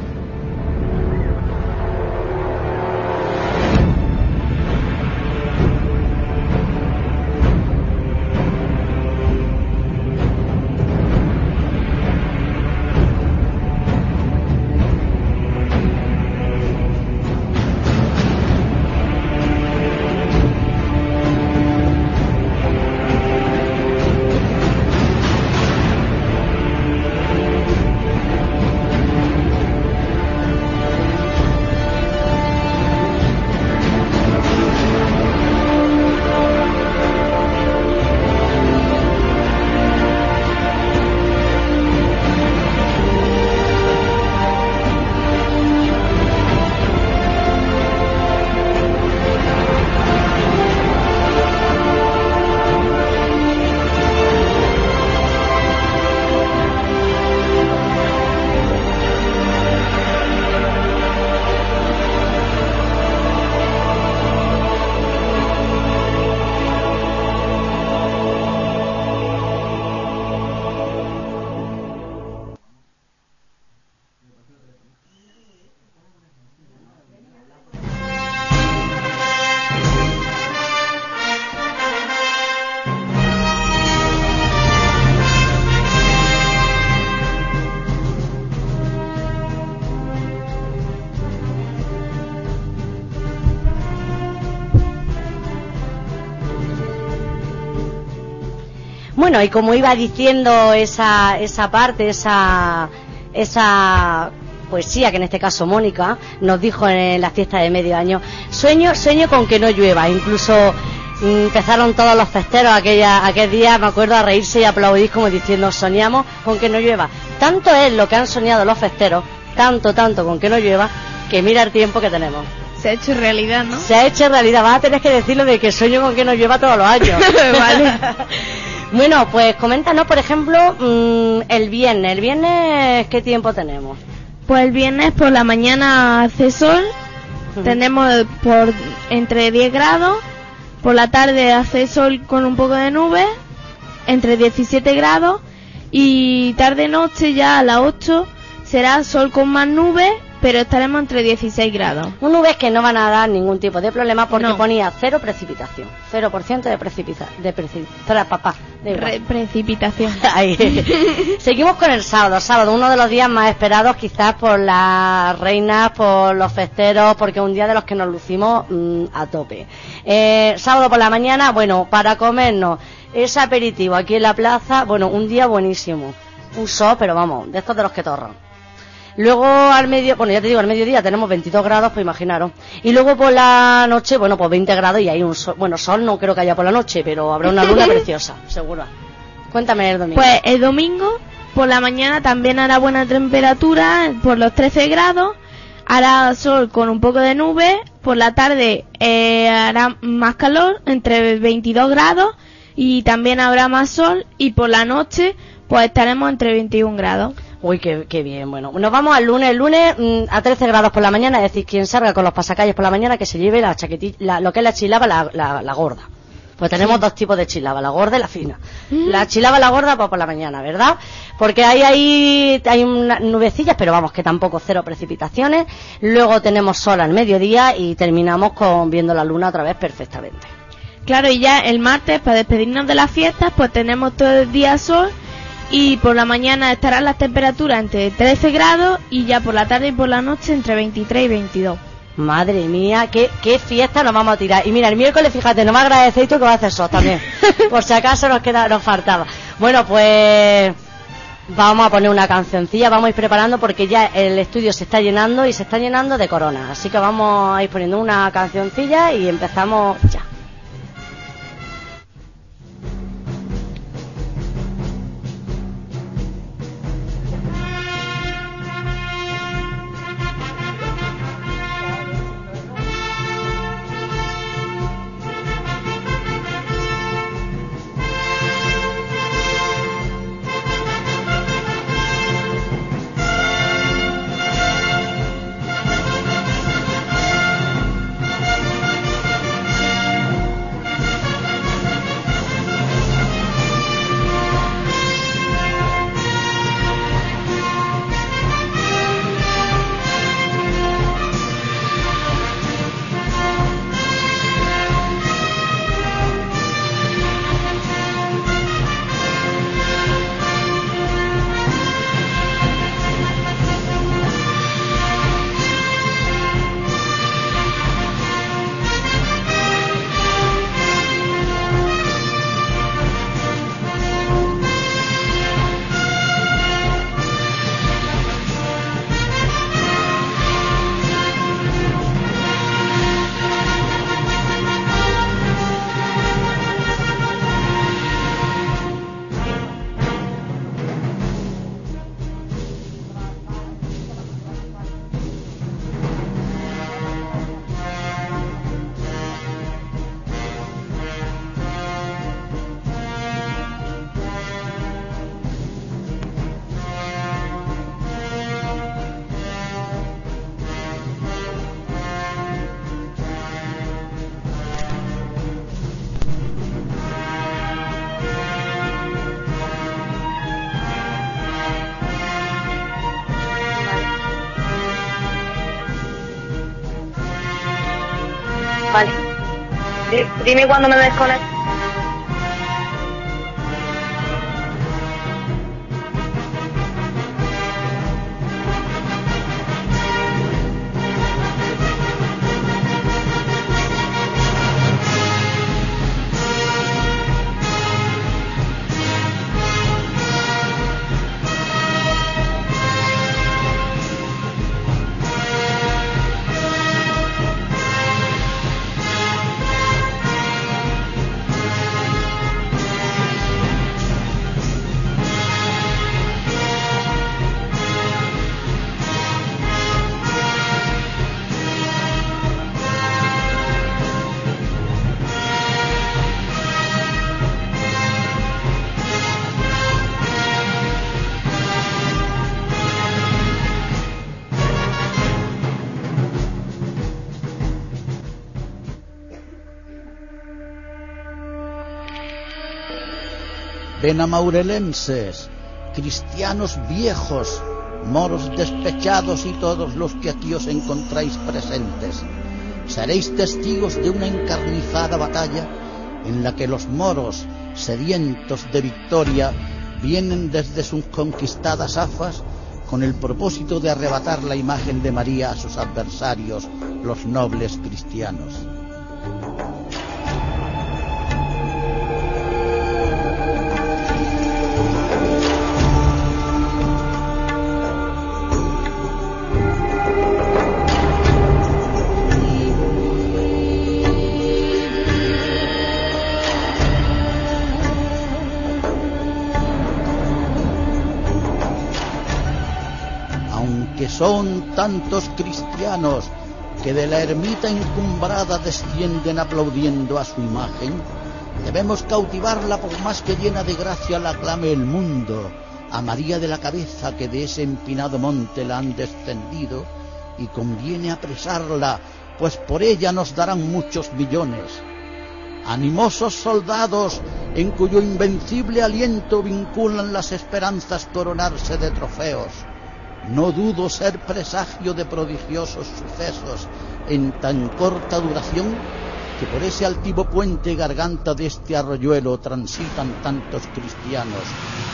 Bueno, y como iba diciendo esa parte, esa poesía que en este caso Mónica nos dijo en la fiesta de medio año, sueño con que no llueva. Incluso empezaron todos los festeros aquel día, me acuerdo, a reírse y aplaudir como diciendo, soñamos con que no llueva. Tanto es lo que han soñado los festeros, tanto con que no llueva, que mira el tiempo que tenemos. Se ha hecho realidad, ¿no? Se ha hecho realidad. Vas a tener que decirlo de que sueño con que no llueva todos los años. Vale. Bueno, pues coméntanos, por ejemplo, el viernes. ¿El viernes qué tiempo tenemos? Pues el viernes por la mañana hace sol, tenemos por entre 10 grados, por la tarde hace sol con un poco de nubes, entre 17 grados, y tarde-noche ya a las 8 será sol con más nubes, pero estaremos entre 16 grados. Un nubes que no van a dar ningún tipo de problema porque no. Ponía cero precipitación, 0% de precipitación. Ahí. Seguimos con el sábado, uno de los días más esperados quizás por las reinas, por los festeros, porque es un día de los que nos lucimos a tope. Sábado por la mañana, bueno, para comernos ese aperitivo aquí en la plaza, bueno, un día buenísimo, un sol, pero vamos, de estos de los que torran. Luego al mediodía tenemos 22 grados, pues imaginaros. Y luego por la noche, bueno, pues 20 grados y hay un sol. Bueno, sol no creo que haya por la noche, pero habrá una luna preciosa, seguro. Cuéntame el domingo. Pues el domingo, por la mañana también hará buena temperatura, por los 13 grados. Hará sol con un poco de nube. Por la tarde hará más calor, entre 22 grados. Y también habrá más sol. Y por la noche, pues estaremos entre 21 grados. Uy, qué bien. Bueno, nos vamos al lunes. El lunes a 13 grados por la mañana, es decir, quien salga con los pasacalles por la mañana que se lleve la chaquetilla, lo que es la chilaba, la gorda. Pues tenemos dos tipos de chilaba, la gorda y la fina. La chilaba, la gorda, pues por la mañana, ¿verdad? Porque hay unas nubecillas, pero vamos, que tampoco cero precipitaciones. Luego tenemos sol al mediodía y terminamos viendo la luna otra vez perfectamente. Claro, y ya el martes, para despedirnos de las fiestas, pues tenemos todo el día sol. Y por la mañana estarán las temperaturas entre 13 grados y ya por la tarde y por la noche entre 23 y 22. Madre mía, qué fiesta nos vamos a tirar. Y mira, el miércoles, fíjate, no me agradecéis tú que va a hacer sol también. Por si acaso nos faltaba. Bueno, pues vamos a poner una cancioncilla, vamos a ir preparando porque ya el estudio se está llenando y se está llenando de corona. Así que vamos a ir poniendo una cancioncilla y empezamos ya. Vale. Dime cuándo me desconecto. Benamaurelenses, cristianos viejos, moros despechados y todos los que aquí os encontráis presentes, seréis testigos de una encarnizada batalla en la que los moros, sedientos de victoria, vienen desde sus conquistadas afas con el propósito de arrebatar la imagen de María a sus adversarios, los nobles cristianos. Son tantos cristianos que de la ermita encumbrada descienden aplaudiendo a su imagen, debemos cautivarla por más que llena de gracia la aclame el mundo, a María de la Cabeza, que de ese empinado monte la han descendido, y conviene apresarla, pues por ella nos darán muchos millones. Animosos soldados, en cuyo invencible aliento vinculan las esperanzas coronarse de trofeos, no dudo ser presagio de prodigiosos sucesos en tan corta duración, que por ese altivo puente y garganta de este arroyuelo transitan tantos cristianos.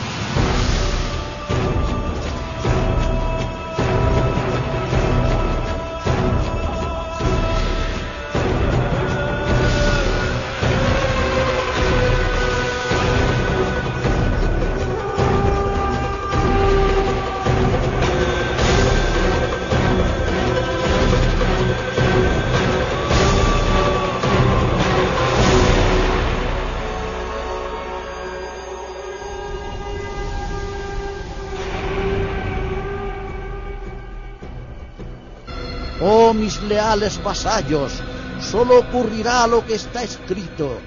Oh, mis leales vasallos, solo ocurrirá lo que está escrito.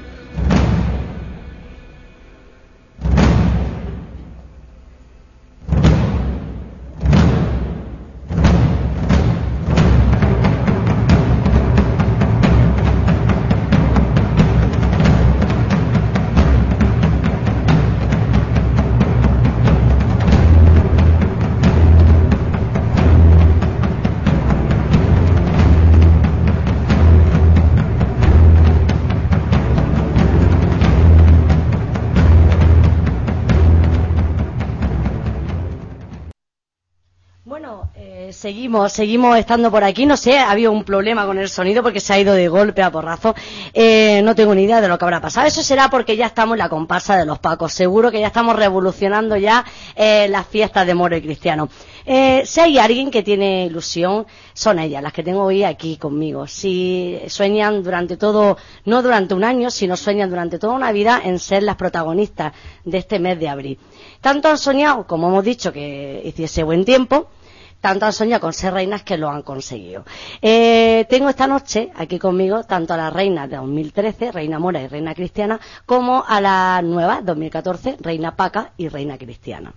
Seguimos estando por aquí. No sé, ha habido un problema con el sonido porque se ha ido de golpe a porrazo. No tengo ni idea de lo que habrá pasado. Eso será porque ya estamos en la comparsa de los Pacos. Seguro que ya estamos revolucionando ya las fiestas de moro y cristiano. Si hay alguien que tiene ilusión, son ellas, las que tengo hoy aquí conmigo. Si sueñan durante todo, no durante un año, sino sueñan durante toda una vida en ser las protagonistas de este mes de abril. Tanto han soñado, como hemos dicho, que hiciese buen tiempo, tanto han soñado con ser reinas que lo han conseguido. Tengo esta noche aquí conmigo tanto a las reinas de 2013, Reina Mora y Reina Cristiana, como a las nuevas, 2014, Reina Paca y Reina Cristiana.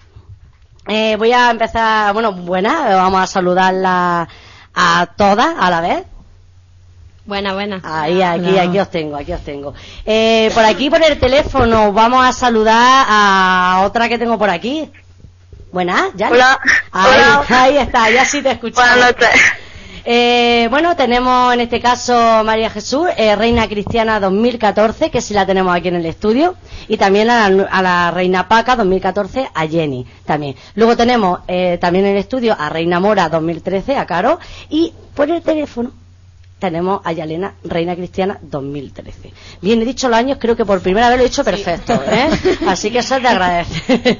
Voy a empezar, buenas, vamos a saludarla a todas a la vez. Buena. Aquí os tengo. Por aquí, por el teléfono, vamos a saludar a otra que tengo por aquí. Buenas, ya. Hola. Ahí está, ya sí te escuchamos. Buenas noches. Tenemos en este caso María Jesús, Reina Cristiana 2014, que sí la tenemos aquí en el estudio, y también a la Reina Paca 2014, a Jenny también. Luego tenemos también en el estudio a Reina Mora 2013, a Caro, y por el teléfono tenemos a Yalena, Reina Cristiana 2013. Bien, he dicho los años, creo que por primera vez lo he hecho perfecto, así que eso es de agradecer.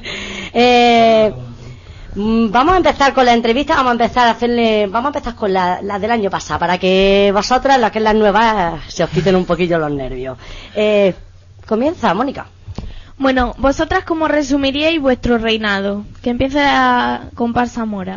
Vamos a empezar con la entrevista, vamos a empezar con la del año pasado, para que vosotras, las que es las nuevas, se os quiten un poquillo los nervios. Comienza, Mónica. Bueno, vosotras, ¿cómo resumiríais vuestro reinado? Que empiece a comparsa Mora.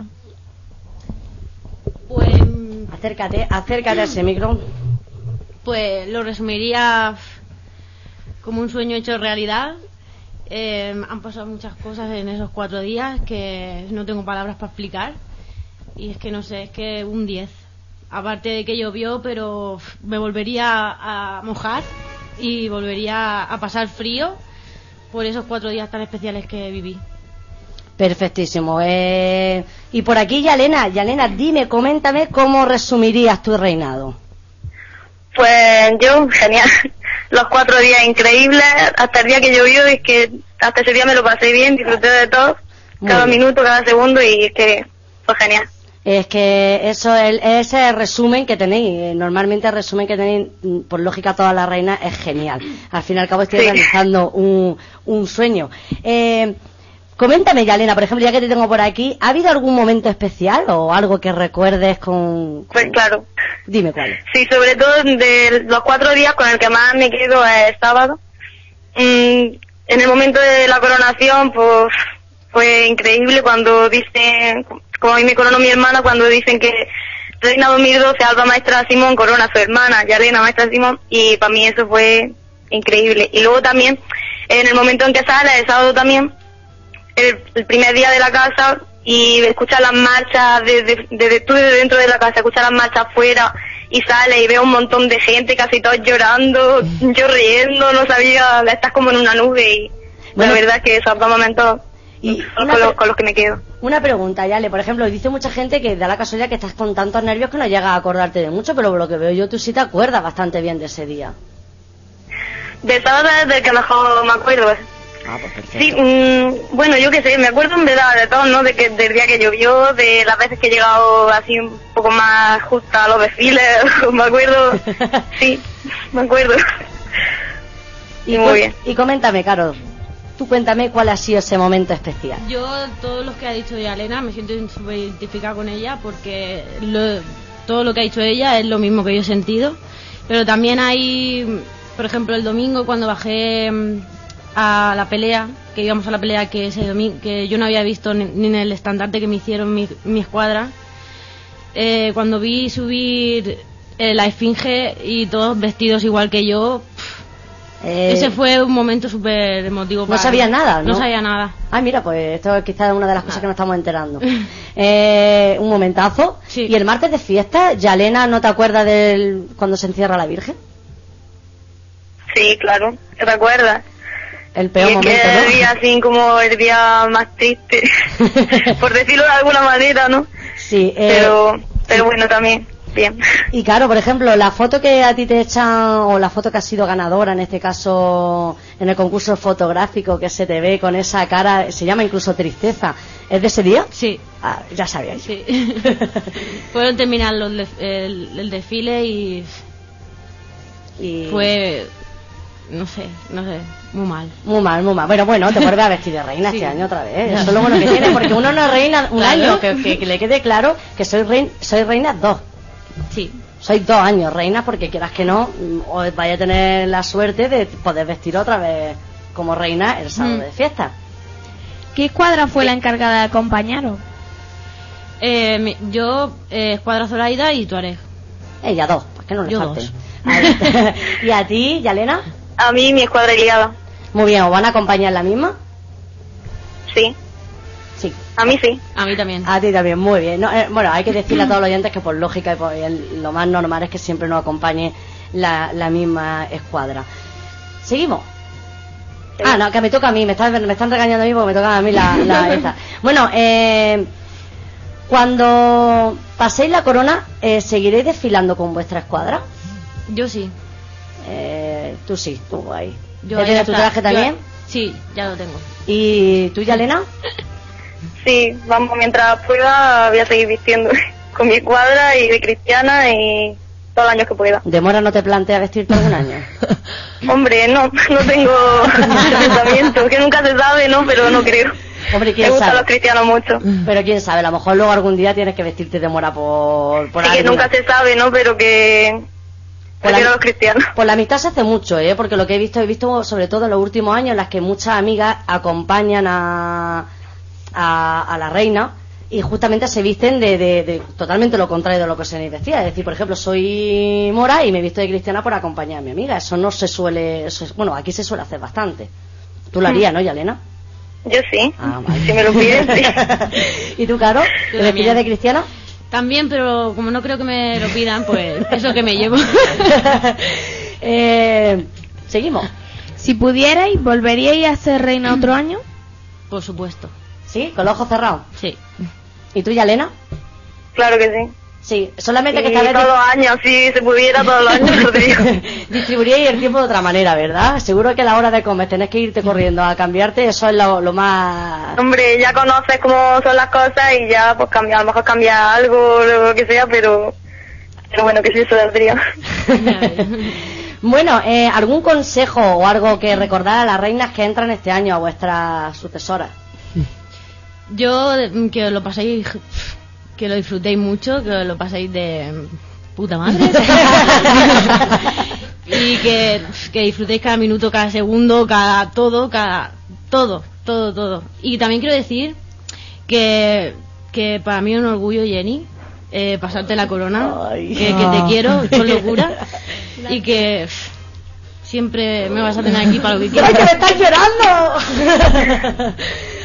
Pues acércate a ese micro. Pues lo resumiría como un sueño hecho realidad. Han pasado muchas cosas en esos 4 días que no tengo palabras para explicar, y es que no sé, es que un 10. Aparte de que llovió, pero me volvería a mojar y volvería a pasar frío por esos 4 días tan especiales que viví. Perfectísimo. Y por aquí, Yalena, dime, coméntame cómo resumirías tu reinado. Pues yo, genial. Los 4 días increíbles, hasta el día que llovió, es que hasta ese día me lo pasé bien, disfruté de todo, cada minuto, cada segundo, y es que fue genial. Es que eso es ese resumen que tenéis. Normalmente el resumen que tenéis, por lógica, todas las reinas, es genial. Al fin y al cabo estoy realizando un sueño. Coméntame, Yalena, por ejemplo, ya que te tengo por aquí, ¿ha habido algún momento especial o algo que recuerdes con...? Pues claro. Dime cuál. Sí, sobre todo de los 4 días, con el que más me quedo es el sábado. En el momento de la coronación, pues fue increíble cuando dicen, como a mí me coronó mi hermana, cuando dicen que Reina 2012, Alba Maestra Simón corona a su hermana, Yalena Maestra Simón, y para mí eso fue increíble. Y luego también, en el momento en que sale, el sábado también, el primer día de la casa y escuchas las marchas tú desde dentro de la casa, escuchas las marchas afuera y sales y ves un montón de gente, casi todos llorando, yo riendo, no sabía, estás como en una nube y bueno, la verdad es que esos 2 momentos son con los que me quedo. Una pregunta, Yale, por ejemplo, dice mucha gente que da la casualidad que estás con tantos nervios que no llegas a acordarte de mucho, pero por lo que veo yo tú sí te acuerdas bastante bien de ese día. De sábado es del que mejor me acuerdo. Ah, pues perfecto. Sí, bueno, yo qué sé, me acuerdo en verdad de todo, ¿no? Del día que llovió, de las veces que he llegado así un poco más justa a los desfiles, me acuerdo, sí, me acuerdo. Y muy bien. Y coméntame, Caro, tú cuéntame cuál ha sido ese momento especial. Yo, todos los que ha dicho ya Elena, me siento súper identificada con ella porque todo lo que ha dicho ella es lo mismo que yo he sentido, pero también hay, por ejemplo, el domingo cuando bajé a la pelea, que íbamos a la pelea que ese domingo, que yo no había visto ni en el estandarte que me hicieron mi escuadra, cuando vi subir la esfinge y todos vestidos igual que yo, ese fue un momento súper emotivo. No sabía nada, ¿no? No sabía nada. Ah, mira, pues esto es quizás una de las cosas que nos estamos enterando. Un momentazo. Sí. ¿Y el martes de fiesta, Yalena, no te acuerdas del cuando se encierra la Virgen? Sí, claro, ¿te acuerdas? El peor momento, que ¿no? el día así como el día más triste, por decirlo de alguna manera, ¿no? Sí. Pero bueno, también, bien. Y claro, por ejemplo, la foto que a ti te echan, o la foto que has sido ganadora, en este caso, en el concurso fotográfico, que se te ve con esa cara, se llama incluso tristeza, ¿es de ese día? Sí. Ah, ya sabía. Sí. Fueron terminar el desfile y fue... No sé, muy mal. Muy mal. Bueno, te vuelves a vestir de reina sí. Este año otra vez. Eso es lo bueno que tiene, porque uno no es reina un año, que le quede claro que soy reina 2. Sí. Soy 2 años reina, porque quieras que no, os vaya a tener la suerte de poder vestir otra vez como reina el sábado de fiesta. ¿Qué escuadra fue la encargada de acompañaros? Yo, escuadra Zoraida y Tuareg. Ella 2, pues que no le yo falten. 2. ¿Y a ti, Yalena? A mí mi escuadra guiada. Muy bien, ¿os van a acompañar la misma? Sí. Sí. A mí sí. A mí también. A ti también, muy bien. No, bueno, hay que decirle a todos los oyentes que por lógica y por lo más normal es que siempre nos acompañe la misma escuadra. ¿Seguimos? Sí. Ah, no, que me toca a mí, me están regañando a mí porque me toca a mí la esta. Bueno, cuando paséis la corona, ¿seguiréis desfilando con vuestra escuadra? Yo sí. Tú sí, tú ahí. ¿Ya tienes tu traje también? Sí, ya lo tengo. ¿Y tú, Yalena? Sí, vamos, mientras pueda voy a seguir vistiendo con mi escuadra y de cristiana y todos los años que pueda. ¿De Mora no te planteas vestirte algún año? Hombre, no tengo pensamiento, que nunca se sabe, ¿no? Pero no creo. Hombre, ¿quién me gustan sabe? Los cristianos mucho. Pero quién sabe, a lo mejor luego algún día tienes que vestirte de Mora por sí, que nunca se sabe, ¿no? Pero que... Prefiero a los cristianos. Por la amistad se hace mucho, porque lo que he visto sobre todo en los últimos años, en las que muchas amigas acompañan a la reina y justamente se visten de totalmente lo contrario de lo que se vestía. Es decir, por ejemplo, soy Mora y me visto de cristiana por acompañar a mi amiga. Eso no se suele... bueno, aquí se suele hacer bastante. ¿Tú lo harías, no, Yalena? Yo sí. Ah, vale. Si me lo piden, sí. ¿Y tú, Caro? ¿Te vestirías de cristiana? También, pero como no creo que me lo pidan, pues eso que me llevo. Seguimos. Si pudierais, ¿volveríais a ser reina otro año? Por supuesto. ¿Sí? ¿Con los ojos cerrados? Sí. ¿Y tú, Yalena? Claro que sí. Sí, solamente sí, que esta vez... todos los años, si se pudiera todos los años, lo digo. Distribuiríais el tiempo de otra manera, ¿verdad? Seguro que a la hora de comer tenés que irte corriendo a cambiarte, eso es lo más... Hombre, ya conoces cómo son las cosas y ya pues a lo mejor cambia algo, lo que sea, pero bueno, que sí se saldría. Bueno, ¿algún consejo o algo que recordar a las reinas que entran este año, a vuestras sucesoras? Yo, que lo paséis... que lo disfrutéis mucho, que lo paséis de puta madre y que disfrutéis cada minuto, cada segundo, cada todo. Y también quiero decir que para mí es un orgullo, Jenny, pasarte la corona. Ay, que te quiero con locura y que siempre me vas a tener aquí para lo que quieras. ¡Ay, que me estás llorando!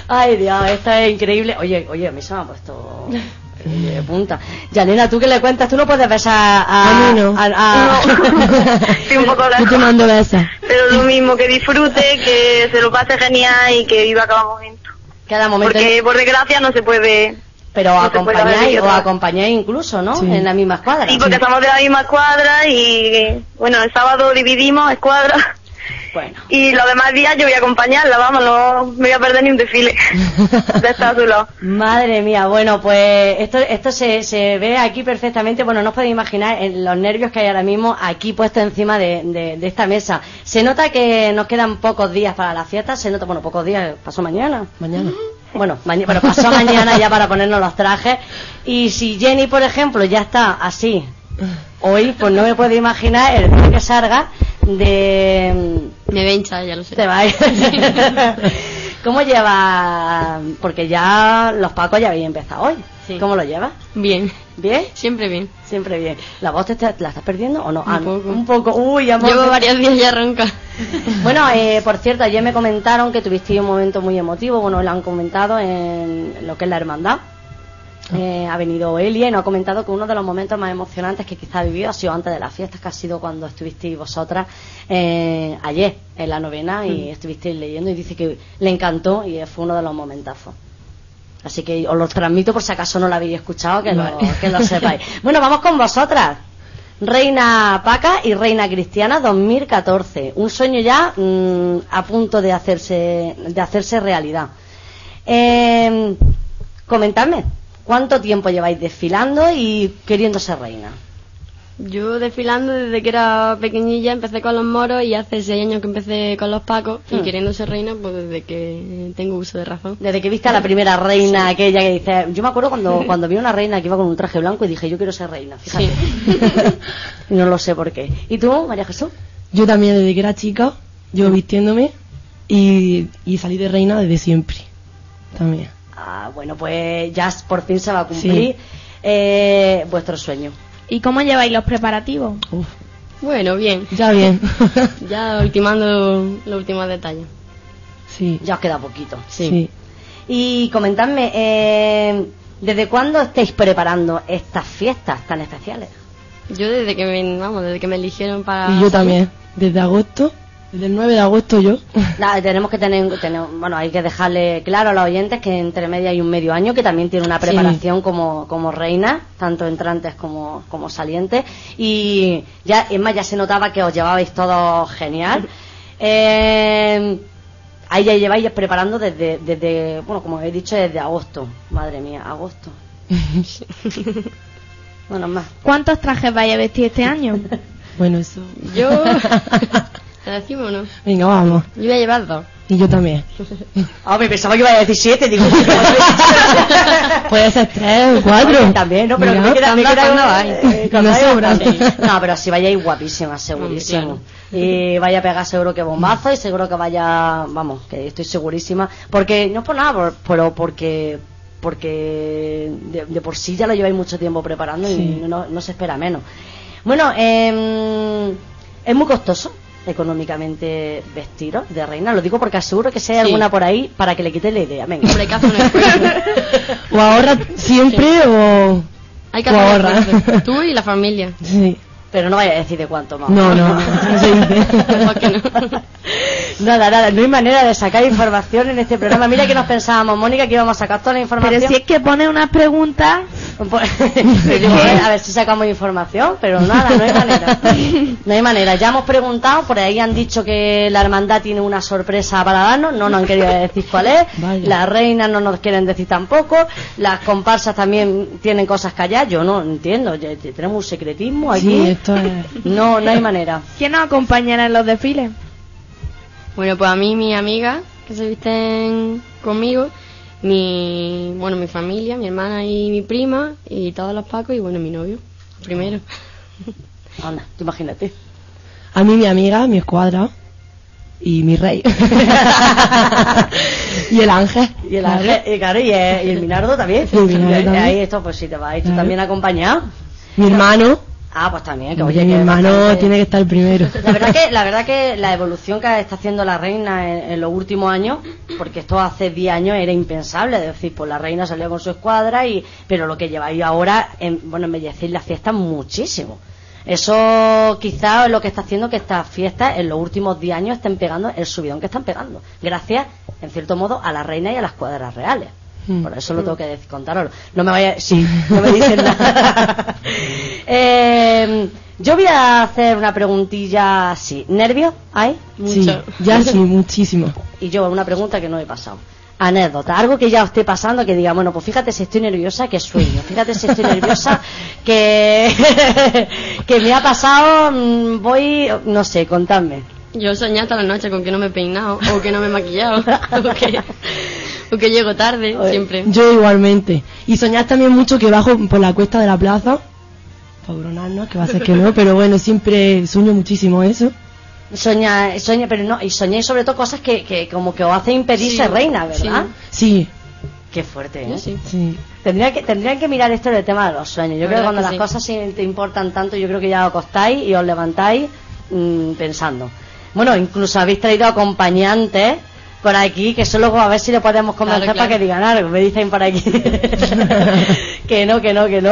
Ay, Dios, esto es increíble. Oye, a mí se me ha puesto de punta. Yanina, ¿tú qué le cuentas? Tú no puedes besar a mí no. Sí, un poco Yo te mando besos. Pero lo mismo, que disfrute, que se lo pase genial y que viva cada momento. Cada momento. Porque por desgracia no se puede. Pero acompañáis incluso, ¿no? Sí. En la misma escuadra. Sí, porque estamos de la misma escuadra y bueno, el sábado dividimos escuadra. Bueno. Y los demás días yo voy a acompañarla, vamos, no me voy a perder ni un desfile de estar a su lado. Madre mía, bueno, pues esto se ve aquí perfectamente. Bueno, no os podéis imaginar los nervios que hay ahora mismo aquí puestos encima de esta mesa. Se nota que nos quedan pocos días para la fiesta, se nota, bueno, pocos días, pasó mañana. Bueno, pero pasó mañana ya para ponernos los trajes. Y si Jenny, por ejemplo, ya está así hoy, pues no me puedo imaginar el día que salga de... Me vencha, ya lo sé. Te va a ir. ¿Cómo lleva? Porque ya los Pacos ya habéis empezado hoy. Sí. ¿Cómo lo llevas? Bien. ¿Bien? Siempre bien. Siempre bien. ¿La voz la estás perdiendo o no? Un poco. Uy, amor. Llevo varios días ya ronca. Bueno, por cierto, ayer me comentaron que tuvisteis un momento muy emotivo. Bueno, lo han comentado en lo que es la hermandad. Ha venido Elia y nos ha comentado que uno de los momentos más emocionantes que quizá ha vivido ha sido antes de las fiestas, que ha sido cuando estuvisteis vosotras ayer en la novena y estuvisteis leyendo, y dice que le encantó y fue uno de los momentazos. Así que os lo transmito por si acaso no lo habéis escuchado, que lo sepáis. Bueno, vamos con vosotras. Reina Paca y Reina Cristiana 2014. Un sueño ya a punto de hacerse realidad. Comentadme, ¿cuánto tiempo lleváis desfilando y queriendo ser reina? Yo desfilando desde que era pequeñilla, empecé con los moros y hace 6 años que empecé con los Pacos y queriendo ser reina pues desde que tengo uso de razón. Desde que viste a la primera reina, sí. Aquella que dice, yo me acuerdo cuando vi una reina que iba con un traje blanco y dije, yo quiero ser reina, fíjate. Sí. No lo sé por qué. ¿Y tú, María Jesús? Yo también desde que era chica, llevo vistiéndome y salí de reina desde siempre, también. Bueno, pues ya por fin se va a cumplir vuestro sueño. ¿Y cómo lleváis los preparativos? Bueno, bien. Ya bien. Ya ultimando los últimos detalles. Sí. Ya os queda poquito. Sí. Y comentadme, ¿desde cuándo estáis preparando estas fiestas tan especiales? Yo desde que me eligieron para... Y yo también, desde agosto. Desde el 9 de agosto yo. Tenemos que tener, bueno, hay que dejarle claro a los oyentes que entre media hay un medio año que también tiene una preparación como reina, tanto entrantes como salientes, y ya, es más, ya se notaba que os llevabais todo genial. Ahí ya lleváis preparando desde, bueno, como he dicho, desde agosto. Madre mía, agosto. Bueno, más. ¿Cuántos trajes vais a vestir este año? Bueno, eso. Yo... ¿Te decimos o no? Venga, vamos. Yo voy a llevar 2. Y yo también. Me pensaba que iba a decir 7, digo. Puede ser 3 o 4. También, no, pero me queda no sobra. No, pero si vayáis guapísimas, segurísimo. Y vaya a pegar seguro que bombazo y seguro que vaya, vamos, que estoy segurísima. Porque, no por nada, pero porque de por sí ya lo lleváis mucho tiempo preparando y no se espera menos. Bueno, es muy costoso económicamente vestiros de reina, lo digo porque aseguro que si hay alguna por ahí para que le quite la idea. Venga. Hombre, hay que hacer un esfuerzo. O ahorra siempre o hay que hacer un esfuerzo. Tú y la familia. Sí. Pero no vaya a decir de cuánto más. No se dice. ¿Por qué no? Nada, no hay manera de sacar información en este programa. Mira que nos pensábamos, Mónica, que íbamos a sacar toda la información. Pero si es que pone unas preguntas... a ver si sacamos información, pero nada, no hay manera. Ya hemos preguntado, por ahí han dicho que la hermandad tiene una sorpresa para darnos, no nos han querido decir cuál es. Vaya. Las reinas no nos quieren decir tampoco, las comparsas también tienen cosas calladas, yo no entiendo, tenemos un secretismo aquí. Sí, esto es... No hay manera. ¿Quién nos acompañará en los desfiles? Bueno, pues a mí, mis amigas que se visten conmigo, mi familia, mi hermana y mi prima, y todos los Pacos, y bueno, mi novio, primero. Anda, imagínate. A mí, mi amiga, mi escuadra y mi rey. Y el ángel. Y el ángel, claro, y el Minardo también. Y el Minardo también. Ahí esto, pues si te vas, tú también acompañado. Mi hermano. Ah, pues también, que Oye, oye, mi que hermano bastante- tiene que estar primero. La verdad que la evolución que está haciendo la reina en los últimos años, porque esto hace 10 años era impensable, es decir, pues la reina salió con su escuadra pero lo que lleváis ahora, embellecéis la fiesta muchísimo. Eso quizás es lo que está haciendo que estas fiestas en los últimos 10 años estén pegando el subidón que están pegando, gracias, en cierto modo, a la reina y a las cuadras reales. Por eso lo tengo que contaros. No me vaya, sí, no me dicen nada. Yo voy a hacer una preguntilla así. ¿Nervios hay? Sí, ya sí, muchísimo. Y yo una pregunta que no he pasado. Anécdota, algo que ya os esté pasando que diga, bueno, pues fíjate si estoy nerviosa que sueño, fíjate si estoy nerviosa que que me ha pasado, no sé, contadme. Yo soñé hasta la noche con que no me he peinado o que no me he maquillado o que llego tarde, siempre. Yo igualmente. Y soñás también mucho que bajo por la cuesta de la plaza, para coronarnos, que va a ser que no, pero bueno, siempre sueño muchísimo eso. Soña, pero no, y soñé sobre todo cosas que como que os hacen impedir ser reina, ¿verdad? Sí. Qué fuerte, ¿eh? Yo sí. Sí. Tendrían que mirar esto del tema de los sueños. Yo creo que cuando las cosas te importan tanto, yo creo que ya os acostáis y os levantáis pensando. Bueno, incluso habéis traído acompañantes por aquí, que solo a ver si le podemos convencer para que digan algo. Me dicen por aquí que no.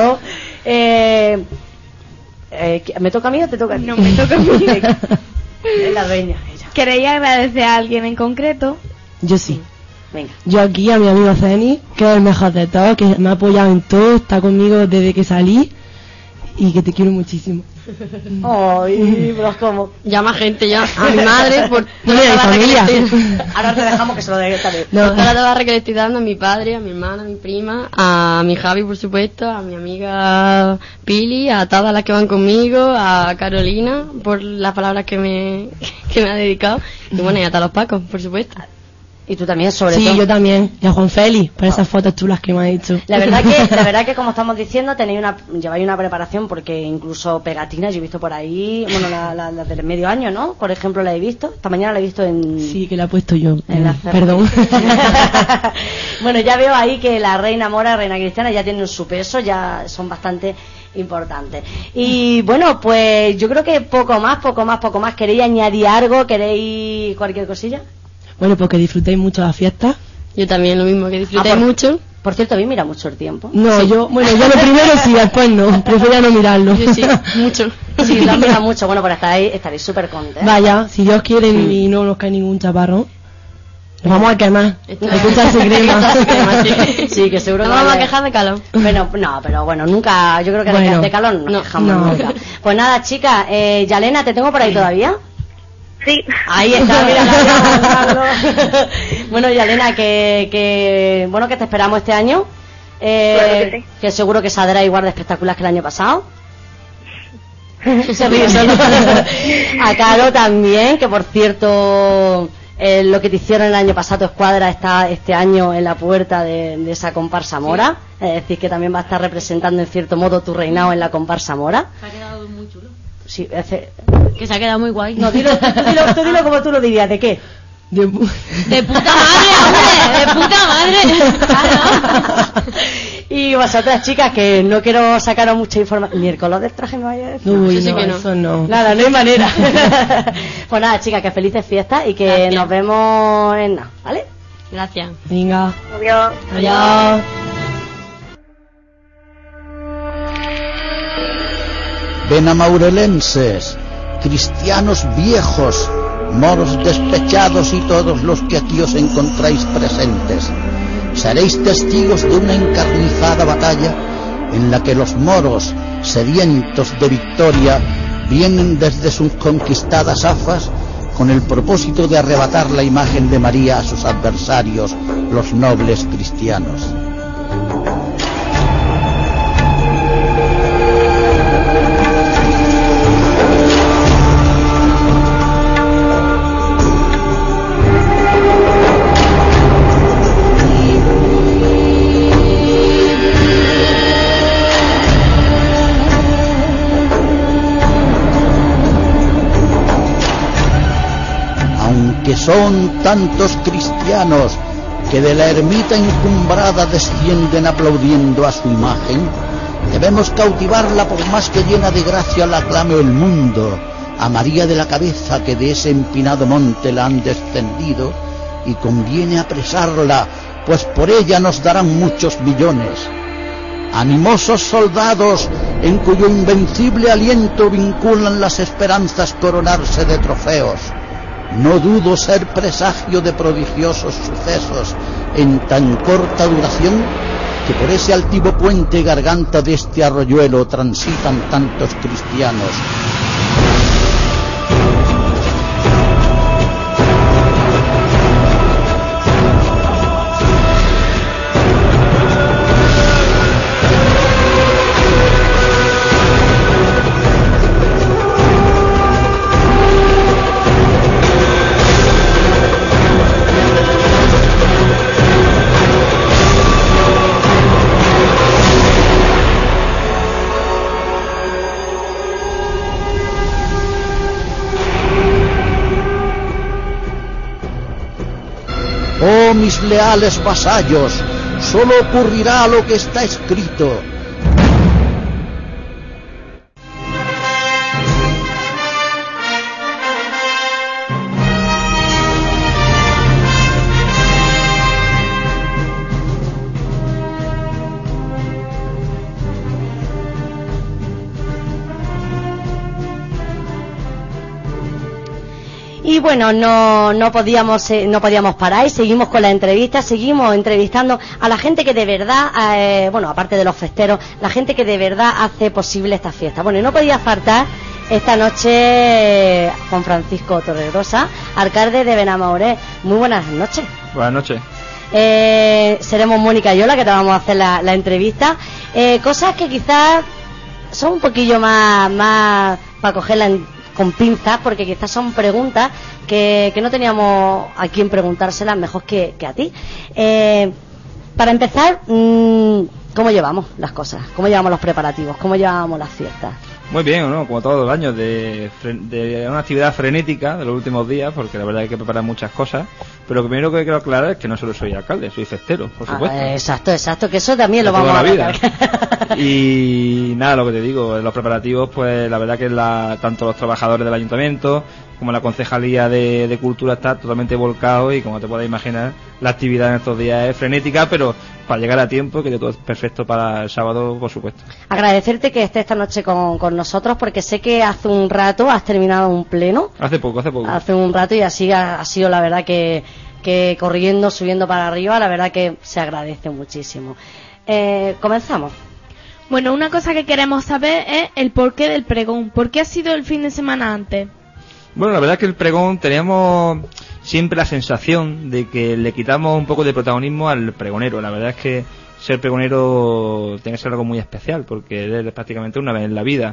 ¿Me toca a mí o te toca a ti? No, me toca a mí. Es la reina. ¿Queréis agradecer a alguien en concreto? Yo sí. Venga. Yo aquí a mi amigo Zeni, que es el mejor de todos, que me ha apoyado en todo, está conmigo desde que salí y que te quiero muchísimo. Ay, pero como llama gente ya a mi madre por no, mi familia. Ahora te dejamos que se lo dé esta vez. Por toda la barra que le estoy dando a mi padre, a mi hermana, a mi prima, a mi Javi, por supuesto, a mi amiga Pili, a todas las que van conmigo, a Carolina por las palabras que me ha dedicado y bueno, y a todos los Pacos, por supuesto. Y tú también, sobre todo. Sí, yo también. Y a Juan Félix, por esas fotos chulas que me ha hecho. La verdad que como estamos diciendo, lleváis una preparación, porque incluso pegatinas, yo he visto por ahí, bueno, la del medio año, ¿no? Por ejemplo, la he visto. Esta mañana la he visto en... Sí, que la he puesto yo. Perdón. Bueno, ya veo ahí que la reina mora, reina cristiana, ya tienen su peso, ya son bastante importantes. Y bueno, pues yo creo que poco más. ¿Queréis añadir algo? ¿Queréis cualquier cosilla? Bueno, pues que disfrutéis mucho la fiesta. Yo también lo mismo, que disfrutéis mucho. Por cierto, a mí mira mucho el tiempo. No, sí. yo lo primero sí, después no. Prefiero no mirarlo. Yo sí, mucho. Sí, lo mira mucho. Bueno, pues estaréis súper contentos. Vaya, si Dios quiere y no nos cae ningún chaparrón, nos vamos a quemar. Escucharse crema. Sí, que seguro no que vamos a quejar de calor. Bueno, no, pero bueno, nunca, yo creo que de calor no nos quejamos nunca. Pues nada, chicas, Yalena, ¿te tengo por ahí todavía? Sí. Ahí está, mira. Bueno, Yalena, que bueno, que te esperamos este año. Claro que sí. Que seguro que saldrá igual de espectacular que el año pasado. Se ríe solo. A Caro también, que por cierto, lo que te hicieron el año pasado, tu escuadra está este año en la puerta de esa comparsa mora. Sí. Es decir, que también va a estar representando en cierto modo tu reinado en la comparsa mora. Se ha quedado muy chulo. Sí, que se ha quedado muy guay. No, dilo como tú lo dirías, ¿de qué? De puta madre, hombre, de puta madre. Y vosotras, chicas, que no quiero sacaros mucha información. Ni el color del traje me vaya a decir. Uy, no, eso no. Nada, no hay manera. Pues nada, chicas, que felices fiestas y que gracias. Nos vemos en nada, ¿vale? Gracias. Venga. Adiós. Adiós. Benamaurelenses, cristianos viejos, moros despechados y todos los que aquí os encontráis presentes, seréis testigos de una encarnizada batalla en la que los moros, sedientos de victoria, vienen desde sus conquistadas afas con el propósito de arrebatar la imagen de María a sus adversarios, los nobles cristianos. Que son tantos cristianos que de la ermita encumbrada descienden aplaudiendo a su imagen, Debemos cautivarla por más que llena de gracia la aclame el mundo, a María de la Cabeza que de ese empinado monte la han descendido, y conviene apresarla, pues por ella nos darán muchos millones. Animosos soldados, en cuyo invencible aliento vinculan las esperanzas coronarse de trofeos, no dudo ser presagio de prodigiosos sucesos en tan corta duración, que por ese altivo puente garganta de este arroyuelo transitan tantos cristianos. Oh, mis leales vasallos, solo ocurrirá lo que está escrito. Y bueno, no podíamos parar y seguimos con la entrevista, seguimos entrevistando a la gente que de verdad, bueno, aparte de los festeros, la gente que de verdad hace posible esta fiesta. Bueno, y no podía faltar esta noche Juan Francisco Torregrosa, alcalde de Benamorel. Muy buenas noches. Buenas noches. Seremos Mónica y yo la que te vamos a hacer la entrevista. Cosas que quizás son un poquillo más para cogerla con pinzas, porque quizás son preguntas que no teníamos a quién preguntárselas mejor que a ti. Para empezar, ¿cómo llevamos las cosas? ¿Cómo llevamos los preparativos? ¿Cómo llevamos las fiestas? Muy bien, ¿no? Como todos los años, de una actividad frenética de los últimos días, porque la verdad hay que preparar muchas cosas. Pero lo primero que quiero aclarar es que no solo soy alcalde, soy cestero, por supuesto. Exacto, que eso también lo vamos a ver. Y nada, lo que te digo, en los preparativos, pues la verdad que tanto los trabajadores del ayuntamiento como la concejalía de cultura está totalmente volcado, y como te puedes imaginar, la actividad en estos días es frenética, pero para llegar a tiempo, que todo es perfecto para el sábado, por supuesto. Agradecerte que estés esta noche con nosotros, porque sé que hace un rato has terminado un pleno. Hace poco. Hace un rato, y así ha sido la verdad que corriendo, subiendo para arriba, la verdad que se agradece muchísimo. Comenzamos. Bueno, una cosa que queremos saber es el porqué del pregón. ¿Por qué ha sido el fin de semana antes? Bueno, la verdad es que el pregón teníamos siempre la sensación de que le quitamos un poco de protagonismo al pregonero. La verdad es que ser pregonero tiene que ser algo muy especial, porque es prácticamente una vez en la vida.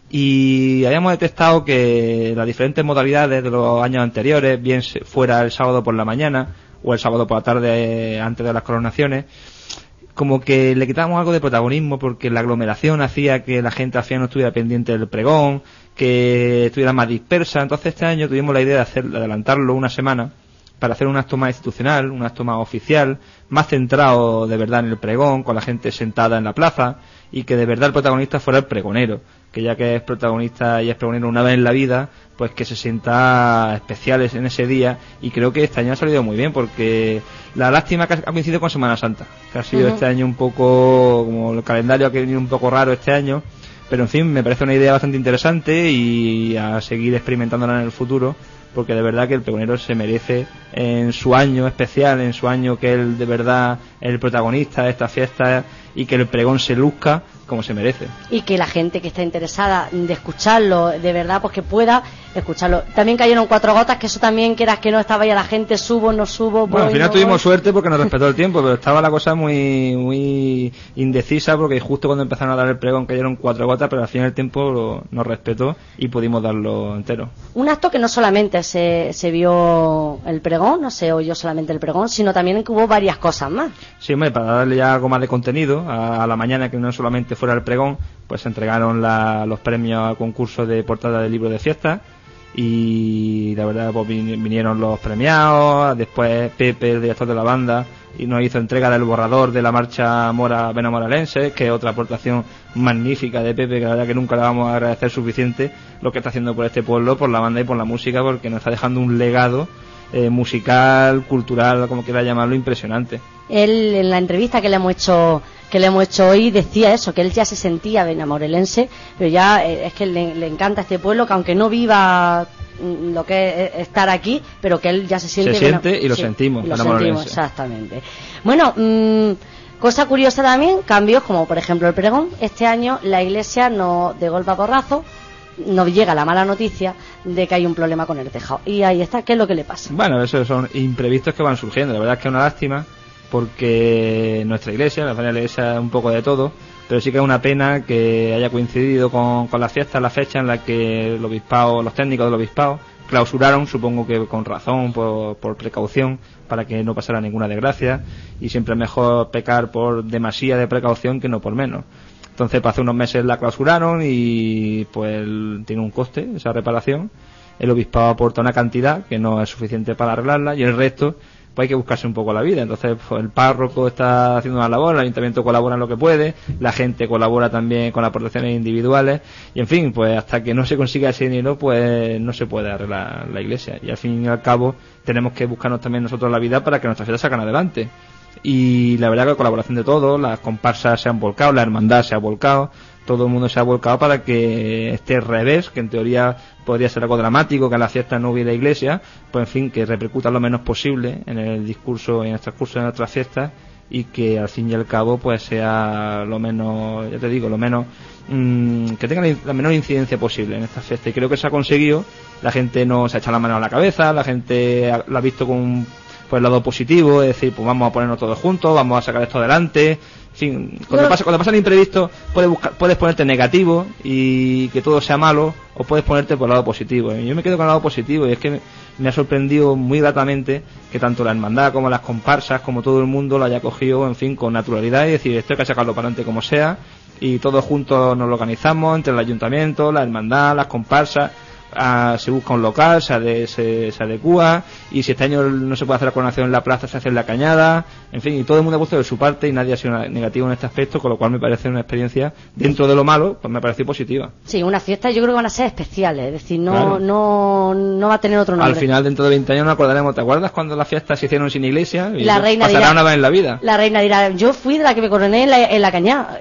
Y habíamos detectado que las diferentes modalidades de los años anteriores, bien fuera el sábado por la mañana o el sábado por la tarde antes de las coronaciones, como que le quitábamos algo de protagonismo, porque la aglomeración hacía que la gente al final no estuviera pendiente del pregón, que estuviera más dispersa. Entonces este año tuvimos la idea de adelantarlo una semana para hacer un acto más institucional, un acto más oficial, más centrado de verdad en el pregón, con la gente sentada en la plaza, y que de verdad el protagonista fuera el pregonero, que ya que es protagonista y es pregonero una vez en la vida, pues que se sienta especiales en ese día. Y creo que este año ha salido muy bien, porque la lástima que ha coincidido con Semana Santa, que ha sido este año un poco, como el calendario ha venido un poco raro este año, pero en fin, me parece una idea bastante interesante, y a seguir experimentándola en el futuro, porque de verdad que el pregonero se merece, en su año especial, en su año que él de verdad es el protagonista de esta fiesta, y que el pregón se luzca como se merece. Y que la gente que está interesada de escucharlo, de verdad, pues que pueda escucharlo. También cayeron 4 gotas, que eso también, quieras que no, estaba ya la gente, subo, no subo. Bueno, al final tuvimos suerte porque nos respetó el tiempo, pero estaba la cosa muy indecisa, porque justo cuando empezaron a dar el pregón cayeron 4 gotas, pero al final el tiempo nos respetó y pudimos darlo entero. Un acto que no solamente se vio el pregón, no se oyó solamente el pregón, sino también que hubo varias cosas más. Sí, hombre, para darle ya algo más de contenido a la mañana, que no solamente fuera el pregón, pues se entregaron los premios al concurso de portada del libro de fiesta, y la verdad pues vinieron los premiados, después Pepe, el director de la banda, y nos hizo entrega del borrador de la marcha Mora Benamoralense, que es otra aportación magnífica de Pepe, que la verdad que nunca le vamos a agradecer suficiente lo que está haciendo por este pueblo, por la banda y por la música, porque nos está dejando un legado musical, cultural, como quiera llamarlo, impresionante. Él, en la entrevista que le hemos hecho hoy, decía eso, que él ya se sentía benamorelense, pero ya es que le encanta este pueblo, que aunque no viva lo que es estar aquí, pero que él ya se siente... Se siente y lo sentimos, y lo sentimos, exactamente. Bueno, cosa curiosa también, cambios como por ejemplo el pregón. Este año la iglesia no, de golpe a porrazo, nos llega la mala noticia de que hay un problema con el tejado. Y ahí está, ¿qué es lo que le pasa? Bueno, esos son imprevistos que van surgiendo. La verdad es que es una lástima, porque nuestra iglesia, la iglesia es un poco de todo, pero sí que es una pena que haya coincidido con la fiesta, la fecha en la que los técnicos del obispado clausuraron, supongo que con razón, por precaución, para que no pasara ninguna desgracia, y siempre es mejor pecar por demasía de precaución que no por menos. Entonces, hace unos meses la clausuraron y pues tiene un coste esa reparación. El obispado aporta una cantidad que no es suficiente para arreglarla, y el resto pues hay que buscarse un poco la vida. Entonces pues, el párroco está haciendo una labor, el ayuntamiento colabora en lo que puede, la gente colabora también con aportaciones individuales, y en fin, pues hasta que no se consiga ese dinero pues no se puede arreglar la iglesia, y al fin y al cabo tenemos que buscarnos también nosotros la vida para que nuestras fiestas salgan adelante. Y la verdad que la colaboración de todos, las comparsas se han volcado, la hermandad se ha volcado, todo el mundo se ha volcado para que este revés, que en teoría podría ser algo dramático, que en la fiesta no hubiera iglesia, pues en fin, que repercuta lo menos posible en el discurso, en el transcurso de nuestras fiestas, y que al fin y al cabo pues sea lo menos, ya te digo, lo menos que tenga la menor incidencia posible en estas fiestas. Y creo que se ha conseguido. La gente no se ha echado la mano a la cabeza, la gente la ha visto con el lado positivo, es decir, pues vamos a ponernos todos juntos, vamos a sacar esto adelante. En fin, cuando pasa el imprevisto, puedes ponerte negativo y que todo sea malo, o puedes ponerte por el lado positivo. Yo me quedo con el lado positivo, y es que me ha sorprendido muy gratamente que tanto la hermandad como las comparsas, como todo el mundo lo haya cogido, en fin, con naturalidad, y decir, esto hay que sacarlo para adelante como sea, y todos juntos nos lo organizamos entre el ayuntamiento, la hermandad, las comparsas. Se busca un local, se adecúa, y si este año no se puede hacer la coronación en la plaza, se hace en la cañada, en fin, y todo el mundo ha puesto de su parte y nadie ha sido negativo en este aspecto, con lo cual me parece una experiencia, dentro de lo malo, pues me parece positiva. Sí, una fiesta yo creo que van a ser especiales, es decir, Claro. no va a tener otro nombre. Al final, dentro de 20 años nos acordaremos. ¿Te acuerdas cuando las fiestas se hicieron sin iglesia? Y la reina pasará dirá, una vez en la vida. La reina dirá, yo fui de la que me coroné en la cañada.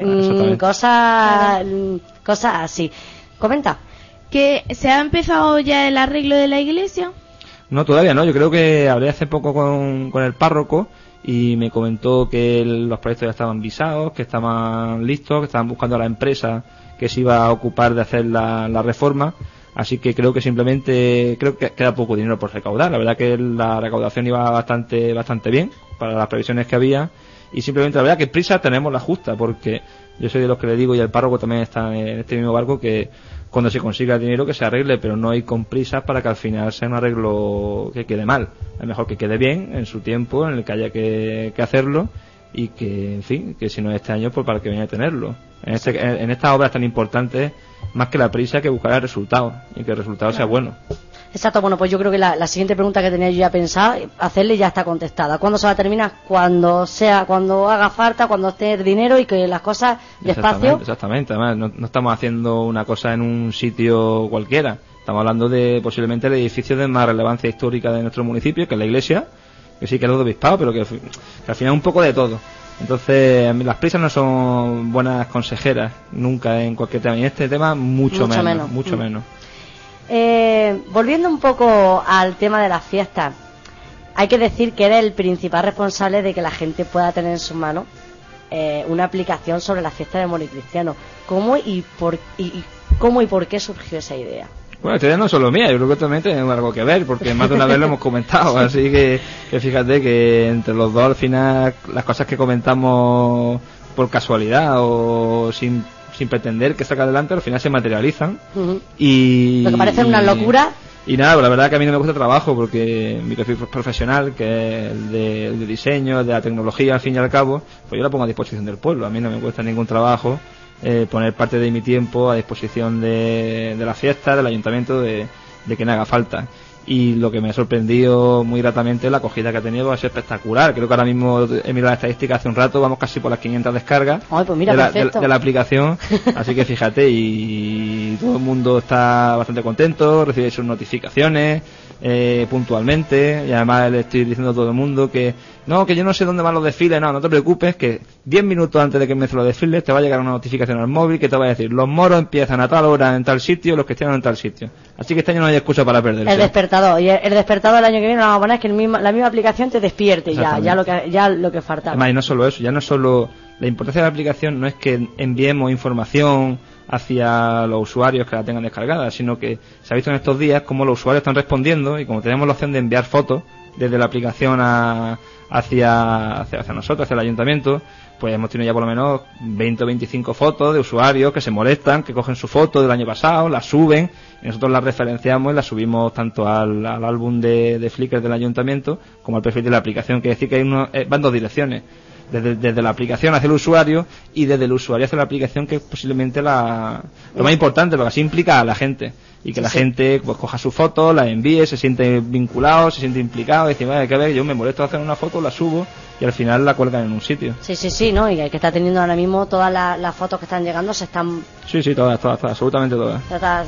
Cosas así. Comenta. ¿Que se ha empezado ya el arreglo de la iglesia? No, todavía no. Yo creo que hablé hace poco con el párroco y me comentó que los proyectos ya estaban visados, que estaban listos, que estaban buscando a la empresa que se iba a ocupar de hacer la reforma. Así que creo que queda poco dinero por recaudar. La verdad que la recaudación iba bastante bien para las previsiones que había, y simplemente la verdad que prisa tenemos la justa, porque yo soy de los que le digo, y el párroco también está en este mismo barco, que cuando se consiga el dinero que se arregle, pero no hay con prisas para que al final sea un arreglo que quede mal. Es mejor que quede bien en su tiempo, en el que haya que hacerlo, y que, en fin, que si no es este año, pues para que venga a tenerlo. En estas obras tan importantes, más que la prisa, que buscar el resultado, y que el resultado sea bueno. Exacto, bueno, pues yo creo que la siguiente pregunta que tenía yo ya pensada, hacerle, ya está contestada. ¿Cuándo se va a terminar? Cuando haga falta, cuando esté el dinero y que las cosas despacio. Exactamente, además no estamos haciendo una cosa en un sitio cualquiera. Estamos hablando de posiblemente el edificio de más relevancia histórica de nuestro municipio, que es la iglesia, que sí que es lo de obispado, pero que al final es un poco de todo. Entonces, las prisas no son buenas consejeras nunca en cualquier tema, y en este tema mucho menos. Volviendo un poco al tema de las fiestas, hay que decir que eres el principal responsable de que la gente pueda tener en sus manos una aplicación sobre las fiestas de Moro y Cristiano. ¿Cómo y por qué surgió esa idea? Bueno, esta idea no es solo mía, yo creo que también tiene algo que ver, porque más de una vez lo hemos comentado, así que fíjate que entre los dos al final las cosas que comentamos por casualidad o sin pretender que saca adelante, al final se materializan. Y lo que parece una locura. Y nada, la verdad que a mí no me gusta el trabajo, porque mi perfil profesional, que es el de diseño, de la tecnología, al fin y al cabo, pues yo la pongo a disposición del pueblo. A mí no me cuesta ningún trabajo poner parte de mi tiempo a disposición de la fiesta, del ayuntamiento, de de que no haga falta. Y lo que me ha sorprendido muy gratamente es la acogida que ha tenido, es espectacular. Creo que ahora mismo he mirado la estadística hace un rato, vamos casi por las 500 descargas. Ay, pues mira, de la aplicación. Así que fíjate, y todo el mundo está bastante contento, recibe sus notificaciones puntualmente, y además le estoy diciendo a todo el mundo que yo no sé dónde van los desfiles. No te preocupes, que 10 minutos antes de que empiecen los desfiles te va a llegar una notificación al móvil que te va a decir: los moros empiezan a tal hora en tal sitio, los cristianos en tal sitio. Así que este año no hay excusa para perderse. El despertador, y el despertador el año que viene lo vamos a poner, que la misma aplicación te despierte ya lo que faltaba. Además, y no solo eso, ya no solo la importancia de la aplicación no es que enviemos información hacia los usuarios que la tengan descargada, sino que se ha visto en estos días cómo los usuarios están respondiendo, y como tenemos la opción de enviar fotos desde la aplicación hacia nosotros, hacia el ayuntamiento, pues hemos tenido ya por lo menos 20 o 25 fotos de usuarios que se molestan, que cogen su foto del año pasado, la suben, y nosotros la referenciamos y la subimos tanto al álbum de Flickr del ayuntamiento como al perfil de la aplicación, que decir que van dos direcciones. Desde la aplicación hacia el usuario, y desde el usuario hacia la aplicación, que es posiblemente lo más importante, porque así implica a la gente, y que la gente pues coja su foto, la envíe, se siente vinculado, se siente implicado, y dice: hay que ver, yo me molesto de hacer una foto, la subo, y al final la cuelgan en un sitio. Sí, ¿no? Y el que está teniendo ahora mismo todas las fotos que están llegando se están... Sí, todas, absolutamente todas.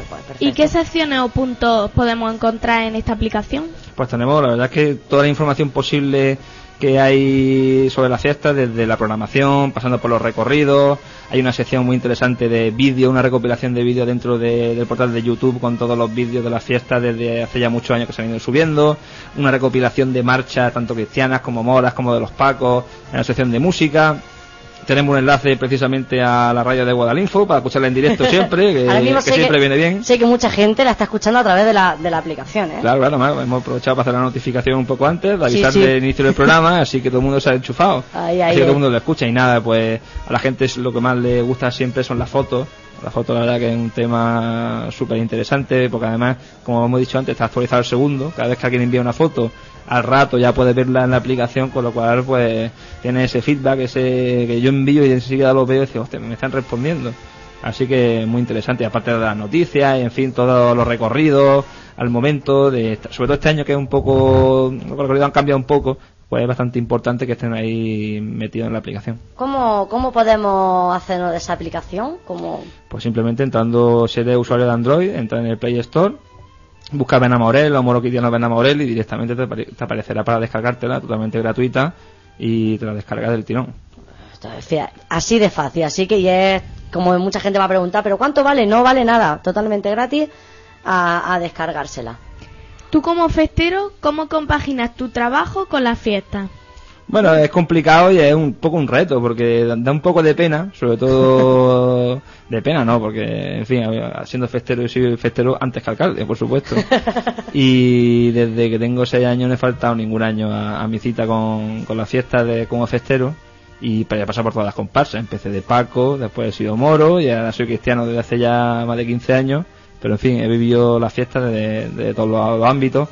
¿Y qué secciones o puntos podemos encontrar en esta aplicación? Pues tenemos, la verdad es que toda la información posible que hay sobre la fiesta, desde la programación, pasando por los recorridos. Hay una sección muy interesante de vídeo, una recopilación de vídeo dentro del portal de YouTube, con todos los vídeos de la fiesta desde hace ya muchos años que se han ido subiendo. Una recopilación de marchas, tanto cristianas como moras, como de los pacos, en la sección de música. Tenemos un enlace precisamente a la radio de Guadalinfo para escucharla en directo siempre, que siempre viene bien. Sé que mucha gente la está escuchando a través de la aplicación, ¿eh? Claro, hemos aprovechado para hacer la notificación un poco antes, de avisar del inicio del programa, así que todo el mundo se ha enchufado. Así que todo el mundo lo escucha, y nada, pues a la gente lo que más le gusta siempre son las fotos. La foto, la verdad que es un tema súper interesante, porque además, como hemos dicho antes, está actualizado el segundo. Cada vez que alguien envía una foto, al rato ya puedes verla en la aplicación, con lo cual pues tiene ese feedback, que yo envío y enseguida lo veo y digo: hostia, me están respondiendo. Así que muy interesante, aparte de las noticias y en fin, todos los recorridos al momento, sobre todo este año, que es un poco, los recorridos han cambiado un poco, pues es bastante importante que estén ahí metidos en la aplicación. ¿Cómo podemos hacernos de esa aplicación? Pues simplemente entrando, si eres usuario de Android, entra en el Play Store, busca Benamorel o Moro Cristiano Benamorel, y directamente te aparecerá para descargártela, totalmente gratuita, y te la descargas del tirón. Así de fácil, así que ya es como mucha gente va a preguntar: ¿pero cuánto vale? No vale nada, totalmente gratis, a descargársela. Tú, como festero, ¿cómo compaginas tu trabajo con la fiesta? Bueno, es complicado y es un poco un reto, porque da un poco de pena, sobre todo de pena, ¿no? Porque, en fin, siendo festero, yo soy festero antes que alcalde, por supuesto. Y desde que tengo 6 años no he faltado ningún año a mi cita con la fiesta como festero, y para pasar por todas las comparsas. Empecé de Paco, después he sido moro, y ahora soy cristiano desde hace ya más de 15 años. Pero en fin, he vivido la fiesta de todos los ámbitos,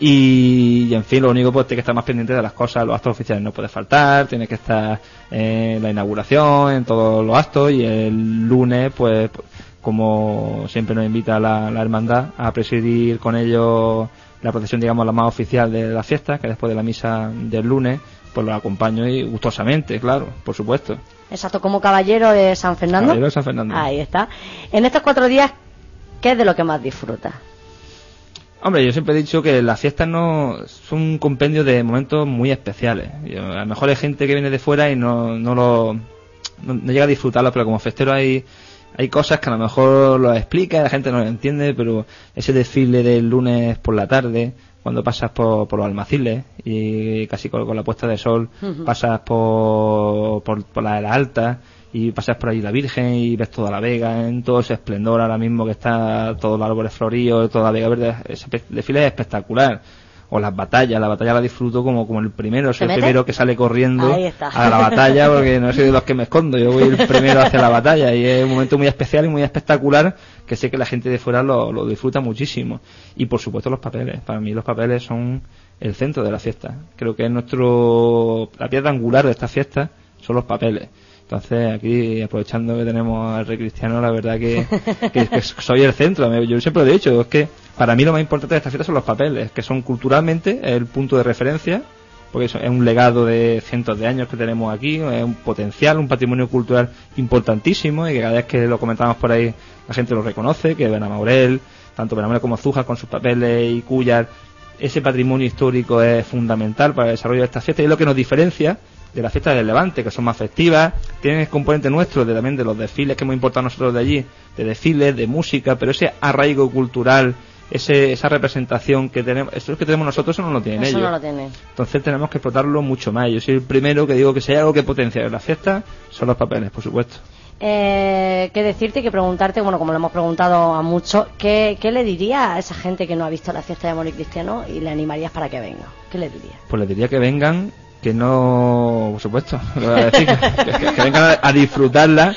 y en fin, lo único pues tienes que estar más pendiente de las cosas. Los actos oficiales no puedes faltar, tienes que estar en la inauguración, en todos los actos, y el lunes pues como siempre nos invita la hermandad a presidir con ellos la procesión, digamos, la más oficial de la fiesta, que después de la misa del lunes pues lo acompaño, y gustosamente, claro, por supuesto. Exacto, como caballero de San Fernando. Caballero de San Fernando. Ahí está. En estos 4 días, ¿qué es de lo que más disfrutas? Hombre, yo siempre he dicho que las fiestas no son un compendio de momentos muy especiales. A lo mejor hay gente que viene de fuera y no llega a disfrutarlo, pero como festero hay cosas que a lo mejor lo explica y la gente no lo entiende, pero ese desfile del lunes por la tarde, cuando pasas por los Almaciles y casi con la puesta de sol, pasas por la de la Alta, y pasas por ahí la Virgen y ves toda la Vega en todo ese esplendor ahora mismo, que está todos los árboles floridos, toda la Vega verde. Ese desfile es espectacular. O la batalla la disfruto como el primero, soy el primero que sale corriendo a la batalla, porque no soy de los que me escondo, yo voy el primero hacia la batalla, y es un momento muy especial y muy espectacular, que sé que la gente de fuera lo disfruta muchísimo. Y por supuesto los papeles, para mí los papeles son el centro de la fiesta. Creo que la piedra angular de esta fiesta son los papeles. Entonces, aquí, aprovechando que tenemos al Rey Cristiano, la verdad que soy el centro. Yo siempre lo he dicho, es que para mí lo más importante de esta fiesta son los papeles, que son culturalmente el punto de referencia, porque es un legado de cientos de años que tenemos aquí, es un potencial, un patrimonio cultural importantísimo, y que cada vez que lo comentamos por ahí la gente lo reconoce, que Benamaurel, tanto Benamorel como Zújar con sus papeles y Cúllar, ese patrimonio histórico es fundamental para el desarrollo de esta fiesta, y es lo que nos diferencia de las fiestas del Levante, que son más festivas, tienen el componente nuestro también de los desfiles que hemos importado nosotros de allí, de desfiles, de música, pero ese arraigo cultural, esa representación que tenemos, eso que tenemos nosotros, eso no lo tienen ellos. No lo tienen. Entonces tenemos que explotarlo mucho más. Yo soy el primero que digo que si hay algo que potenciar en las fiestas, son los papeles, por supuesto. Que decirte, que preguntarte, bueno, como lo hemos preguntado a muchos, ¿qué le dirías a esa gente que no ha visto la fiesta de Amor y Cristiano y le animarías para que venga? ¿Qué le dirías? Pues le diría que vengan, que no, por supuesto, lo voy a decir, que vengan a disfrutarla,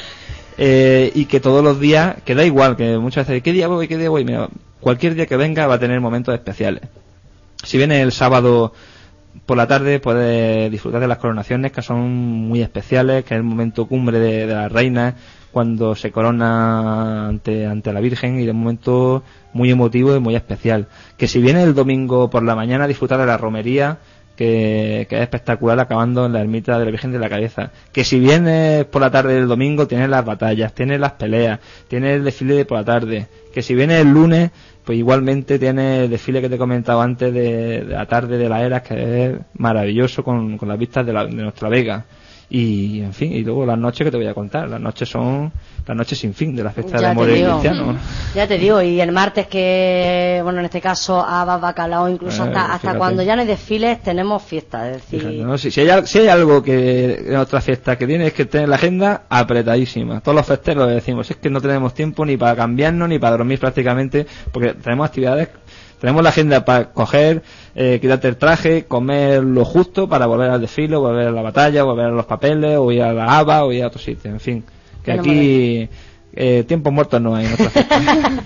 y que todos los días, que da igual, que muchas veces, ¿qué día voy? Mira, cualquier día que venga va a tener momentos especiales. Si viene el sábado por la tarde, puede disfrutar de las coronaciones, que son muy especiales, que es el momento cumbre de la reina, cuando se corona ante la Virgen, y de un momento muy emotivo y muy especial. Que si viene el domingo por la mañana, disfrutar de la romería, que es espectacular, acabando en la ermita de la Virgen de la Cabeza. Que si vienes por la tarde del domingo, tienes las batallas, tienes las peleas, tienes el desfile de por la tarde. Que si vienes el lunes, pues igualmente tienes el desfile que te he comentado antes de la tarde de las Eras, que es maravilloso, con las vistas de nuestra Vega. Y en fin, y luego las noches que te voy a contar, las noches son las noches sin fin de la fiesta de Amor y Cristiano. Ya te digo, y el martes, que bueno, en este caso habas, bacalao, incluso hasta cuando ya no hay desfiles tenemos fiesta, es decir, fíjate, ¿no? Si hay algo que en otra fiesta que tienes, es que tener la agenda apretadísima. Todos los festeros decimos, es que no tenemos tiempo ni para cambiarnos ni para dormir prácticamente, porque tenemos actividades. Tenemos la agenda para coger, quitarte el traje, comer lo justo para volver al desfile, volver a la batalla, volver a los papeles, o ir a la ABA, o ir a otro sitio, en fin. Que aquí tiempos muertos no hay en otras fiestas.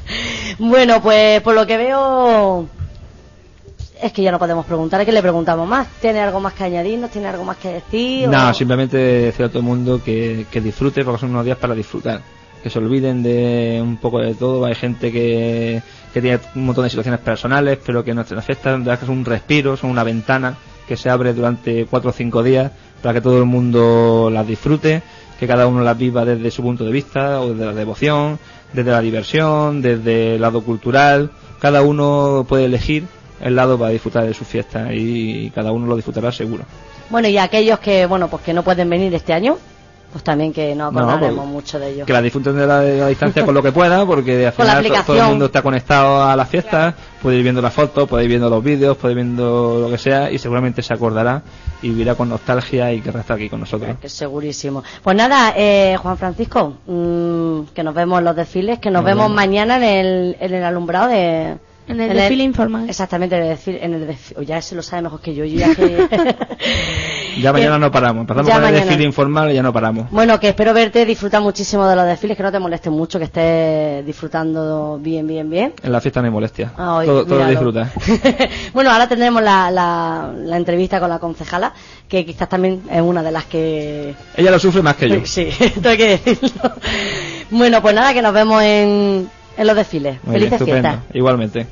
Bueno, pues por lo que veo, es que ya no podemos preguntar, es que le preguntamos más. ¿Tiene algo más que añadirnos? ¿Tiene algo más que decir? No, simplemente decir a todo el mundo que disfrute, porque son unos días para disfrutar. Que se olviden de un poco de todo. Hay gente que tiene un montón de situaciones personales, pero que nuestras fiestas es un respiro, son una ventana que se abre durante 4 o 5 días para que todo el mundo las disfrute, que cada uno las viva desde su punto de vista, o desde la devoción, desde la diversión, desde el lado cultural. Cada uno puede elegir el lado para disfrutar de su fiesta, y cada uno lo disfrutará seguro. Bueno, y aquellos que pues que no pueden venir este año, pues también que no acordaremos mucho de ellos. Que la disfruten de la distancia con lo que pueda, porque al final todo el mundo está conectado a las fiestas, puede ir viendo las fotos, puede ir viendo los vídeos, puede ir viendo lo que sea, y seguramente se acordará y vivirá con nostalgia y querrá estar aquí con nosotros. Que segurísimo. Pues nada, Juan Francisco, que nos vemos en los desfiles, que nos vemos mañana en el alumbrado de... En el desfile informal. Exactamente, en el desfile. Ya se lo sabe mejor que yo. Ya que... Ya mañana no paramos. Empezamos con el desfile informal y ya no paramos. Bueno, que espero verte disfrutar muchísimo de los desfiles, que no te moleste mucho, que estés disfrutando bien. En la fiesta no hay molestia. Ay, todo disfruta. Bueno, ahora tendremos la entrevista con la concejala, que quizás también es una de las que... Ella lo sufre más que yo. Sí, esto hay que decirlo. Bueno, pues nada, que nos vemos en los desfiles. Muy Felices bien, fiestas. Igualmente.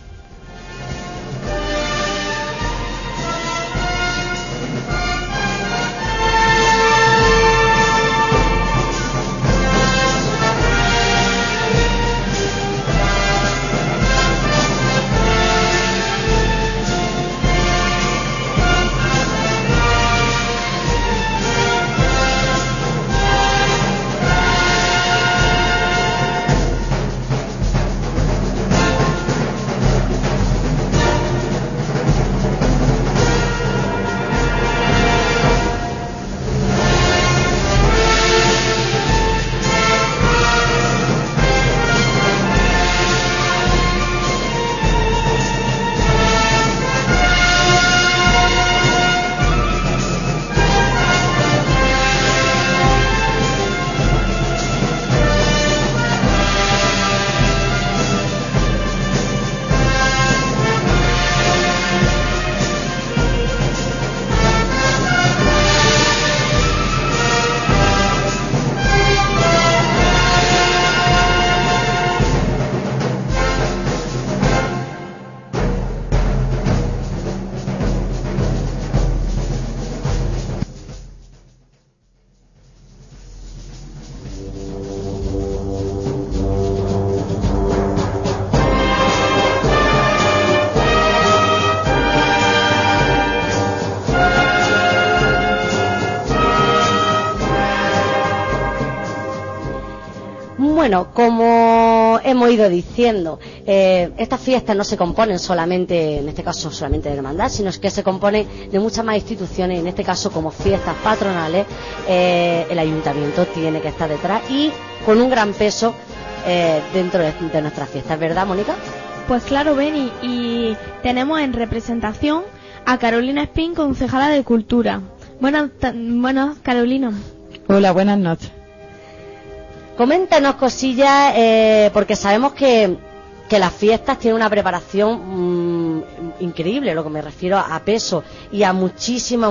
Bueno, como hemos ido diciendo, estas fiestas no se componen solamente, en este caso solamente de hermandad, sino que se compone de muchas más instituciones, en este caso como fiestas patronales, el ayuntamiento tiene que estar detrás y con un gran peso dentro de nuestras fiestas, ¿verdad, Mónica? Pues claro, Beni, y tenemos en representación a Carolina Espín, concejala de Cultura. Buenas, Carolina. Hola, buenas noches. Coméntanos cosillas, porque sabemos que las fiestas tienen una preparación increíble, lo que me refiero a peso y a muchísimas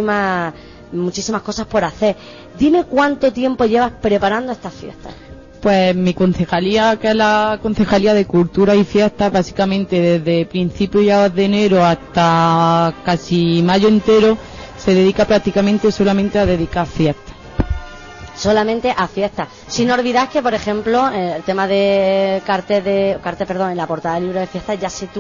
cosas por hacer. Dime cuánto tiempo llevas preparando estas fiestas. Pues mi concejalía, que es la Concejalía de Cultura y Fiestas, básicamente desde principios ya de enero hasta casi mayo entero, se dedica prácticamente solamente a dedicar fiestas. Solamente a fiestas. Sin olvidar que, por ejemplo, el tema de cartel, en la portada del libro de fiestas ya se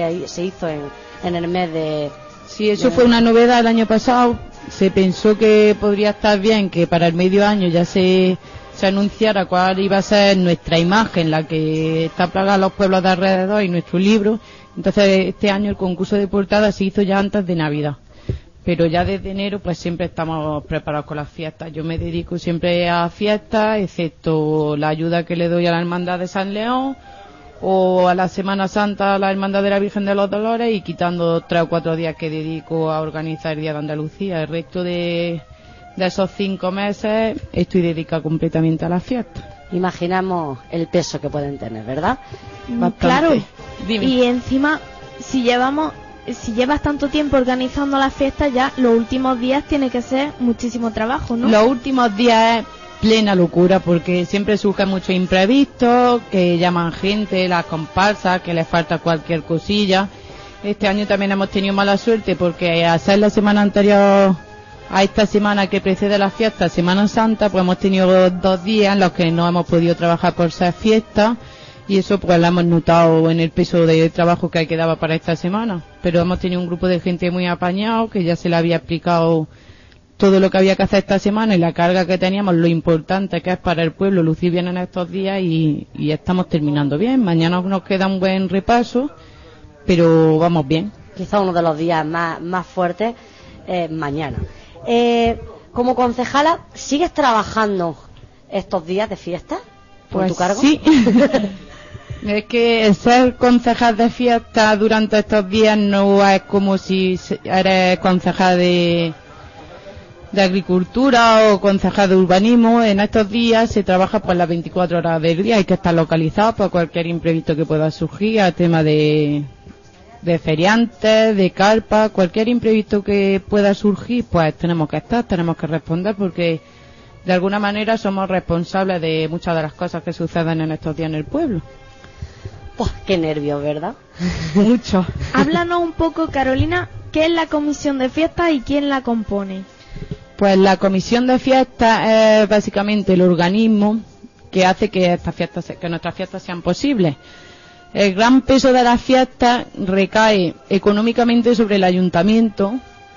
hizo en el mes de... Sí, eso fue una novedad el año pasado. Se pensó que podría estar bien que para el medio año ya se anunciara cuál iba a ser nuestra imagen, la que está plagada a los pueblos de alrededor y nuestro libro. Entonces este año el concurso de portada se hizo ya antes de Navidad. Pero ya desde enero pues siempre estamos preparados con las fiestas. Yo me dedico siempre a fiestas, excepto la ayuda que le doy a la Hermandad de San León o a la Semana Santa a la Hermandad de la Virgen de los Dolores, y quitando 3 o 4 días que dedico a organizar el Día de Andalucía. El resto de esos 5 meses estoy dedicada completamente a las fiestas. Imaginamos el peso que pueden tener, ¿verdad? Bastante. Claro. Dime. Y encima, si llevas tanto tiempo organizando las fiestas, ya los últimos días tiene que ser muchísimo trabajo, ¿no? Los últimos días es plena locura, porque siempre surgen muchos imprevistos, que llaman gente, las comparsas, que les falta cualquier cosilla. Este año también hemos tenido mala suerte, porque al ser la semana anterior a esta semana que precede la fiesta, Semana Santa, pues hemos tenido 2 días en los que no hemos podido trabajar por ser fiesta. Y eso pues lo hemos notado en el peso de trabajo que quedaba para esta semana. Pero hemos tenido un grupo de gente muy apañado, que ya se le había explicado todo lo que había que hacer esta semana y la carga que teníamos, lo importante que es para el pueblo lucir bien en estos días, y estamos terminando bien. Mañana nos queda un buen repaso, pero vamos bien. Quizá uno de los días más fuertes mañana. Como concejala, ¿sigues trabajando estos días de fiesta por Pues tu cargo? Sí. Es que ser concejal de fiesta durante estos días no es como si eres concejal de agricultura o concejal de urbanismo. En estos días se trabaja pues las 24 horas del día, hay que estar localizado por cualquier imprevisto que pueda surgir, al tema de feriantes, de carpa, cualquier imprevisto que pueda surgir, pues tenemos que responder, porque de alguna manera somos responsables de muchas de las cosas que suceden en estos días en el pueblo. Pues qué nervios, ¿verdad? Mucho. Háblanos un poco, Carolina, ¿qué es la comisión de fiestas y quién la compone? Pues la comisión de fiestas es básicamente el organismo que hace que nuestras fiestas sean posibles. El gran peso de las fiestas recae económicamente sobre el ayuntamiento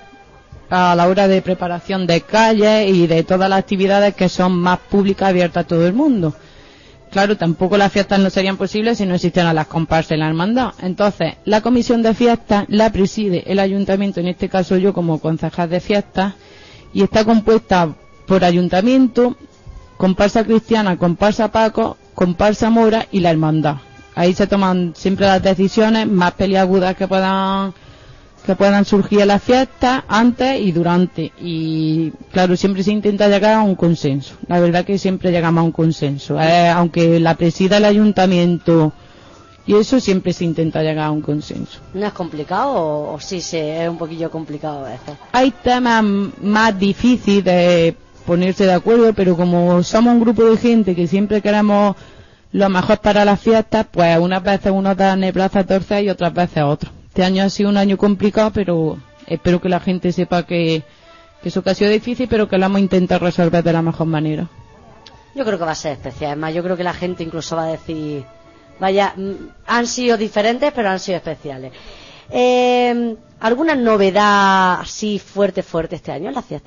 a la hora de preparación de calles y de todas las actividades que son más públicas, abiertas a todo el mundo. Claro, tampoco las fiestas no serían posibles si no existieran las comparsas y la hermandad. Entonces, la comisión de fiestas la preside el ayuntamiento, en este caso yo como concejal de fiestas, y está compuesta por ayuntamiento, comparsa cristiana, comparsa Paco, comparsa Mora y la hermandad. Ahí se toman siempre las decisiones más peliagudas que puedan surgir en las fiestas, antes y durante. Y claro, siempre se intenta llegar a un consenso. La verdad que siempre llegamos a un consenso. Aunque la presida el ayuntamiento y eso, siempre se intenta llegar a un consenso. ¿No es complicado o sí es un poquillo complicado a veces? Hay temas más difíciles de ponerse de acuerdo, pero como somos un grupo de gente que siempre queremos lo mejor para las fiestas, pues unas veces unos dan el brazo a torcer y otras veces otros. Este año ha sido un año complicado, pero espero que la gente sepa que eso que ha sido difícil, pero que lo hemos intentado resolver de la mejor manera. Yo creo que va a ser especial. Además, yo creo que la gente incluso va a decir, vaya, han sido diferentes, pero han sido especiales. ¿Alguna novedad así fuerte este año en las fiestas?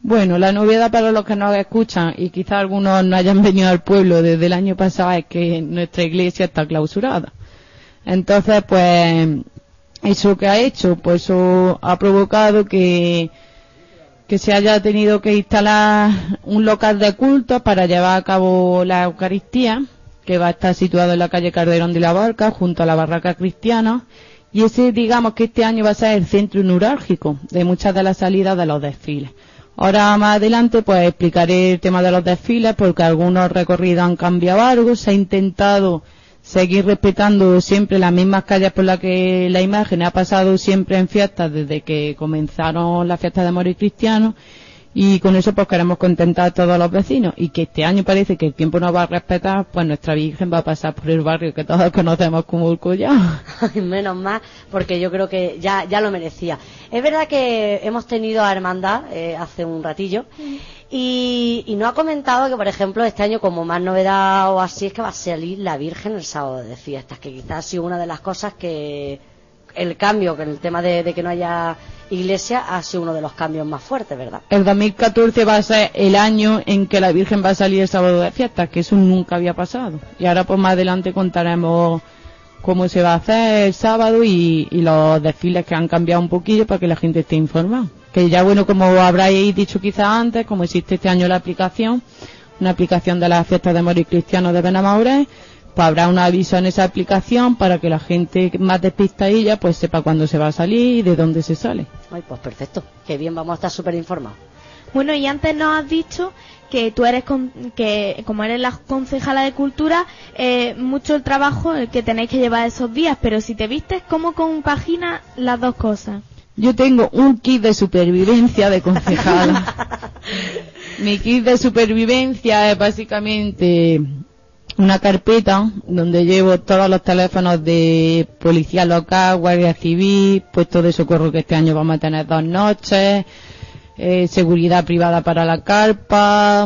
Bueno, la novedad para los que nos escuchan, y quizá algunos no hayan venido al pueblo desde el año pasado, es que nuestra iglesia está clausurada. Entonces, pues, ¿eso que ha hecho? Pues eso ha provocado que se haya tenido que instalar un local de culto para llevar a cabo la Eucaristía, que va a estar situado en la calle Calderón de la Barca, junto a la Barraca Cristiana, y ese, digamos que este año va a ser el centro neurálgico de muchas de las salidas de los desfiles. Ahora más adelante pues explicaré el tema de los desfiles, porque algunos recorridos han cambiado algo, se ha intentado seguir respetando siempre las mismas calles por las que la imagen ha pasado siempre en fiestas desde que comenzaron las fiestas de amor y cristianos, y con eso pues queremos contentar a todos los vecinos, y que este año parece que el tiempo nos va a respetar, pues nuestra Virgen va a pasar por el barrio que todos conocemos como el Collao. Menos mal, porque yo creo que ya lo merecía. Es verdad que hemos tenido a Hermandad hace un ratillo, y nos ha comentado que, por ejemplo, este año como más novedad o así es que va a salir la Virgen el sábado de fiestas, que quizás ha sido una de las cosas que el cambio, que el tema de que no haya iglesia ha sido uno de los cambios más fuertes, ¿verdad? El 2014 va a ser el año en que la Virgen va a salir el sábado de fiestas, que eso nunca había pasado. Y ahora pues más adelante contaremos cómo se va a hacer el sábado y los desfiles que han cambiado un poquillo para que la gente esté informada. Que ya bueno, como habréis dicho quizás antes, como existe este año la aplicación, una aplicación de las fiestas de amor y cristianos de Benamaurel, pues habrá un aviso en esa aplicación para que la gente más despistadilla pues sepa cuándo se va a salir y de dónde se sale. Ay, pues perfecto, qué bien, vamos a estar súper informados. Bueno, y antes nos has dicho que tú eres, que como eres la concejala de Cultura, mucho el trabajo el que tenéis que llevar esos días, pero si te vistes, ¿cómo compaginas las dos cosas? Yo tengo un kit de supervivencia de concejala. Mi kit de supervivencia es básicamente una carpeta donde llevo todos los teléfonos de policía local, guardia civil, puesto de socorro que este año vamos a tener 2 noches, seguridad privada para la carpa,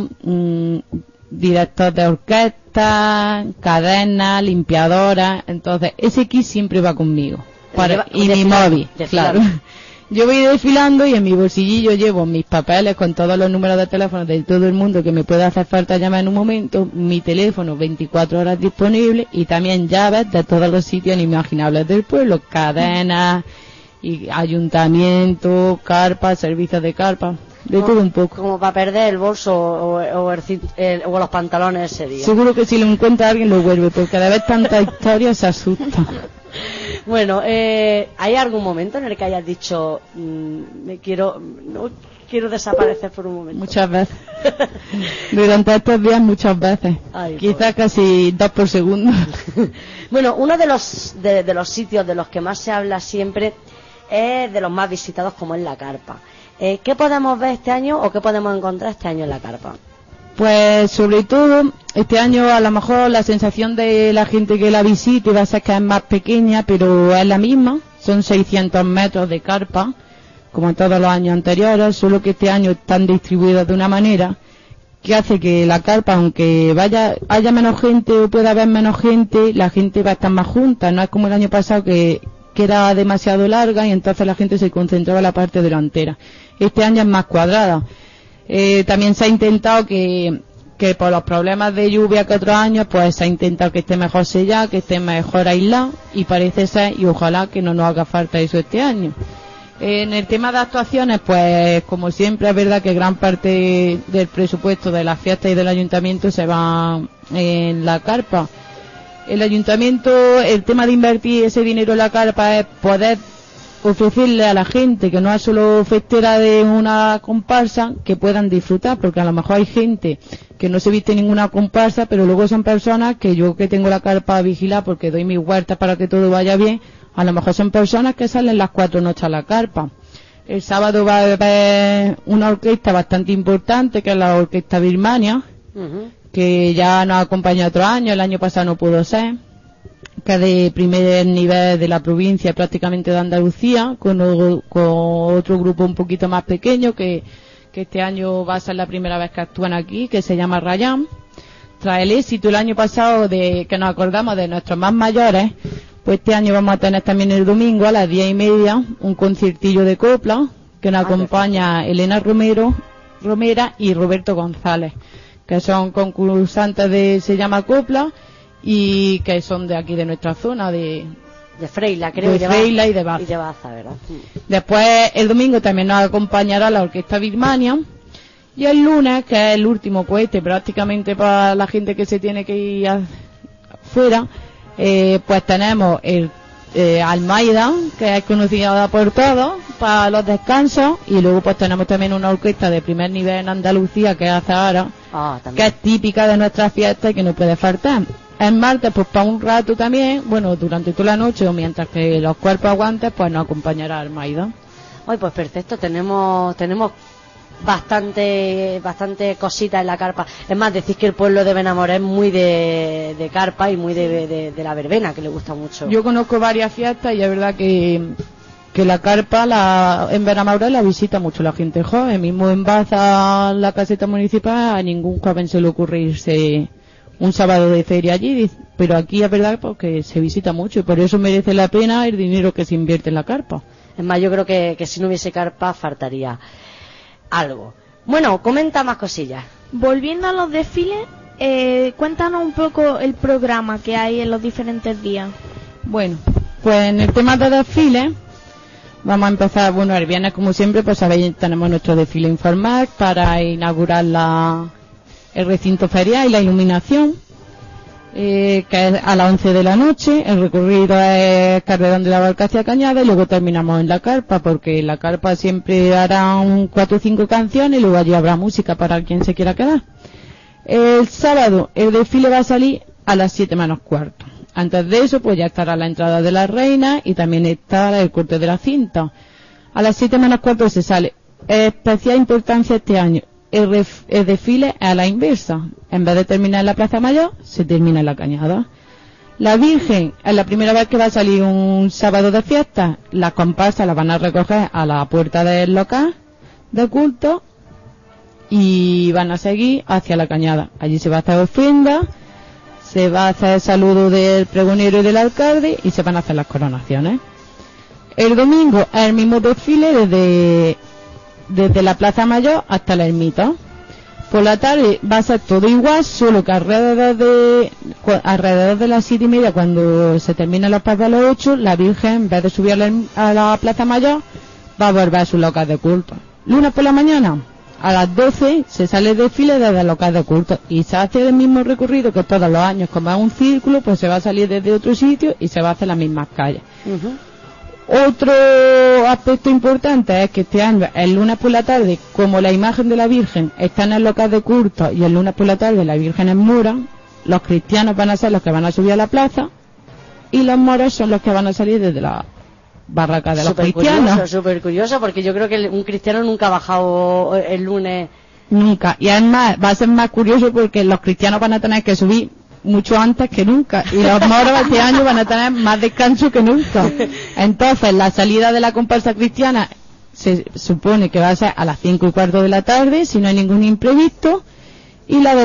director de orquesta, cadenas, limpiadoras. Entonces ese kit siempre va conmigo y mi móvil, claro. Yo voy desfilando y en mi bolsillillo llevo mis papeles con todos los números de teléfono de todo el mundo que me pueda hacer falta llamar en un momento, mi teléfono 24 horas disponible, y también llaves de todos los sitios inimaginables del pueblo, cadenas, y ayuntamiento, carpas, servicios de carpa, de todo un poco. Como para perder el bolso o los pantalones ese día. Seguro que si lo encuentra alguien lo vuelve, porque de ver tanta historia se asusta. Bueno, ¿hay algún momento en el que hayas dicho no quiero desaparecer por un momento? Muchas veces. Durante estos días muchas veces. Ay, quizás casi 2 por segundo. Bueno, uno de los sitios de los que más se habla siempre es de los más visitados, como es la carpa. ¿Qué podemos ver este año o qué podemos encontrar este año en la carpa? Pues sobre todo este año a lo mejor la sensación de la gente que la visite va a ser que es más pequeña, pero es la misma. Son 600 metros de carpa, como en todos los años anteriores, solo que este año están distribuidos de una manera que hace que la carpa, aunque haya menos gente o pueda haber menos gente, la gente va a estar más junta. No es como el año pasado que era demasiado larga y entonces la gente se concentraba en la parte delantera. Este año es más cuadrada. También se ha intentado que por los problemas de lluvia que otros años, pues se ha intentado que esté mejor sellado, que esté mejor aislado, y parece ser, y ojalá que no nos haga falta eso este año. En el tema de actuaciones, pues como siempre es verdad que gran parte del presupuesto de las fiestas y del ayuntamiento se va en la carpa. El ayuntamiento, el tema de invertir ese dinero en la carpa es poder ofrecerle a la gente que no es solo festera de una comparsa, que puedan disfrutar, porque a lo mejor hay gente que no se viste ninguna comparsa, pero luego son personas que yo, que tengo la carpa a vigilar porque doy mis huertas para que todo vaya bien, a lo mejor son personas que salen las 4 noches a la carpa. El sábado va a haber una orquesta bastante importante, que es la Orquesta Birmania, que ya nos acompaña otro año, el año pasado no pudo ser, que es de primer nivel de la provincia, prácticamente de Andalucía, con otro grupo un poquito más pequeño, que este año va a ser la primera vez que actúan aquí, que se llama Rayán. Tras el éxito el año pasado de que nos acordamos de nuestros más mayores, pues este año vamos a tener también el domingo a las 10:30 un conciertillo de copla, que nos acompaña Elena Romero Romera y Roberto González, que son concursantes de Se llama Copla y que son de aquí de nuestra zona, de Freila, creo, de Freila y de Baza. ¿Verdad? Después el domingo también nos acompañará la Orquesta Birmania. Y el lunes, que es el último cohete prácticamente para la gente que se tiene que ir afuera, pues tenemos el Almeida, que es conocida por todos, para los descansos, y luego pues tenemos también una orquesta de primer nivel en Andalucía, que es Azahara, que es típica de nuestras fiestas y que no puede faltar. El martes, pues para un rato también, bueno, durante toda la noche o mientras que los cuerpos aguanten, pues nos acompañará Almeida. Ay, pues perfecto, tenemos bastante cositas en la carpa. Es más, decís que el pueblo de Benamoré es muy de carpa y muy de la verbena, que le gusta mucho. Yo conozco varias fiestas y es verdad que la carpa en Benamoré la visita mucho la gente joven. Mismo en Baza, la caseta municipal, a ningún joven se le ocurre irse un sábado de feria allí, pero aquí es verdad porque se visita mucho y por eso merece la pena el dinero que se invierte en la carpa. Es más, yo creo que si no hubiese carpa faltaría algo. Bueno, comenta más cosillas. Volviendo a los desfiles, cuéntanos un poco el programa que hay en los diferentes días. Bueno, pues en el tema de desfiles vamos a empezar, bueno, el viernes como siempre, pues sabéis, tenemos nuestro desfile informal para inaugurar el recinto ferial y la iluminación, que es a las 11 de la noche. El recorrido es Carrerón de la Barca hacia Cañada y luego terminamos en la carpa, porque en la carpa siempre harán 4 o 5 canciones y luego allí habrá música para quien se quiera quedar. El sábado el desfile va a salir a las 7 menos cuarto. Antes de eso pues ya estará la entrada de la reina y también estará el corte de la cinta. A las 7 menos cuarto se sale. Especial importancia este año. El desfile es a la inversa. En vez de terminar en la Plaza Mayor, se termina en la Cañada. La Virgen es la primera vez que va a salir un sábado de fiesta. Las comparsas las van a recoger a la puerta del local de culto y van a seguir hacia la Cañada. Allí se va a hacer ofrenda, se va a hacer el saludo del pregonero y del alcalde y se van a hacer las coronaciones. El domingo es el mismo desfile desde la Plaza Mayor hasta la Ermita. Por la tarde va a ser todo igual, solo que alrededor de las 7:30, cuando se terminen los pasos a las 8, la Virgen, en vez de subir a la Plaza Mayor, va a volver a su local de culto. Lunes por la mañana, a las 12, se sale el desfile desde el local de culto y se hace el mismo recorrido que todos los años. Como es un círculo, pues se va a salir desde otro sitio y se va a hacer las mismas calles. Otro aspecto importante es que este año, el lunes por la tarde, como la imagen de la Virgen está en el local de culto y el lunes por la tarde la Virgen es mora, los cristianos van a ser los que van a subir a la plaza y los moros son los que van a salir desde la barraca de los cristianos. Súper curioso, porque yo creo que un cristiano nunca ha bajado el lunes. Nunca. Y además va a ser más curioso porque los cristianos van a tener que subir mucho antes que nunca y los moros este año van a tener más descanso que nunca. Entonces la salida de la comparsa cristiana se supone que va a ser a las 5:15 de la tarde si no hay ningún imprevisto, y la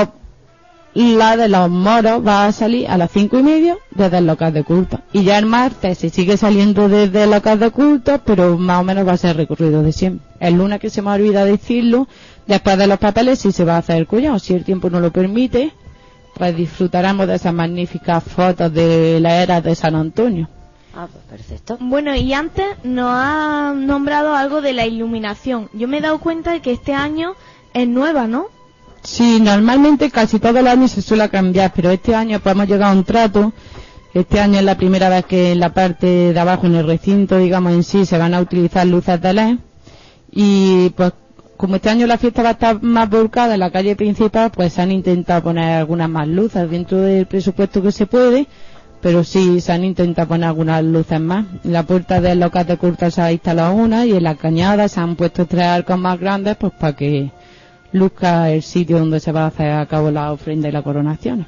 de los moros va a salir a las 5:30 desde el local de culto, y ya el martes se sigue saliendo desde el local de culto, pero más o menos va a ser el recorrido de siempre. El lunes, que se me olvida decirlo, después de los papeles sí se va a hacer el collado, si el tiempo no lo permite, pues disfrutaremos de esas magníficas fotos de la era de San Antonio. Pues perfecto. Bueno, y antes nos ha nombrado algo de la iluminación. Yo me he dado cuenta de que este año es nueva, ¿no? Sí, normalmente casi todos los años se suele cambiar, pero este año pues hemos llegado a un trato. Este año es la primera vez que en la parte de abajo, en el recinto, digamos en sí, se van a utilizar luces de LED, y pues como este año la fiesta va a estar más volcada en la calle principal, pues se han intentado poner algunas más luces dentro del presupuesto que se puede, pero sí se han intentado poner algunas luces más. En la puerta del local de culto se ha instalado una, y en la Cañada se han puesto 3 arcos más grandes, pues para que luzca el sitio donde se va a hacer a cabo la ofrenda y la coronación.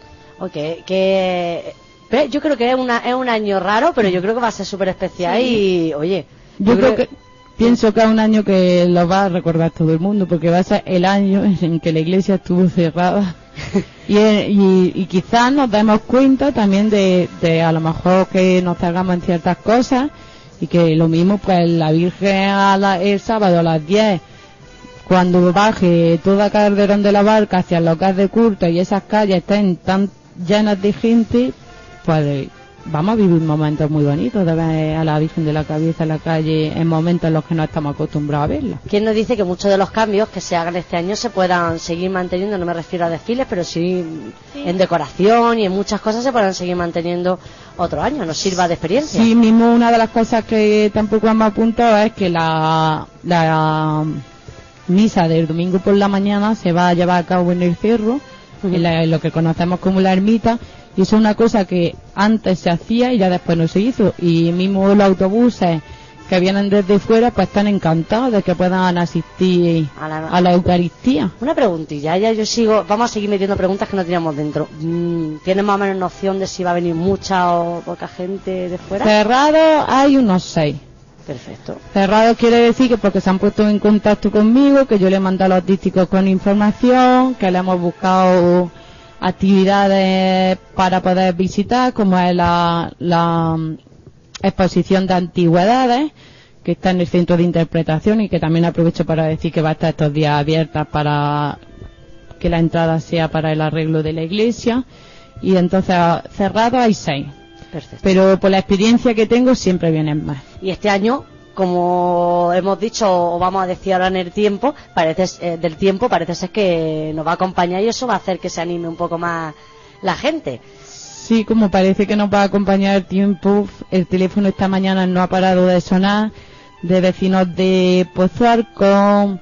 Yo creo que es un año raro, pero yo creo que va a ser súper especial. Sí. Y oye, yo creo que pienso que es un año que lo va a recordar todo el mundo, porque va a ser el año en que la iglesia estuvo cerrada y quizás nos demos cuenta también de a lo mejor que nos salgamos en ciertas cosas, y que lo mismo pues la Virgen el sábado a las 10 cuando baje toda Calderón de la Barca hacia el local de culto y esas calles estén tan llenas de gente, pues vamos a vivir momentos muy bonitos de ver a la Virgen de la Cabeza en la calle en momentos en los que no estamos acostumbrados a verla. ¿Quién nos dice que muchos de los cambios que se hagan este año se puedan seguir manteniendo? No me refiero a desfiles, pero sí en decoración y en muchas cosas se puedan seguir manteniendo otro año, nos sirva de experiencia. Sí, mismo una de las cosas que tampoco hemos apuntado es que la misa del domingo por la mañana se va a llevar a cabo en el cerro, en lo que conocemos como la ermita, y eso es una cosa que antes se hacía y ya después no se hizo, y mismo los autobuses que vienen desde fuera pues están encantados de que puedan asistir a la Eucaristía. Una preguntilla, vamos a seguir metiendo preguntas que no teníamos dentro. ¿Tienes más o menos noción de si va a venir mucha o poca gente de fuera? Cerrados hay unos 6. Perfecto. Cerrados quiere decir que porque se han puesto en contacto conmigo, que yo le he mandado a los dísticos con información, que le hemos buscado actividades para poder visitar, como es la exposición de antigüedades, que está en el centro de interpretación, y que también aprovecho para decir que va a estar estos días abiertas para que la entrada sea para el arreglo de la iglesia. Y entonces cerrados hay 6. Perfecto. Pero por la experiencia que tengo siempre vienen más. Y este año, como hemos dicho o vamos a decir ahora en el tiempo, parece ser que nos va a acompañar, y eso va a hacer que se anime un poco más la gente. Sí, como parece que nos va a acompañar el tiempo, el teléfono esta mañana no ha parado de sonar, de vecinos de Pozuarco,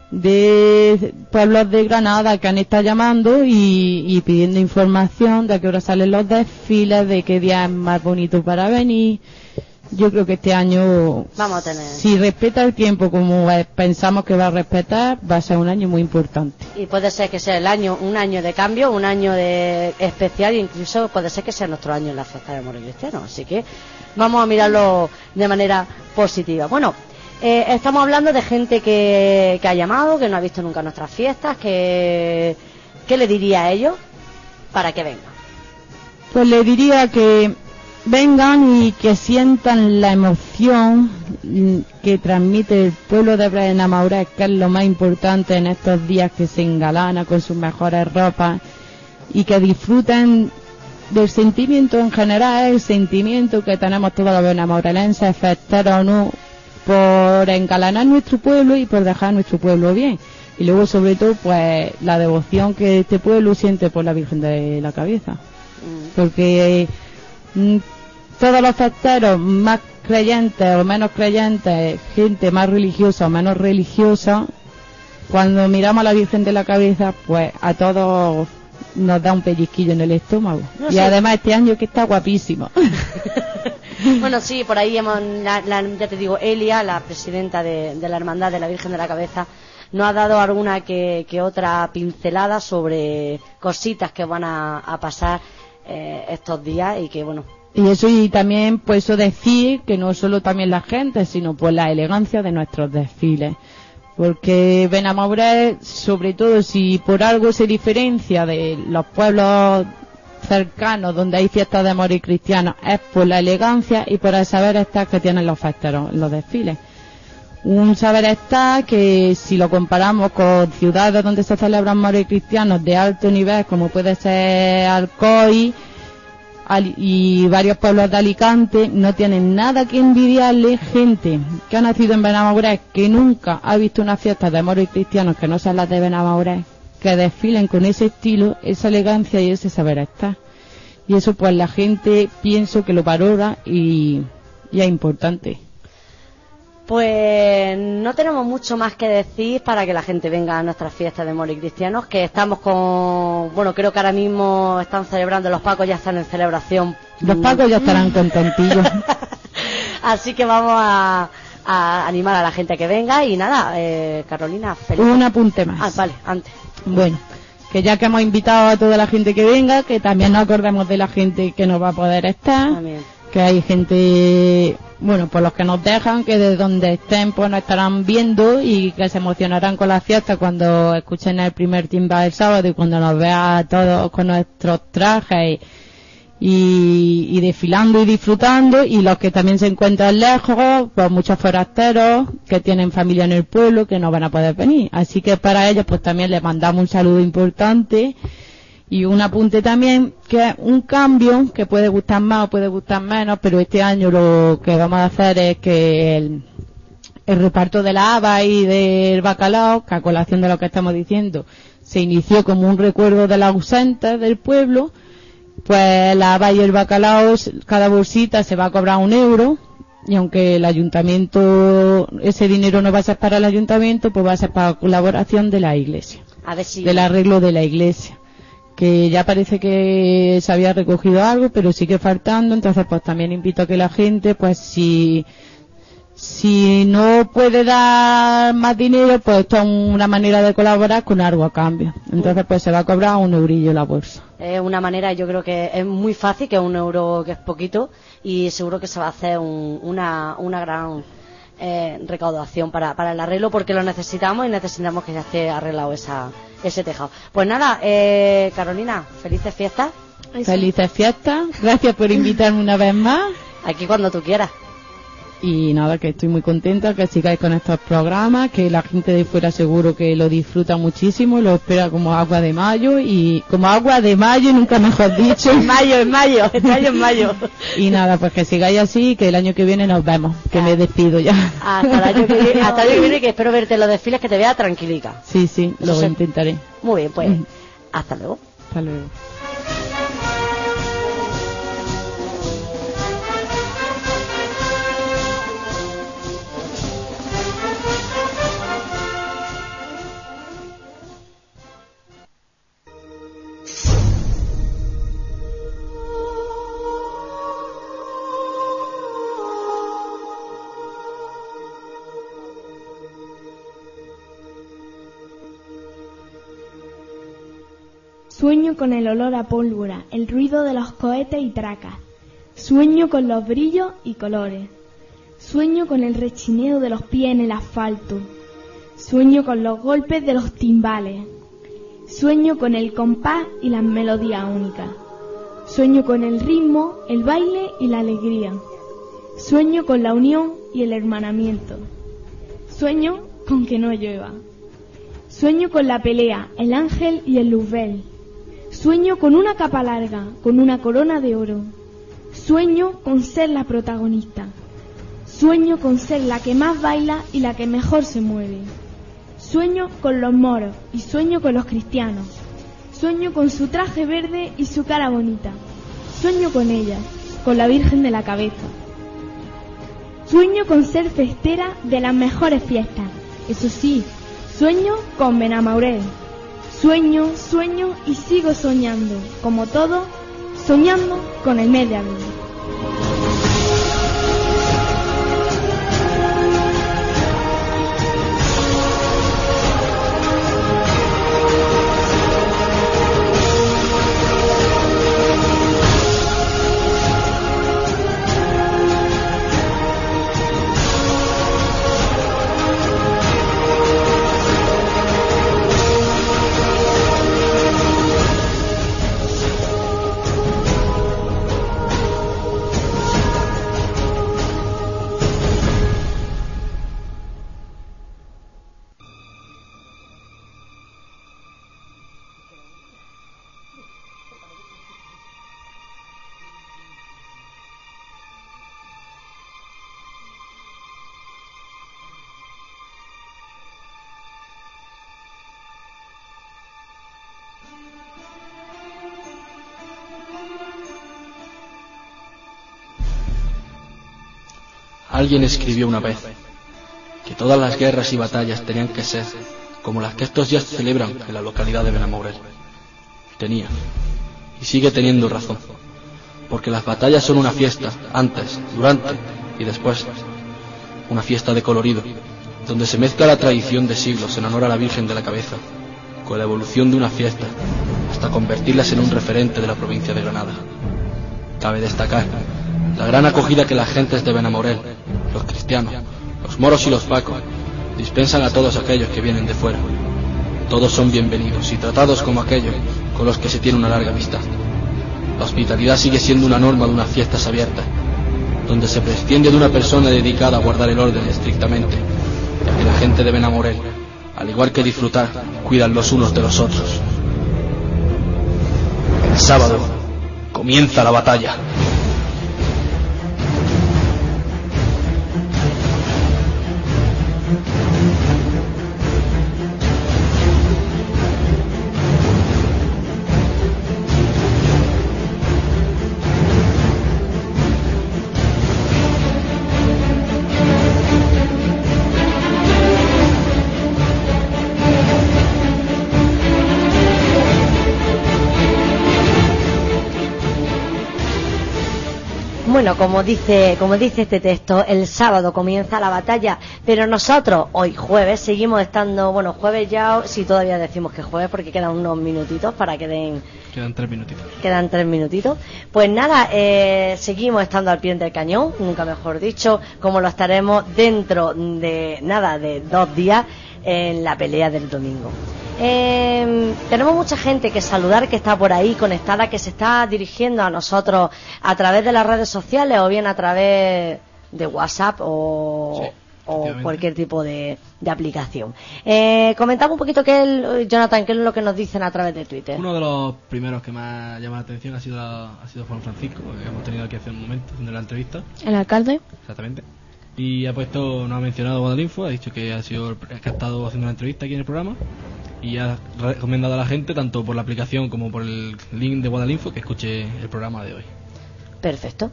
de pueblos de Granada que han estado llamando y pidiendo información de a qué hora salen los desfiles, de qué día es más bonito para venir. Yo creo que este año, vamos a tener, si respeta el tiempo como pensamos que va a respetar, va a ser un año muy importante. Y puede ser que sea un año de cambio, un año de especial, e incluso puede ser que sea nuestro año en la fiesta de Amor Cristiano. Así que vamos a mirarlo de manera positiva. Bueno, estamos hablando de gente que ha llamado, que no ha visto nunca nuestras fiestas. ¿Qué le diría a ellos para que vengan? Pues le diría que vengan y que sientan la emoción que transmite el pueblo de Benamaurés, que es lo más importante en estos días, que se engalana con sus mejores ropas, y que disfruten del sentimiento en general, el sentimiento que tenemos todos los benamaurelenses, festeros o no, por engalanar nuestro pueblo y por dejar nuestro pueblo bien. Y luego, sobre todo, pues la devoción que este pueblo siente por la Virgen de la Cabeza. Porque todos los festeros, más creyentes o menos creyentes, gente más religiosa o menos religiosa, cuando miramos a la Virgen de la Cabeza, pues a todos nos da un pellizquillo en el estómago. No, y sí. además este año que está guapísimo. Bueno, sí, por ahí ya te digo, Elia, la presidenta de la Hermandad de la Virgen de la Cabeza, nos ha dado alguna que otra pincelada sobre cositas que van a pasar estos días, y que bueno. Y eso, y también pues eso decir que no solo también la gente, sino pues la elegancia de nuestros desfiles. Porque Benamaurés, sobre todo si por algo se diferencia de los pueblos cercanos donde hay fiestas de amor y cristianos, es por la elegancia y por el saber estar que tienen los festeros en los desfiles. Un saber estar que, si lo comparamos con ciudades donde se celebran amor y cristianos de alto nivel, como puede ser Alcoy y varios pueblos de Alicante, no tienen nada que envidiarle gente que ha nacido en Benamaurés, que nunca ha visto una fiesta de amor y cristianos que no sean las de Benamaurés, que desfilen con ese estilo, esa elegancia y ese saber estar. Y eso pues la gente pienso que lo valora y es importante. Pues no tenemos mucho más que decir para que la gente venga a nuestras fiestas de amor y cristianos, que estamos bueno, creo que ahora mismo están celebrando, los Pacos ya están en celebración. Los Pacos ya estarán contentillos. Así que vamos a animar a la gente a que venga. Y nada, Carolina, feliz. Un apunte más. Ah, vale, antes. Bueno, que ya que hemos invitado a toda la gente que venga, que también nos acordemos de la gente que no va a poder estar. También. Que hay gente, bueno, por los que nos dejan, que de donde estén pues nos estarán viendo y que se emocionarán con la fiesta cuando escuchen el primer timbre del sábado y cuando nos vean a todos con nuestros trajes y desfilando y disfrutando, y los que también se encuentran lejos, pues muchos forasteros que tienen familia en el pueblo que no van a poder venir. Así que para ellos pues también les mandamos un saludo importante. Y un apunte también, que es un cambio que puede gustar más o puede gustar menos, pero este año lo que vamos a hacer es que el reparto de la haba y del bacalao, que a colación de lo que estamos diciendo, se inició como un recuerdo de los ausentes del pueblo, pues la haba y el bacalao, cada bolsita se va a cobrar 1 euro, y aunque el ayuntamiento, ese dinero no va a ser para el ayuntamiento, pues va a ser para colaboración de la iglesia, a ver si... del arreglo de la iglesia, que ya parece que se había recogido algo, pero sigue faltando. Entonces pues también invito a que la gente, pues si no puede dar más dinero, pues esto es una manera de colaborar con algo a cambio. Entonces pues se va a cobrar 1 eurillo la bolsa. Es una manera, yo creo que es muy fácil, que es 1 euro, que es poquito, y seguro que se va a hacer una gran recaudación para el arreglo, porque lo necesitamos y necesitamos que ya esté arreglado ese tejado. Pues nada, Carolina, felices fiestas. Felices fiestas, gracias por invitarme una vez más. Aquí cuando tú quieras. Y nada, que estoy muy contenta que sigáis con estos programas, que la gente de fuera seguro que lo disfruta muchísimo, lo espera como agua de mayo, y nunca mejor dicho. En mayo, este año en mayo. Y nada, pues que sigáis así, que el año que viene nos vemos, que me despido ya. Hasta el año que viene, que espero verte en los desfiles, que te vea tranquilica. Sí, lo intentaré. Muy bien, pues hasta luego. Hasta luego. Sueño con el olor a pólvora, el ruido de los cohetes y tracas. Sueño con los brillos y colores. Sueño con el rechineo de los pies en el asfalto. Sueño con los golpes de los timbales. Sueño con el compás y las melodías únicas. Sueño con el ritmo, el baile y la alegría. Sueño con la unión y el hermanamiento. Sueño con que no llueva. Sueño con la pelea, el ángel y el luzbel. Sueño con una capa larga, con una corona de oro. Sueño con ser la protagonista. Sueño con ser la que más baila y la que mejor se mueve. Sueño con los moros y sueño con los cristianos. Sueño con su traje verde y su cara bonita. Sueño con ella, con la Virgen de la Cabeza. Sueño con ser festera de las mejores fiestas. Eso sí, sueño con Benamaurel. Sueño y sigo soñando, como todo, soñando con el mes de abril. Alguien escribió una vez que todas las guerras y batallas tenían que ser como las que estos días se celebran en la localidad de Benamaurel. Tenía, y sigue teniendo razón, porque las batallas son una fiesta, antes, durante y después. Una fiesta de colorido, donde se mezcla la tradición de siglos en honor a la Virgen de la Cabeza, con la evolución de una fiesta, hasta convertirlas en un referente de la provincia de Granada. Cabe destacar la gran acogida que las gentes de Benamaurel, los cristianos, los moros y los pacos, dispensan a todos aquellos que vienen de fuera. Todos son bienvenidos y tratados como aquellos con los que se tiene una larga amistad. La hospitalidad sigue siendo una norma de unas fiestas abiertas, donde se prescinde de una persona dedicada a guardar el orden estrictamente, ya que la gente de Benamorel, al igual que disfrutar, cuidan los unos de los otros. El sábado comienza la batalla. Bueno, como dice este texto, el sábado comienza la batalla, pero nosotros hoy jueves seguimos estando, bueno, jueves ya, sí, todavía decimos que jueves porque quedan unos minutitos para que den... Quedan 3 minutitos. Quedan 3 minutitos. Pues nada, seguimos estando al pie del cañón, nunca mejor dicho, como lo estaremos dentro de, nada, de 2 días en la pelea del domingo. Tenemos mucha gente que saludar, que está por ahí conectada, que se está dirigiendo a nosotros a través de las redes sociales o bien a través de WhatsApp o cualquier tipo de aplicación. Comentamos un poquito Jonathan, qué es lo que nos dicen a través de Twitter. Uno de los primeros que me ha llamado la atención ha sido Juan Francisco, que hemos tenido aquí hace un momento haciendo la entrevista. ¿El alcalde? Exactamente. Y nos ha mencionado Guadalinfo, ha dicho que ha estado haciendo una entrevista aquí en el programa y ha recomendado a la gente, tanto por la aplicación como por el link de Guadalinfo, que escuche el programa de hoy. Perfecto.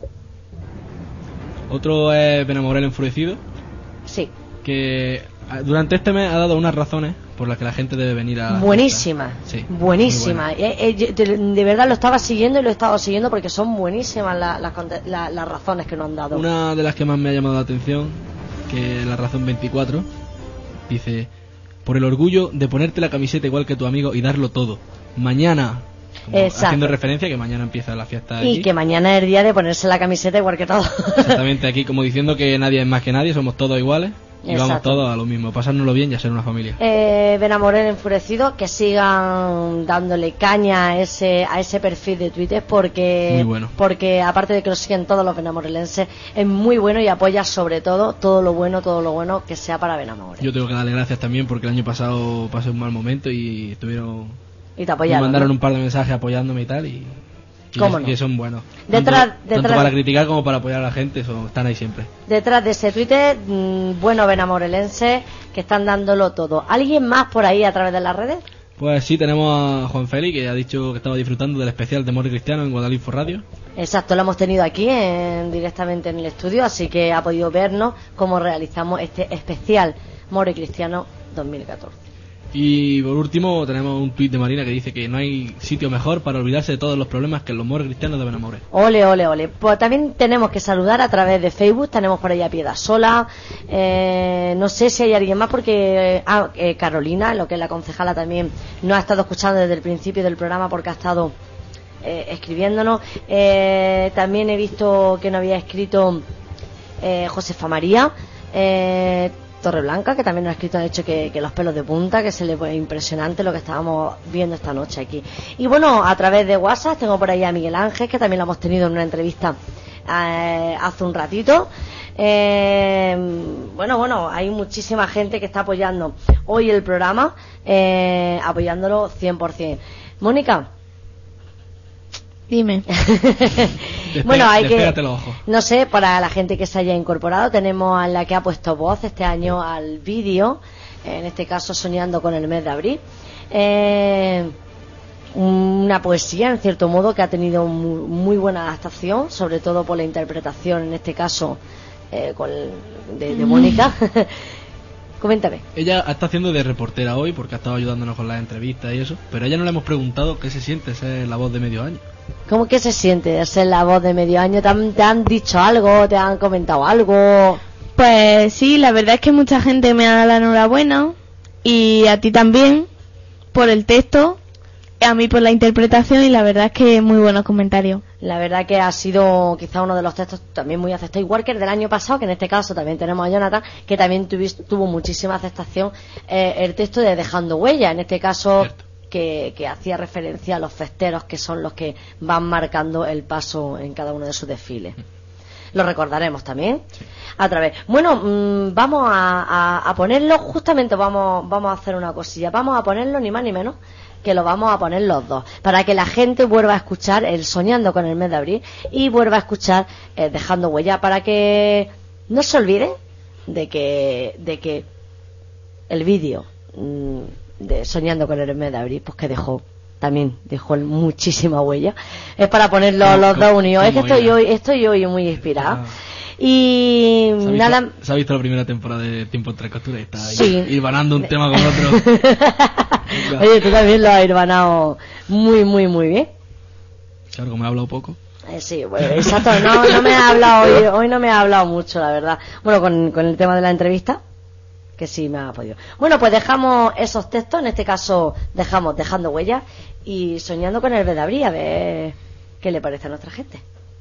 Otro es Benamorel Enfurecido. Sí. Que durante este mes ha dado unas razones por las que la gente debe venir a... Buenísima. Sí, buenísima. De verdad lo estaba siguiendo y lo he estado siguiendo porque son buenísimas las razones que nos han dado. Una de las que más me ha llamado la atención, que es la razón 24, dice: por el orgullo de ponerte la camiseta igual que tu amigo y darlo todo. Mañana, haciendo referencia que mañana empieza la fiesta y aquí. Que mañana es el día de ponerse la camiseta igual que todo. Exactamente, aquí como diciendo que nadie es más que nadie, somos todos iguales. Y Exacto. Vamos todos a lo mismo, pasárnoslo bien y a ser una familia. Benamorel Enfurecido, que sigan dándole caña a ese perfil de Twitter porque muy bueno. Porque aparte de que lo siguen todos los benamorelenses, es muy bueno y apoya sobre todo lo bueno que sea para Benamorel. Yo tengo que darle gracias también porque el año pasado pasé un mal momento y estuvieron... Y te apoyaron. Me mandaron un par de mensajes apoyándome y tal y que son buenos. Tanto para criticar como para apoyar a la gente, están ahí siempre. Detrás de ese Twitter, bueno, benamorelenses que están dándolo todo. ¿Alguien más por ahí a través de las redes? Pues sí, tenemos a Juan Félix, que ha dicho que estaba disfrutando del especial de More Cristiano en Guadalinfo Radio. Exacto, lo hemos tenido aquí directamente en el estudio, así que ha podido vernos cómo realizamos este especial More Cristiano 2014. Y por último tenemos un tuit de Marina que dice que no hay sitio mejor para olvidarse de todos los problemas que los More Cristianos de Benamorel. Ole, ole, ole. Pues también tenemos que saludar a través de Facebook, tenemos por ahí a Piedasola, no sé si hay alguien más porque Carolina, lo que es la concejala, también nos ha estado escuchando desde el principio del programa porque ha estado escribiéndonos. También he visto que nos había escrito Josefa María, Torreblanca, que también nos ha escrito, ha dicho que los pelos de punta, que se le fue impresionante lo que estábamos viendo esta noche aquí. Y bueno, a través de WhatsApp tengo por ahí a Miguel Ángel, que también lo hemos tenido en una entrevista hace un ratito. Bueno, hay muchísima gente que está apoyando hoy el programa, apoyándolo 100%. Mónica, dime. Bueno, hay que, los ojos. no sé, para la gente que se haya incorporado, tenemos a la que ha puesto voz este año al vídeo, en este caso Soñando con el mes de abril, una poesía en cierto modo que ha tenido muy buena adaptación, sobre todo por la interpretación en este caso de Mónica. Coméntame. Ella está haciendo de reportera hoy porque ha estado ayudándonos con las entrevistas y eso, pero a ella no le hemos preguntado qué se siente ser la voz de medio año. ¿Cómo que se siente ser la voz de medio año? ¿Te han dicho algo? ¿Te han comentado algo? Pues sí, la verdad es que mucha gente me ha dado la enhorabuena y a ti también por el texto, a mí por la interpretación y la verdad es que muy buenos comentarios. La verdad que ha sido quizá uno de los textos también muy aceptados, igual que el del año pasado, que en este caso también tenemos a Jonathan, que también tuvo muchísima aceptación, el texto de Dejando Huella, en este caso, que hacía referencia a los festeros, que son los que van marcando el paso en cada uno de sus desfiles. Lo recordaremos también a través. Bueno, vamos a ponerlo, justamente vamos a hacer una cosilla, vamos a ponerlo ni más ni menos que lo vamos a poner los dos, para que la gente vuelva a escuchar el Soñando con el mes de abril y vuelva a escuchar Dejando Huella, para que no se olviden de que el vídeo de Soñando con el mes de abril, pues que dejó muchísima huella. Es para ponerlo los dos unidos. Es que estoy hoy muy inspirada. Y nada. ¿Se ha visto la primera temporada de Tiempo entre costuras? Está ahí hilvanando un tema con otro. Oye, tú también lo has hilvanado muy bien. Claro, como he hablado poco. Sí, bueno, exacto. No me ha hablado hoy no me ha hablado mucho, la verdad. Bueno, con el tema de la entrevista, que sí me ha podido. Bueno, pues dejamos esos textos, en este caso dejamos Dejando Huellas y Soñando con el mes de abril, a ver qué le parece a nuestra gente.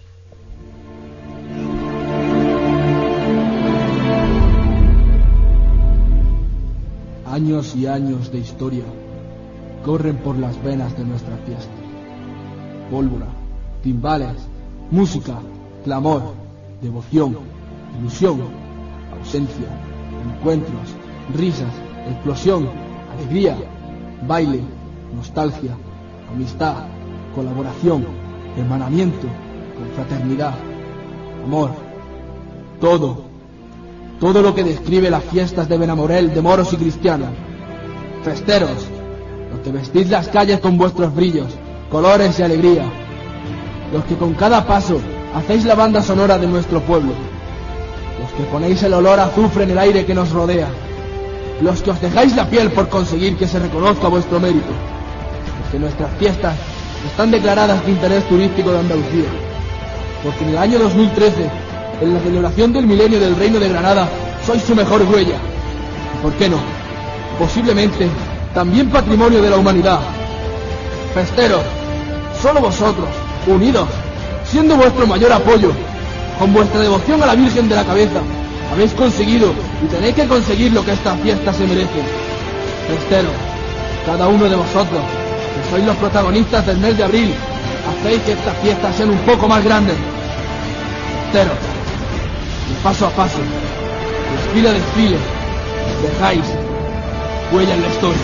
Años y años de historia corren por las venas de nuestra fiesta. Pólvora, timbales, música, clamor, devoción, ilusión, ausencia, encuentros, risas, explosión, alegría, baile, nostalgia, amistad, colaboración, hermanamiento, confraternidad, amor, todo lo que describe las fiestas de Benamorel de moros y cristianos. Festeros, los que vestís las calles con vuestros brillos, colores y alegría, los que con cada paso hacéis la banda sonora de nuestro pueblo, los que ponéis el olor a azufre en el aire que nos rodea, los que os dejáis la piel por conseguir que se reconozca vuestro mérito, porque nuestras fiestas están declaradas de interés turístico de Andalucía, porque en el año 2013, en la celebración del milenio del Reino de Granada, sois su mejor huella, y por qué no, posiblemente también patrimonio de la humanidad. Festeros, solo vosotros, unidos, siendo vuestro mayor apoyo, con vuestra devoción a la Virgen de la Cabeza, habéis conseguido y tenéis que conseguir lo que estas fiestas se merecen. Festeros, cada uno de vosotros, que sois los protagonistas del mes de abril, hacéis que estas fiestas sean un poco más grandes. Festeros, de paso a paso, desfile a desfile, dejáis huella en la historia.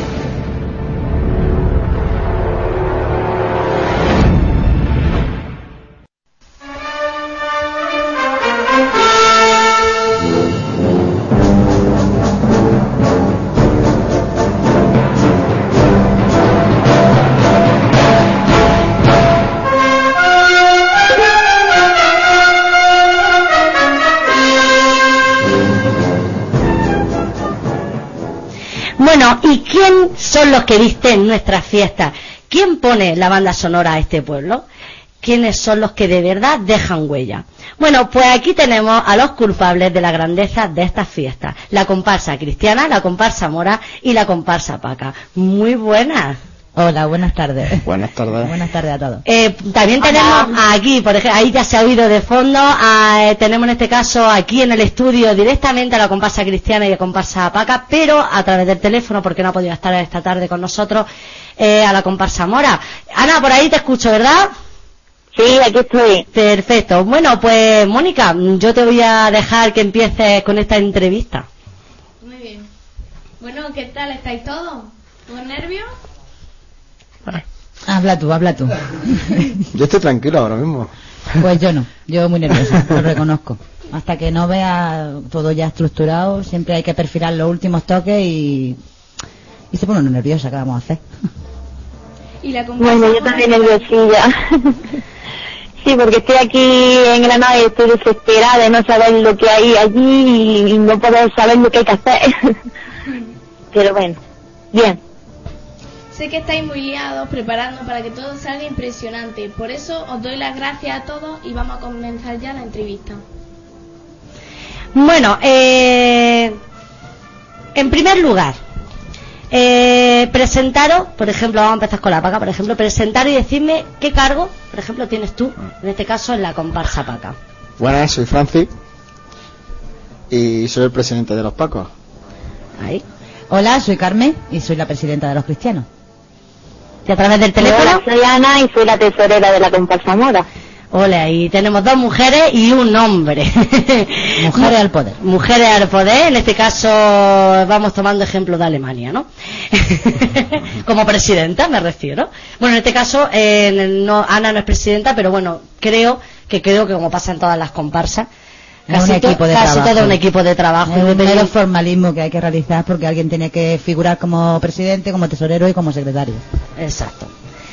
Bueno, ¿y quién son los que visten nuestras fiestas? ¿Quién pone la banda sonora a este pueblo? ¿Quiénes son los que de verdad dejan huella? Bueno, pues aquí tenemos a los culpables de la grandeza de estas fiestas. La comparsa cristiana, la comparsa mora y la comparsa paca. Muy buenas. Hola, buenas tardes. Buenas tardes. Buenas tardes a todos. También tenemos aquí, por ejemplo, ahí ya se ha oído de fondo, tenemos en este caso aquí en el estudio directamente a la comparsa cristiana y a la comparsa paca, pero a través del teléfono, porque no ha podido estar esta tarde con nosotros, a la comparsa mora. Ana, por ahí te escucho, ¿verdad? Sí, aquí estoy. Perfecto. Bueno, pues Mónica, yo te voy a dejar que empieces con esta entrevista. Muy bien. Bueno, ¿qué tal estáis todos? ¿Con nervios? Habla tú. Yo estoy tranquilo ahora mismo. Pues yo no, yo muy nerviosa, lo reconozco. Hasta que no vea todo ya estructurado, siempre hay que perfilar los últimos toques y se pone uno nerviosa, ¿qué vamos a hacer? ¿Y la bueno, yo también nerviosilla. Sí, porque estoy aquí en Granada y estoy desesperada de no saber lo que hay allí y no poder saber lo que hay que hacer. Pero bueno, bien. Sé que estáis muy liados preparando para que todo salga impresionante. Por eso os doy las gracias a todos y vamos a comenzar ya la entrevista. Bueno, en primer lugar, presentaros, por ejemplo, vamos a empezar con la paca, por ejemplo, presentaros y decirme qué cargo, por ejemplo, tienes tú, en este caso, en la comparsa paca. Buenas, soy Francis y soy el presidente de los pacos. Ahí. Hola, soy Carmen y soy la presidenta de los cristianos. ¿Y a través del teléfono? Hola, soy Ana y soy la tesorera de la comparsa Mora. Hola, y tenemos 2 mujeres y un hombre. Mujeres al poder. Mujeres al poder, en este caso vamos tomando ejemplo de Alemania, ¿no? Como presidenta me refiero. Bueno, en este caso Ana no es presidenta, pero bueno, creo que como pasa en todas las comparsas, casi todo un equipo de trabajo. Es un mero formalismo que hay que realizar porque alguien tiene que figurar como presidente, como tesorero y como secretario. Exacto.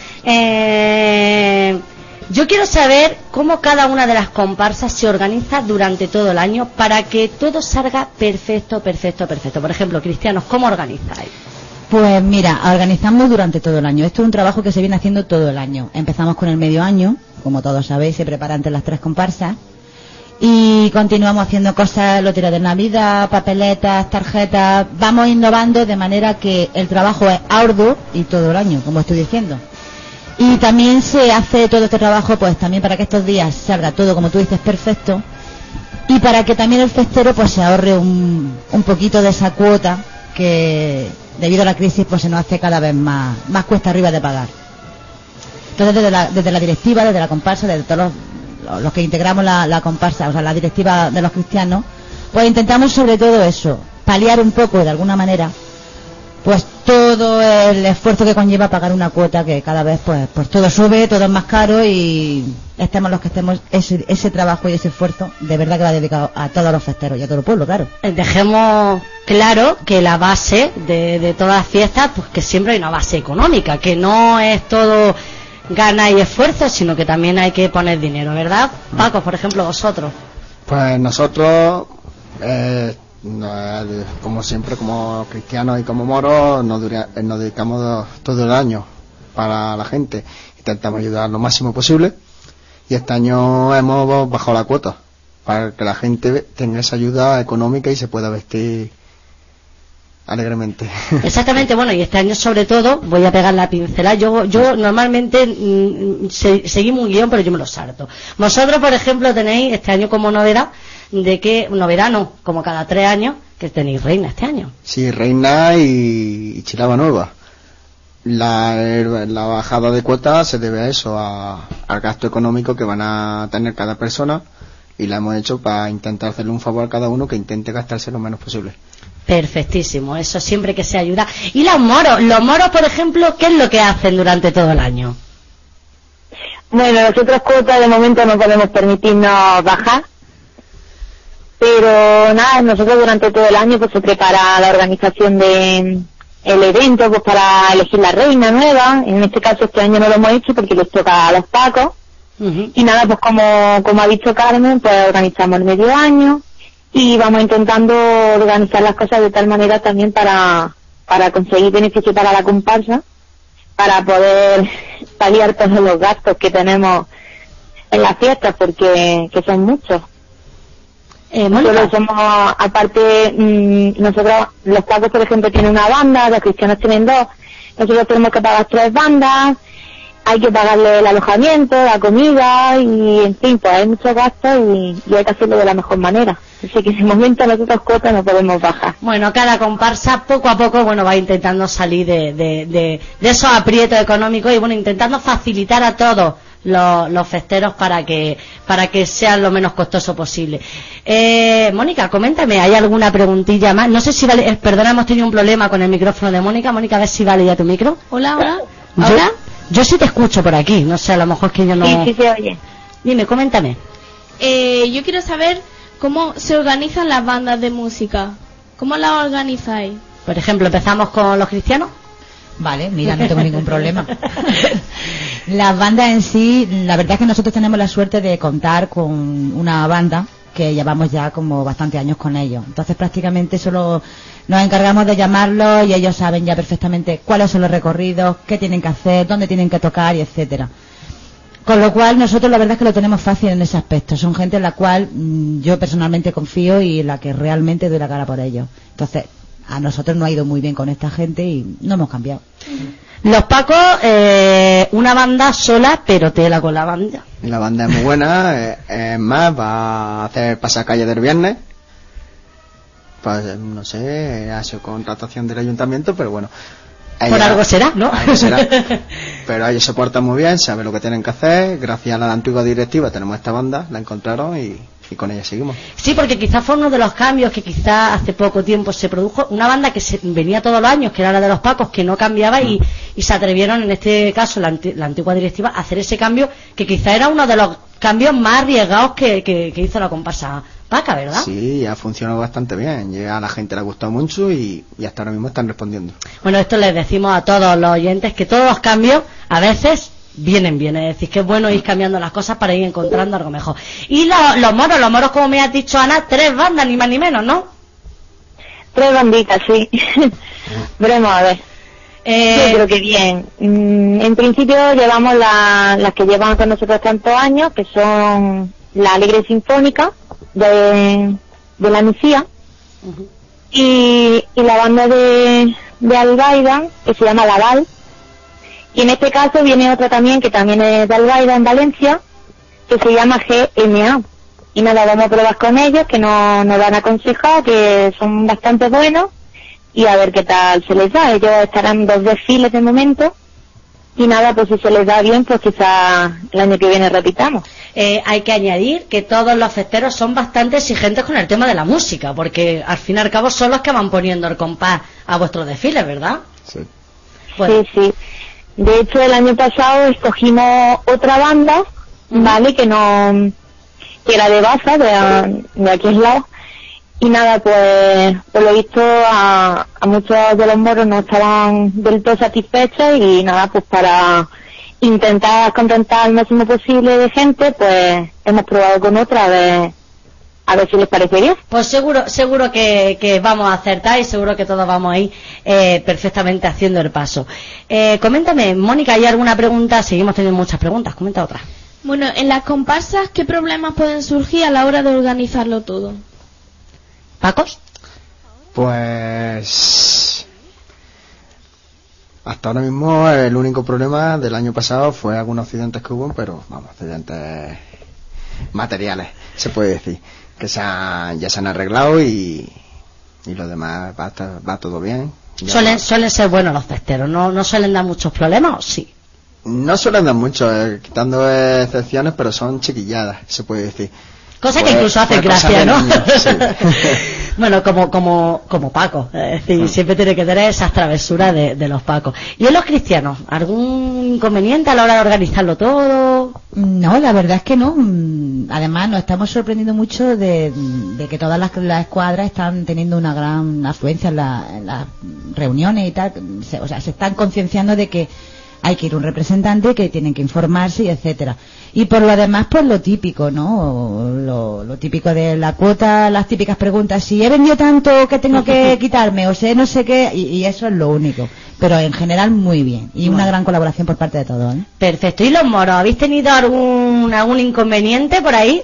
Yo quiero saber cómo cada una de las comparsas se organiza durante todo el año para que todo salga perfecto. Por ejemplo, cristianos, ¿cómo organizáis? Pues mira, organizamos durante todo el año. Esto es un trabajo que se viene haciendo todo el año. Empezamos con el medio año, como todos sabéis, se prepara entre las 3 comparsas. Y continuamos haciendo cosas, lotería de Navidad, papeletas, tarjetas. Vamos innovando de manera que el trabajo es arduo y todo el año, como estoy diciendo. Y también se hace todo este trabajo pues también para que estos días salga todo, como tú dices, perfecto, y para que también el festero pues se ahorre un poquito de esa cuota que debido a la crisis pues se nos hace cada vez más cuesta arriba de pagar. Entonces desde la directiva, desde la comparsa, desde todos los que integramos la comparsa, o sea la directiva de los cristianos, pues intentamos sobre todo eso, paliar un poco de alguna manera pues todo el esfuerzo que conlleva pagar una cuota que cada vez pues todo sube, todo es más caro, y estemos los que estemos, ese trabajo y ese esfuerzo de verdad que va dedicado a todos los festeros y a todo el pueblo, claro. Dejemos claro que la base de todas las fiestas, pues que siempre hay una base económica, que no es todo gana y esfuerzo, sino que también hay que poner dinero, ¿verdad? Paco, por ejemplo, vosotros. Pues nosotros como siempre, como cristianos y como moros, nos dedicamos todo el año para la gente. Intentamos ayudar lo máximo posible, y este año hemos bajado la cuota para que la gente tenga esa ayuda económica y se pueda vestir alegremente. Exactamente, bueno, y este año sobre todo voy a pegar la pincelada. Yo normalmente seguimos un guión, pero yo me lo salto. Vosotros, por ejemplo, tenéis este año como novedad como cada 3 años, que tenéis reina este año. Sí, reina y chilaba nueva. La bajada de cuota se debe a eso, al gasto económico que van a tener cada persona, y la hemos hecho para intentar hacerle un favor a cada uno que intente gastarse lo menos posible. Perfectísimo, eso siempre que se ayuda. Y los moros, por ejemplo, ¿qué es lo que hacen durante todo el año? Bueno, nosotros cuotas de momento no podemos permitirnos bajar, pero nada, nosotros durante todo el año pues se prepara la organización de el evento pues para elegir la reina nueva. En este caso este año no lo hemos hecho porque les toca a los Pacos. Y nada, pues como ha dicho Carmen, pues organizamos el medio año y vamos intentando organizar las cosas de tal manera también para conseguir beneficio para la comparsa, para poder paliar todos los gastos que tenemos en las fiestas, porque que son muchos. Nosotros somos, aparte, nosotros, los Pacos por ejemplo tienen una banda, los cristianos tienen 2, nosotros tenemos que pagar 3 bandas, hay que pagarle el alojamiento, la comida, y en fin, pues hay muchos gastos y hay que hacerlo de la mejor manera. Así que en ese momento nosotros cuotas no podemos bajar. Bueno, cada comparsa poco a poco va intentando salir de esos aprietos económicos y intentando facilitar a todos los festeros para que sean lo menos costoso posible. Mónica, coméntame, ¿hay alguna preguntilla más? No sé si vale, perdona, hemos tenido un problema con el micrófono de Mónica. Mónica, a ver si vale ya tu micro. Hola. Yo sí te escucho por aquí, no sé, a lo mejor es que yo no... Sí, se oye. Dime, coméntame. Yo quiero saber cómo se organizan las bandas de música. ¿Cómo las organizáis? Por ejemplo, empezamos con los cristianos. Vale, mira, no tengo ningún problema. Las bandas en sí, la verdad es que nosotros tenemos la suerte de contar con una banda que llevamos ya como bastantes años con ellos. Entonces prácticamente solo nos encargamos de llamarlos y ellos saben ya perfectamente cuáles son los recorridos, qué tienen que hacer, dónde tienen que tocar y etcétera. Con lo cual nosotros la verdad es que lo tenemos fácil en ese aspecto. Son gente en la cual yo personalmente confío y en la que realmente doy la cara por ellos. Entonces a nosotros nos ha ido muy bien con esta gente y no hemos cambiado. Los Pacos, una banda sola, pero tela con la banda. La banda es muy buena, es más, va a hacer pasacalle del viernes. Pues no sé, ha sido contratación del ayuntamiento, pero bueno, Por algo será, ¿no? Algo será. Pero ellos se portan muy bien, saben lo que tienen que hacer. Gracias a la antigua directiva tenemos esta banda, la encontraron y con ella seguimos. Sí, porque quizás fue uno de los cambios que quizás hace poco tiempo se produjo. Una banda que venía todos los años, que era la de los Pacos, que no cambiaba y se atrevieron, en este caso la antigua directiva, a hacer ese cambio que quizás era uno de los cambios más arriesgados que hizo la comparsa Paca, ¿verdad? Sí, ha funcionado bastante bien. A la gente le ha gustado mucho y hasta ahora mismo están respondiendo. Bueno, esto les decimos a todos los oyentes, que todos los cambios a veces vienen bien, es decir, que es bueno ir cambiando las cosas para ir encontrando algo mejor. Y los moros, como me has dicho, Ana, 3 bandas, ni más ni menos, ¿no? 3 banditas, sí. Veremos a ver. Yo creo que bien. En principio llevamos las que llevan con nosotros tantos años, que son la Alegre Sinfónica de la Nucía, y la banda de Albaida, que se llama La Val. Y en este caso viene otra también, que también es de Albaida, en Valencia, que se llama GMA. Y nada, vamos a probar con ellos, que nos van a aconsejar, que son bastante buenos, y a ver qué tal se les da. Ellos estarán 2 desfiles de momento, y nada, pues si se les da bien, pues quizás el año que viene repitamos. Hay que añadir que todos los festeros son bastante exigentes con el tema de la música, porque al fin y al cabo son los que van poniendo el compás a vuestros desfiles, ¿verdad? Sí. Bueno. Sí. De hecho, el año pasado escogimos otra banda, ¿vale? Que era de Baza, de aquí al lado. Y nada, pues por lo visto a muchos de los moros no estaban del todo satisfechos, y nada, pues para intentar contentar al máximo posible de gente, pues hemos probado con otra a ver si les parece bien. Pues seguro que vamos a acertar, y seguro que todos vamos a ir perfectamente haciendo el paso. Coméntame, Mónica, ¿hay alguna pregunta? Seguimos teniendo muchas preguntas, comenta otra. Bueno, en las comparsas, ¿qué problemas pueden surgir a la hora de organizarlo todo? ¿Pacos? Pues hasta ahora mismo el único problema del año pasado fue algunos accidentes que hubo, pero vamos, accidentes materiales, se puede decir, que ya se han arreglado, y lo demás va todo bien. Suelen ser buenos los festeros, ¿no suelen dar muchos problemas, o sí? No suelen dar mucho, quitando excepciones, pero son chiquilladas, se puede decir. Cosa que incluso hace gracia, ¿no? Sí. Bueno, como Paco, es decir, siempre tiene que tener esas travesuras de los Pacos. ¿Y en los cristianos? ¿Algún inconveniente a la hora de organizarlo todo? No, la verdad es que no. Además, nos estamos sorprendiendo mucho de que todas las escuadras están teniendo una gran afluencia en las reuniones y tal. O sea, se están concienciando de que hay que ir un representante, que tienen que informarse, y etcétera. Y por lo demás, pues lo típico, ¿no? Lo típico de la cuota, las típicas preguntas, si he vendido tanto, ¿qué tengo que quitarme? O sea, no sé qué, y eso es lo único. Pero en general muy bien, y una gran colaboración por parte de todos, ¿eh? Perfecto. ¿Y los moros? ¿Habéis tenido algún inconveniente por ahí?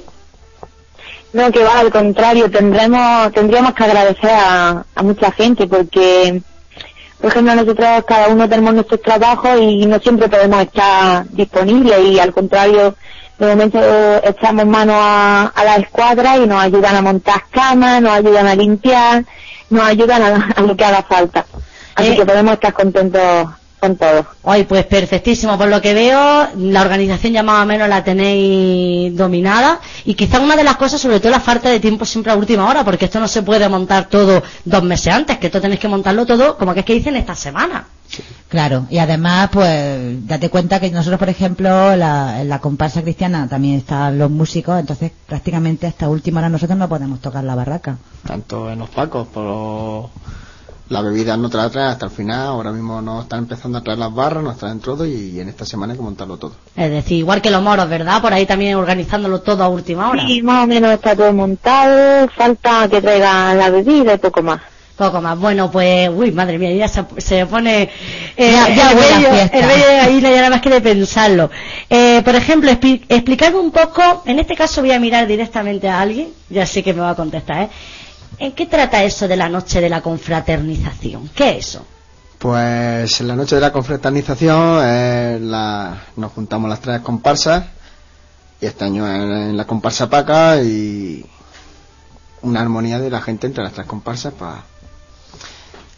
No, que va, al contrario, tendríamos que agradecer a mucha gente, porque por ejemplo, nosotros cada uno tenemos nuestros trabajos y no siempre podemos estar disponibles, y al contrario, de momento echamos mano a la escuadra y nos ayudan a montar camas, nos ayudan a limpiar, nos ayudan a lo que haga falta. Así que podemos estar contentos con todo. Ay, pues perfectísimo. Por lo que veo, la organización ya más o menos la tenéis dominada, y quizá una de las cosas, sobre todo la falta de tiempo siempre a última hora, porque esto no se puede montar todo 2 meses antes, que esto tenéis que montarlo todo, como que es que dicen, esta semana. Claro, y además, pues, date cuenta que nosotros, por ejemplo, en la comparsa cristiana también están los músicos, entonces prácticamente hasta última hora nosotros no podemos tocar la barraca. Tanto en los Pacos, pero la bebida no te la traen hasta el final. Ahora mismo nos están empezando a traer las barras, nos traen todo, y en esta semana hay que montarlo todo. Es decir, igual que los moros, ¿verdad? Por ahí también organizándolo todo a última hora. Sí, más o menos está todo montado, falta que traigan la bebida y poco más. Bueno, pues, uy, madre mía, ya se pone ya el fiesta. bello ahí, ya nada más que de pensarlo. Por ejemplo, explicarme un poco, en este caso voy a mirar directamente a alguien, ya sé que me va a contestar, ¿En qué trata eso de la noche de la confraternización? ¿Qué es eso? Pues en la noche de la confraternización nos juntamos las 3 comparsas, y este año en la comparsa Paca, y una armonía de la gente entre las 3 comparsas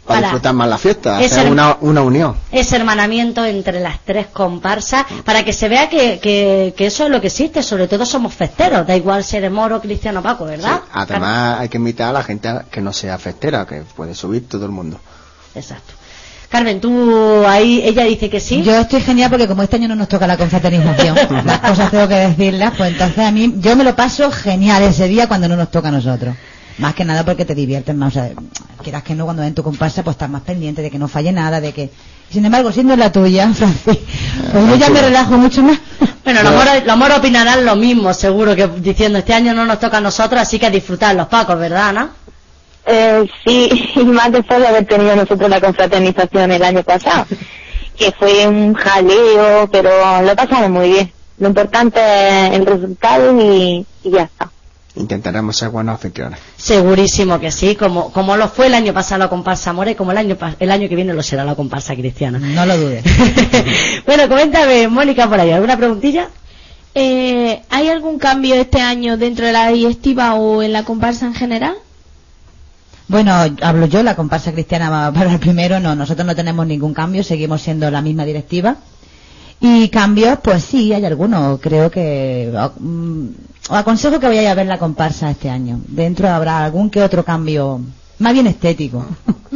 para disfrutar más la fiesta, hacer una unión. Ese hermanamiento entre las tres comparsas, para que se vea que eso es lo que existe, sobre todo somos festeros, da igual si eres moro, cristiano, Paco, ¿verdad? Sí, además hay que invitar a la gente que no sea festera, que puede subir todo el mundo. Exacto. Carmen, tú ahí, ella dice que sí. Yo estoy genial porque como este año no nos toca la confraternización, las cosas tengo que decirlas, pues entonces a mí, yo me lo paso genial ese día cuando no nos toca a nosotros. Más que nada porque te diviertes más, o sea, quieras que no, cuando ven tu comparsa pues estás más pendiente de que no falle nada, de que... Sin embargo, siendo la tuya, Francis, pues yo ya me relajo mucho más. Bueno, los moros opinarán lo mismo, seguro, que diciendo este año no nos toca a nosotros, así que a disfrutar los Pacos, ¿verdad, Ana? Sí, y más después de haber tenido nosotros la confraternización el año pasado, que fue un jaleo, pero lo pasamos muy bien. Lo importante es el resultado y ya está. Intentaremos ser buenos anfitriones. Segurísimo que sí, como lo fue el año pasado la comparsa mora y como el año que viene lo será la comparsa cristiana. No lo dudes. Bueno, coméntame, Mónica, por ahí, ¿alguna preguntilla? ¿Hay algún cambio este año dentro de la directiva o en la comparsa en general? Bueno, hablo yo, la comparsa cristiana para el primero, no, nosotros no tenemos ningún cambio, seguimos siendo la misma directiva. Y cambios, pues sí, hay algunos. Creo que os aconsejo que vayáis a ver la comparsa este año. Dentro habrá algún que otro cambio, más bien estético.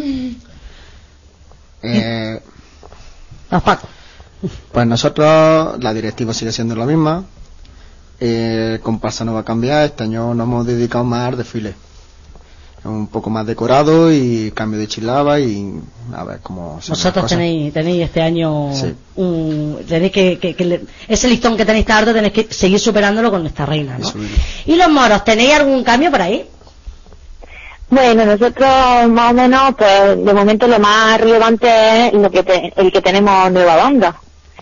Los Pacos. Pues nosotros, la directiva sigue siendo la misma. Comparsa no va a cambiar. Este año nos hemos dedicado más al desfile. Un poco más decorado y cambio de chilaba y a ver cómo se vosotros tenéis este año sí. Tenéis que ese listón que tenéis tan alto tenéis que seguir superándolo con nuestra reina, ¿no? ¿Y los moros, tenéis algún cambio por ahí? Bueno, nosotros más o menos, pues de momento lo más relevante es el que tenemos nueva banda.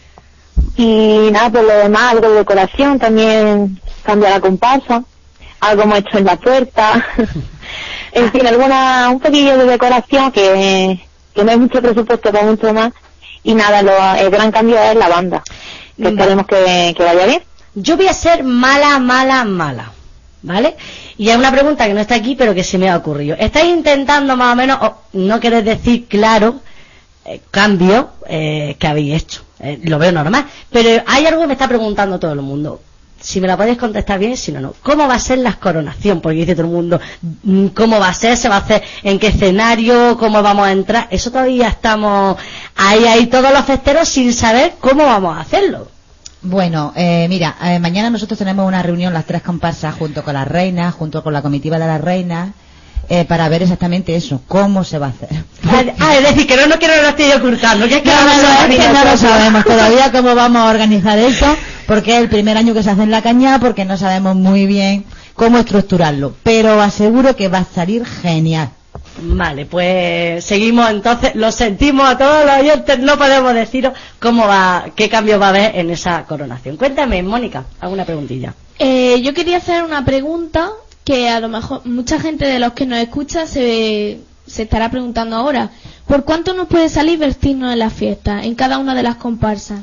Y nada, pues lo demás, algo de decoración, también cambia la comparsa, algo hemos hecho en la puerta. En fin, un poquillo de decoración que no hay mucho presupuesto para mucho más. Y nada, el gran cambio es la banda, que esperemos que vaya bien. Yo voy a ser mala, ¿vale? Y hay una pregunta que no está aquí, pero que se me ha ocurrido. ¿Estáis intentando más o menos, no queréis decir claro, cambio que habéis hecho? Lo veo normal, pero hay algo que me está preguntando todo el mundo. Si me la podéis contestar bien, si no, no. ¿Cómo va a ser la coronación? Porque dice todo el mundo, ¿cómo va a ser? ¿Se va a hacer en qué escenario? ¿Cómo vamos a entrar? Eso todavía estamos ahí todos los festeros sin saber cómo vamos a hacerlo. Bueno, mira, mañana nosotros tenemos una reunión, las tres comparsas, junto con las reinas, junto con la comitiva de las reinas, para ver exactamente eso, cómo se va a hacer. Es decir, que no quiero que lo estéis ocultando, que es que no lo sabemos todavía cómo vamos a organizar eso, porque es el primer año que se hace en la cañada, porque no sabemos muy bien cómo estructurarlo, pero aseguro que va a salir genial. Vale, pues seguimos entonces, lo sentimos a todos los oyentes, no podemos deciros qué cambio va a haber en esa coronación. Cuéntame, Mónica, alguna preguntilla. Yo quería hacer una pregunta que a lo mejor mucha gente de los que nos escucha se estará preguntando ahora. ¿Por cuánto nos puede salir vestirnos en la fiesta, en cada una de las comparsas?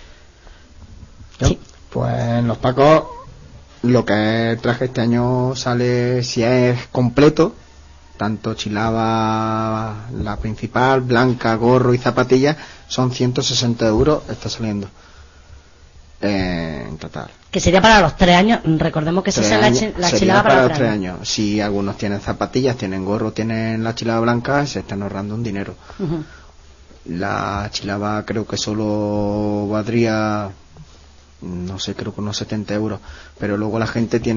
Sí. Pues en los Pacos, lo que es traje este año sale, si es completo, tanto chilaba, la principal, blanca, gorro y zapatillas, son 160 euros, está saliendo en total. Que sería para los 3 años, recordemos que esa es la chilaba para los 3 años. Si algunos tienen zapatillas, tienen gorro, tienen la chilaba blanca, se están ahorrando un dinero. La chilaba creo que solo valdría, no sé, creo que unos 70 euros, pero luego la gente tiene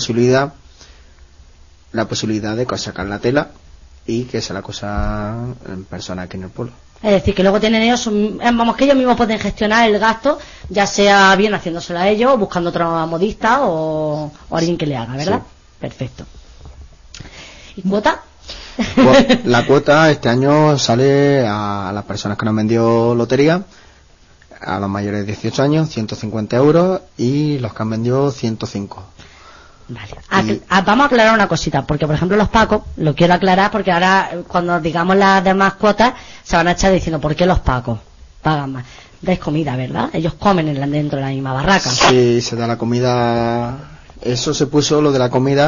la posibilidad de sacar la tela y que se la cosa en persona aquí en el pueblo. Es decir, que luego tienen ellos, que ellos mismos pueden gestionar el gasto, ya sea bien haciéndoselo a ellos, buscando otra modista o alguien que le haga, ¿verdad? Sí. Perfecto. ¿Y cuota? Pues, la cuota este año sale a las personas que nos han vendido lotería, a los mayores de 18 años, 150 euros, y los que han vendido 105. Vale. Vamos a aclarar una cosita, porque por ejemplo los Pacos, lo quiero aclarar porque ahora cuando digamos las demás cuotas se van a echar diciendo ¿por qué los Pacos pagan más? Dais comida, ¿verdad? Ellos comen dentro de la misma barraca. Sí, se da la comida. Eso se puso, lo de la comida,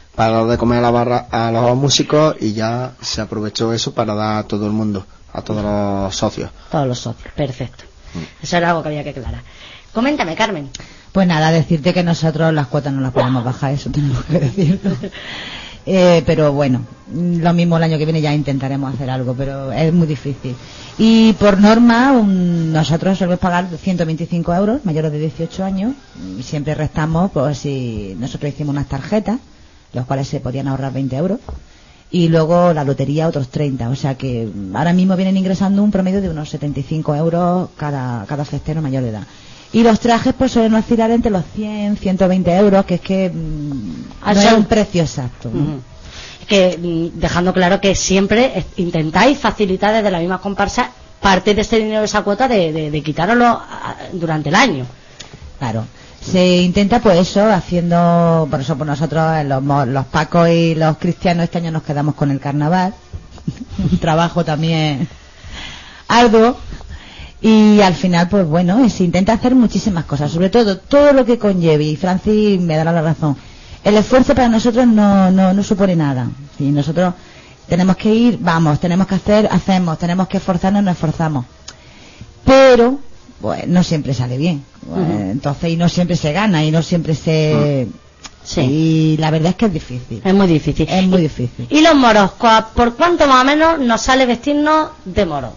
para dar de comer a la barra a los músicos, y ya se aprovechó eso para dar a todo el mundo, a todos los socios. Todos los socios, perfecto. Eso era algo que había que aclarar. Coméntame, Carmen. Pues nada, decirte que nosotros las cuotas no las podemos bajar, eso tenemos que decirlo. Pero bueno, lo mismo el año que viene ya intentaremos hacer algo, pero es muy difícil. Y por norma, nosotros solemos pagar 125 euros, mayores de 18 años. Siempre restamos, pues si nosotros hicimos unas tarjetas, los cuales se podían ahorrar 20 euros. Y luego la lotería otros 30, o sea que ahora mismo vienen ingresando un promedio de unos 75 euros cada festero mayor de edad. Y los trajes pues suelen oscilar entre los 100, 120 euros, que es que no es un precio exacto, ¿no? Que dejando claro que siempre intentáis facilitar desde la misma comparsa parte de ese dinero, de esa cuota, de quitároslo durante el año. Claro. Se intenta pues eso, haciendo, por eso por nosotros los pacos y los cristianos este año nos quedamos con el carnaval. Un trabajo también arduo. Y al final, pues bueno, se intenta hacer muchísimas cosas, sobre todo lo que conlleve, y Francis me dará la razón. El esfuerzo para nosotros no supone nada. Si nosotros tenemos que ir, vamos, tenemos que hacer, hacemos, tenemos que esforzarnos, nos esforzamos. Pero, pues no siempre sale bien. Pues, entonces, y no siempre se gana, y no siempre se... Sí. Y la verdad es que es difícil. Es muy difícil. Es muy difícil. ¿Y los moros? ¿Por cuánto más o menos nos sale vestirnos de moro?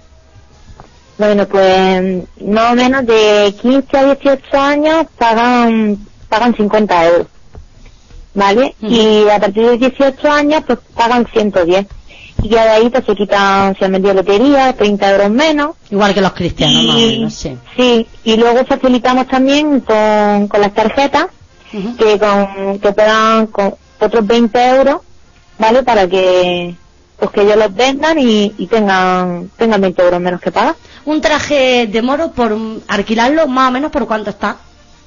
Bueno, pues más o menos de 15 a 18 años pagan 50 euros, ¿vale? Y a partir de 18 años pues pagan 110. Y ya de ahí pues se quitan, se han vendido lotería, 30 euros menos. Igual que los cristianos, más o menos, sí. Sí, y luego facilitamos también con las tarjetas, que pagan con otros 20 euros, ¿vale? Para que pues que ellos los vendan y tengan 20 euros menos que pagar. Un traje de moro, por alquilarlo, más o menos, ¿por cuánto está?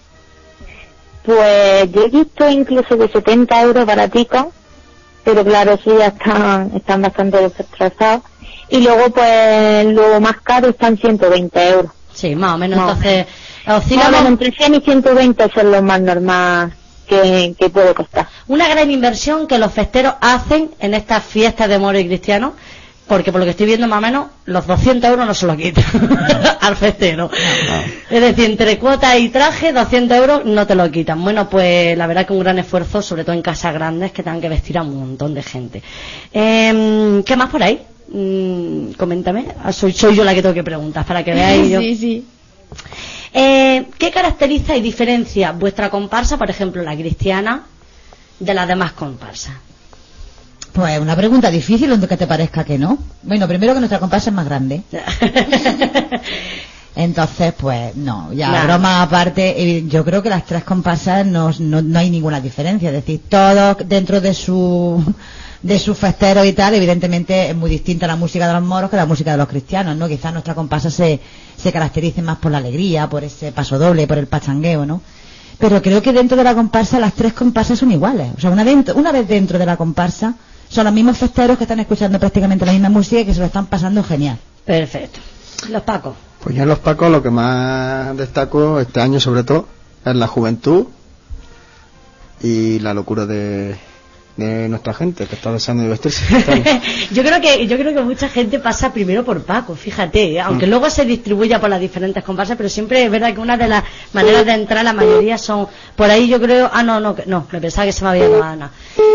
Pues yo he visto incluso de 70 euros baraticos, pero claro, sí, ya están bastante destrozados. Y luego, pues, lo más caro están 120 euros. Sí, más o menos, entonces... oscilamos entre 100 y 120 son los más normales que puede costar. Una gran inversión que los festeros hacen en estas fiestas de moro y cristiano, porque por lo que estoy viendo más o menos los 200 euros no se lo quitan al festero. Es decir, entre cuota y traje 200 euros no te lo quitan. Bueno, pues la verdad que un gran esfuerzo, sobre todo en casas grandes que tengan que vestir a un montón de gente. ¿Qué más por ahí? Coméntame. Soy yo la que tengo que preguntar para que veáis yo. Sí. ¿Qué caracteriza y diferencia vuestra comparsa, por ejemplo la cristiana, de las demás comparsas? Pues una pregunta difícil, aunque te parezca que no. Bueno, primero que nuestra comparsa es más grande. Entonces, pues no, ya broma aparte, yo creo que las tres comparsas no hay ninguna diferencia. Es decir, todos dentro de su festero y tal, evidentemente es muy distinta la música de los moros que la música de los cristianos, ¿no? Quizás nuestra comparsa se caracterice más por la alegría, por ese paso doble, por el pachangueo, ¿no? Pero creo que dentro de la comparsa las tres comparsas son iguales. O sea, una vez dentro de la comparsa son los mismos festeros que están escuchando prácticamente la misma música y que se lo están pasando genial. Perfecto. Los pacos. Pues yo en los pacos lo que más destaco este año sobre todo es la juventud y la locura de nuestra gente que está deseando divertirse. yo creo que mucha gente pasa primero por Paco, fíjate, aunque luego se distribuya por las diferentes comparsas, pero siempre es verdad que una de las maneras de entrar, la mayoría son por ahí. Yo creo, no, me pensaba que se me había dado Ana.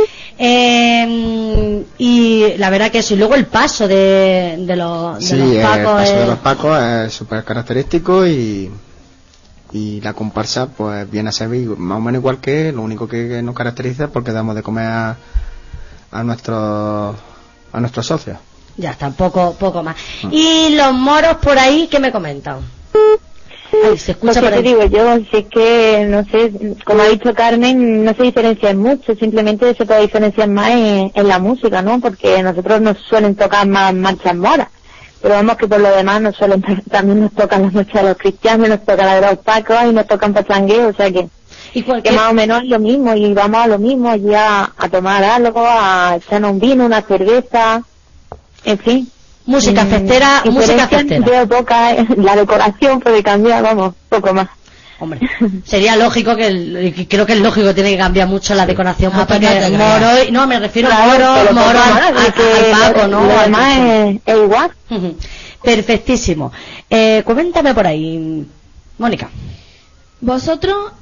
Y la verdad que eso, y luego el paso de los Pacos, el paso de los Pacos es súper característico y la comparsa pues viene a ser más o menos igual que lo único que nos caracteriza es porque damos de comer a nuestros socios. Ya está, poco más. Y los moros por ahí, ¿qué me comentan? Ay, se escucha por ahí. Te digo yo, si es que, no sé, como ha dicho Carmen, no se diferencian mucho, simplemente se puede diferenciar más en la música, ¿no? Porque nosotros nos suelen tocar más marchas moras. Pero vamos que por lo demás también nos tocan las noches de los cristianos, nos tocan la de los pacos y nos tocan pachangueo, o sea que más o menos es lo mismo y vamos a lo mismo allí a tomar algo, a echarnos un vino, una cerveza, en fin. Música festera. Veo poca, la decoración puede cambiar, vamos, poco más. Hombre, sería lógico creo que es lógico que tiene que cambiar mucho la decoración, porque moro, no me refiero a moro al Paco, ¿no? Lo demás es igual. Perfectísimo. Coméntame por ahí, Mónica. Vosotros,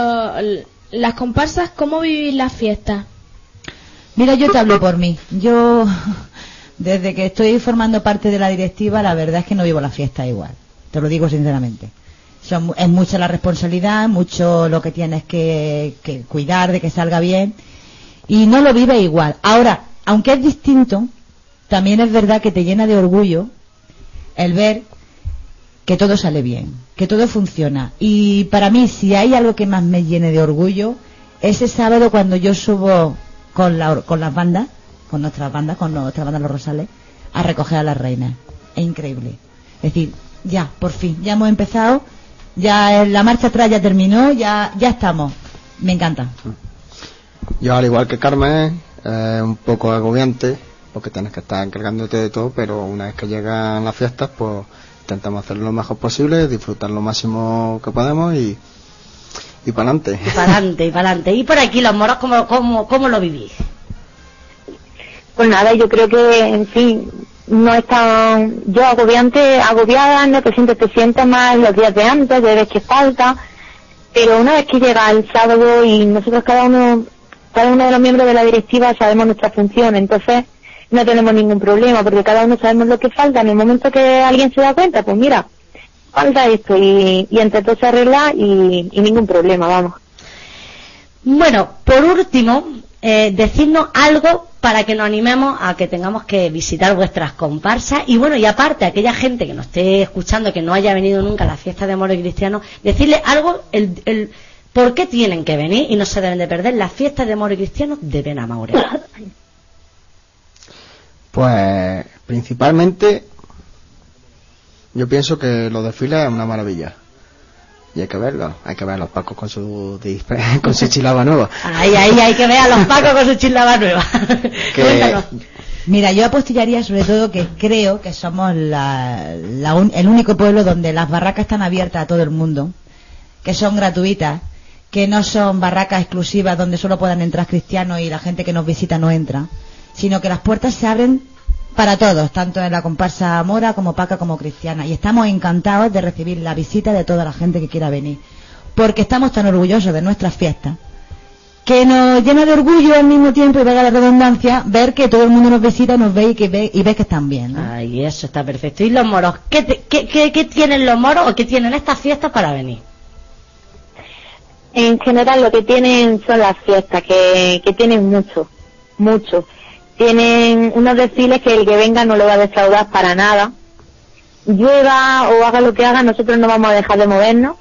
las comparsas, ¿cómo vivís las fiestas? Mira, yo te hablo por mí. Yo, desde que estoy formando parte de la directiva, la verdad es que no vivo la fiesta igual. Te lo digo sinceramente. Es mucha la responsabilidad, mucho lo que tienes que cuidar de que salga bien, y no lo vives igual. Ahora, aunque es distinto, también es verdad que te llena de orgullo el ver que todo sale bien, que todo funciona. Y para mí, si hay algo que más me llene de orgullo, ese sábado cuando yo subo con las bandas, con nuestra banda Los Rosales, a recoger a las reinas. Es increíble. Es decir, ya, por fin, ya hemos empezado, ya la marcha atrás ya terminó, ya estamos. Me encanta. Yo, al igual que Carmen, un poco agobiante, porque tienes que estar encargándote de todo, pero una vez que llegan las fiestas, pues intentamos hacerlo lo mejor posible, disfrutar lo máximo que podemos y para adelante. Y para adelante. Y por aquí, los moros, ¿cómo lo vivís? Pues nada, yo creo que, en fin, no es tan... Yo agobiada, no te sientes más los días de antes, de ves que falta, pero una vez que llega el sábado y nosotros cada uno de los miembros de la directiva sabemos nuestra función, entonces no tenemos ningún problema, porque cada uno sabemos lo que falta. En el momento que alguien se da cuenta, pues mira, falta esto, y entre todos se arregla y ningún problema, vamos. Bueno, por último, decidnos algo para que nos animemos a que tengamos que visitar vuestras comparsas. Y bueno, y aparte, aquella gente que nos esté escuchando, que no haya venido nunca a la fiesta de Moros y Cristianos, decirle algo, el por qué tienen que venir y no se deben de perder las fiestas de Moros y Cristianos de Benamaurel. Pues principalmente yo pienso que los desfiles es una maravilla y hay que verlo, hay que ver a los pacos con su chilaba nueva. Ahí hay que ver a los pacos con su chilaba nueva. Cuéntanos. Mira, yo apostillaría sobre todo que creo que somos el único pueblo donde las barracas están abiertas a todo el mundo, que son gratuitas, que no son barracas exclusivas donde solo puedan entrar cristianos y la gente que nos visita no entra, sino que las puertas se abren para todos, tanto en la comparsa mora como paca como cristiana, y estamos encantados de recibir la visita de toda la gente que quiera venir, porque estamos tan orgullosos de nuestras fiestas que nos llena de orgullo al mismo tiempo, y valga la redundancia, ver que todo el mundo nos visita, nos ve y ve que están bien, ¿no? Ay, eso está perfecto. ¿Y los moros? ¿Qué tienen los moros o qué tienen estas fiestas para venir? En general lo que tienen son las fiestas, que tienen mucho. Tienen unos desfiles que el que venga no lo va a defraudar para nada. Llueva o haga lo que haga, nosotros no vamos a dejar de movernos.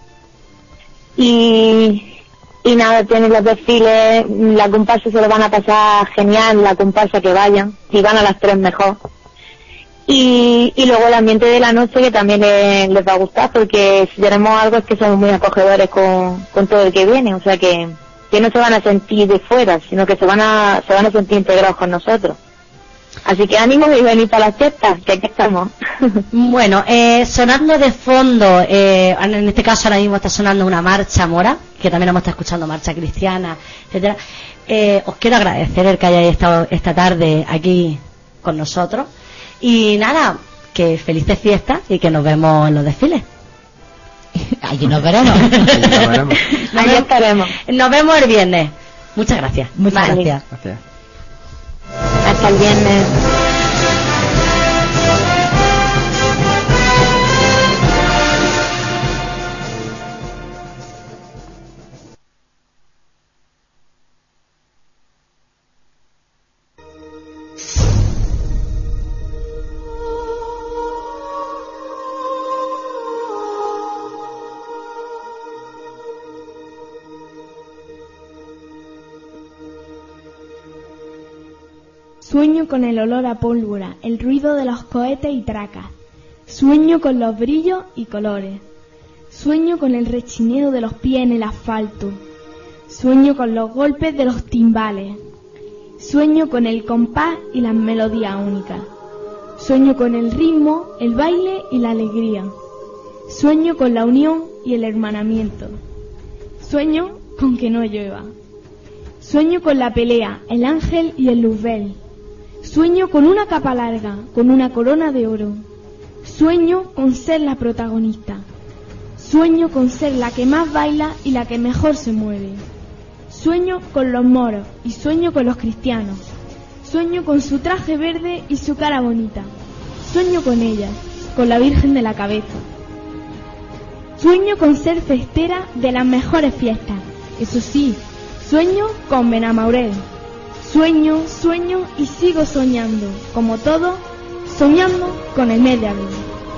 Y nada, tienen los desfiles, la comparsa se lo van a pasar genial, la comparsa que vayan, si van a las 3 mejor. Y luego el ambiente de la noche, que también les va a gustar, porque si tenemos algo es que somos muy acogedores con todo el que viene, o sea que no se van a sentir de fuera, sino que se van a sentir integrados con nosotros. Así que ánimo y venir para las fiestas, que aquí estamos. Bueno, sonando de fondo, en este caso ahora mismo está sonando una marcha mora, que también hemos estado escuchando marcha cristiana, etcétera. Os quiero agradecer el que hayáis estado esta tarde aquí con nosotros. Y nada, que felices fiestas y que nos vemos en los desfiles. Allí nos veremos. Allí estaremos. Nos vemos el viernes. Muchas gracias. Muchas gracias. Hasta el viernes. Sueño con el olor a pólvora, el ruido de los cohetes y tracas. Sueño con los brillos y colores. Sueño con el rechineo de los pies en el asfalto. Sueño con los golpes de los timbales. Sueño con el compás y las melodías únicas. Sueño con el ritmo, el baile y la alegría. Sueño con la unión y el hermanamiento. Sueño con que no llueva. Sueño con la pelea, el ángel y el luzbel. Sueño con una capa larga, con una corona de oro. Sueño con ser la protagonista. Sueño con ser la que más baila y la que mejor se mueve. Sueño con los moros y sueño con los cristianos. Sueño con su traje verde y su cara bonita. Sueño con ella, con la Virgen de la Cabeza. Sueño con ser festera de las mejores fiestas. Eso sí, sueño con Benamaurel. Sueño, sueño y sigo soñando, como todo, soñando con el mes de abril.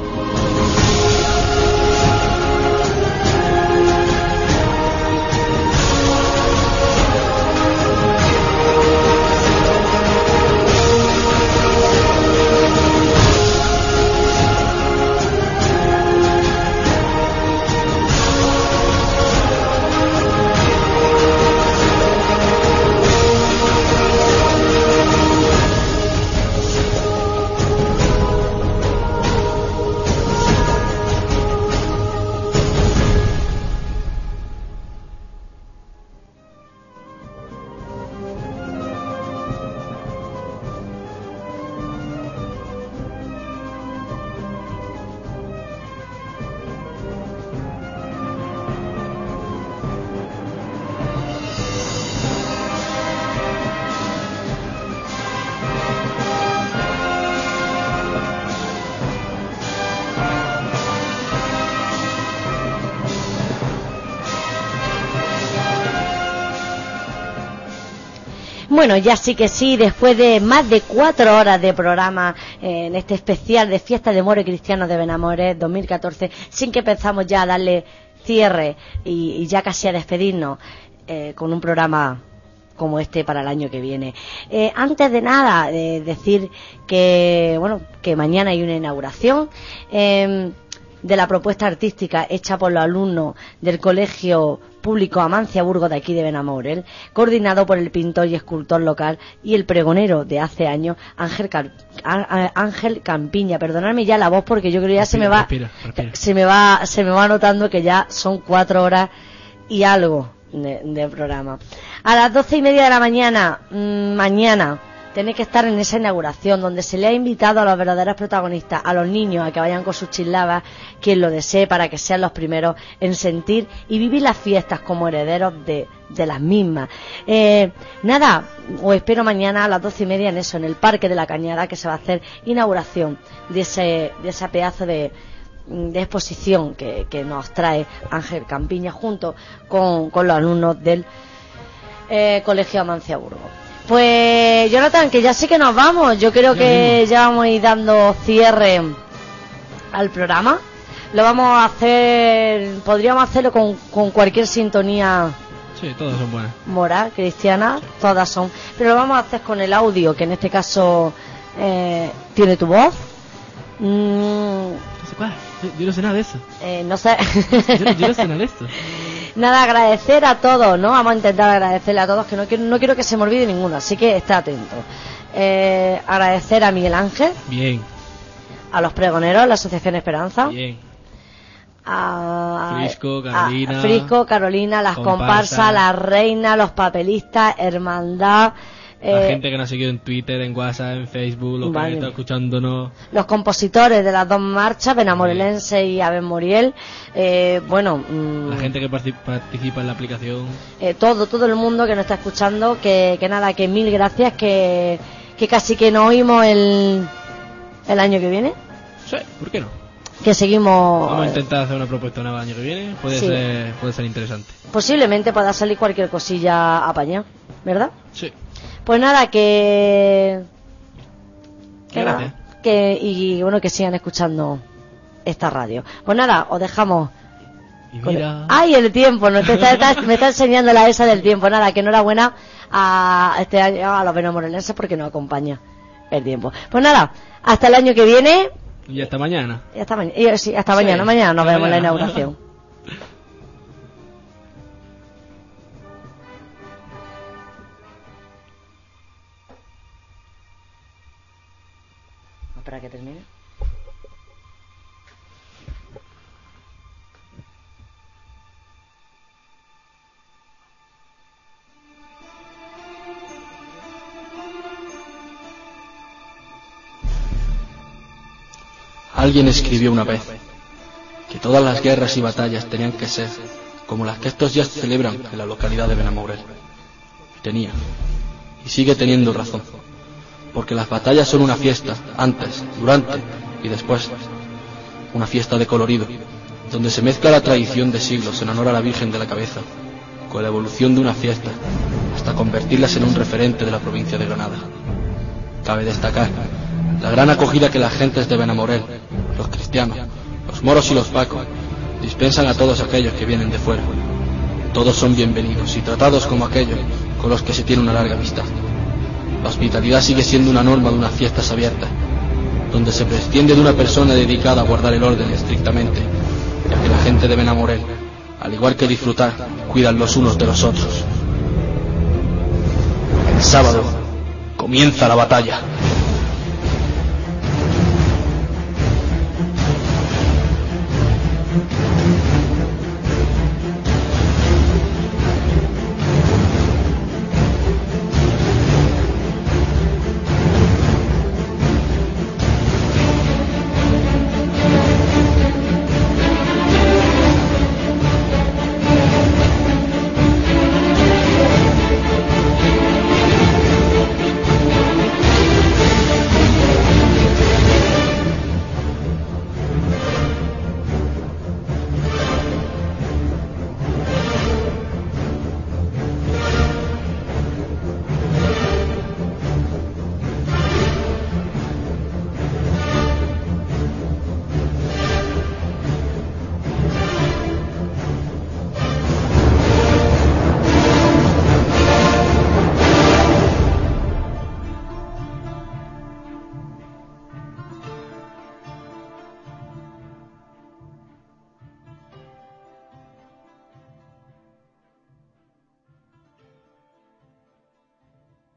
Bueno, ya sí que sí, después de más de 4 horas de programa en este especial de Fiesta de Moros y Cristianos de Benamorel 2014, sin que pensamos ya a darle cierre y ya casi a despedirnos con un programa como este para el año que viene. Antes de nada, decir que bueno, que mañana hay una inauguración de la propuesta artística hecha por los alumnos del Colegio Público Amancia Burgos de aquí de Benamorel, coordinado por el pintor y escultor local y el pregonero de hace años, Ángel Campiña. Perdonadme ya la voz porque yo creo que ya respira. se me va notando que ya son 4 horas y algo de programa. A las 12:30 de la mañana, mañana, tenéis que estar en esa inauguración donde se le ha invitado a los verdaderos protagonistas, a los niños, a que vayan con sus chilabas, quien lo desee, para que sean los primeros en sentir y vivir las fiestas como herederos de las mismas. Nada, os espero mañana a las 12:30 en eso, en el Parque de la Cañada, que se va a hacer inauguración de ese pedazo de exposición que nos trae Ángel Campiña junto con los alumnos del Colegio Amancia Burgos. Pues Jonathan, que ya sí que nos vamos. Yo creo que ya vamos a ir dando cierre al programa. Lo vamos a hacer, podríamos hacerlo con cualquier sintonía. Sí, todas son buenas. Moral, cristiana, todas son. Pero lo vamos a hacer con el audio, que en este caso tiene tu voz. No sé cuál. Yo no sé nada de eso. No sé. yo no sé nada de esto. Nada, agradecer a todos, ¿no? Vamos a intentar agradecerle a todos, que no quiero que se me olvide ninguno, así que está atento. Agradecer a Miguel Ángel. Bien. A los pregoneros, la Asociación Esperanza. Bien. A Frisco, Carolina, las comparsas, la reina, los papelistas, hermandad. La gente que nos ha seguido en Twitter, en WhatsApp, en Facebook, los que han estado escuchándonos. Los compositores de las 2 marchas, Benamorelense y Ave Moriel. La gente que participa en la aplicación. Todo el mundo que nos está escuchando, que nada, que mil gracias, que casi que nos oímos el año que viene. Sí, ¿por qué no? Que seguimos. Vamos a intentar hacer una propuesta nueva el año que viene. Puede ser interesante. Posiblemente pueda salir cualquier cosilla apañada, ¿verdad? Sí. Pues nada, que bueno, que sigan escuchando esta radio. Pues nada, os dejamos. ¡Ay, el tiempo! Me está enseñando la esa del tiempo. Nada, que enhorabuena a este año a los benamorelenses porque nos acompaña el tiempo. Pues nada, hasta el año que viene. Y hasta mañana. Hasta mañana. Mañana nos vemos en la inauguración. Para que termine. Alguien escribió una vez que todas las guerras y batallas tenían que ser como las que estos días se celebran en la localidad de Benamourel. Tenía, y sigue teniendo razón, porque las batallas son una fiesta, antes, durante y después. Una fiesta de colorido, donde se mezcla la tradición de siglos en honor a la Virgen de la Cabeza, con la evolución de una fiesta, hasta convertirlas en un referente de la provincia de Granada. Cabe destacar la gran acogida que las gentes de Benamourel, los cristianos, los moros y los pacos, dispensan a todos aquellos que vienen de fuera. Todos son bienvenidos y tratados como aquellos con los que se tiene una larga amistad. La hospitalidad sigue siendo una norma de unas fiestas abiertas, donde se prescinde de una persona dedicada a guardar el orden estrictamente, ya que la gente de Benamourel, al igual que disfrutar, cuidan los unos de los otros. El sábado comienza la batalla.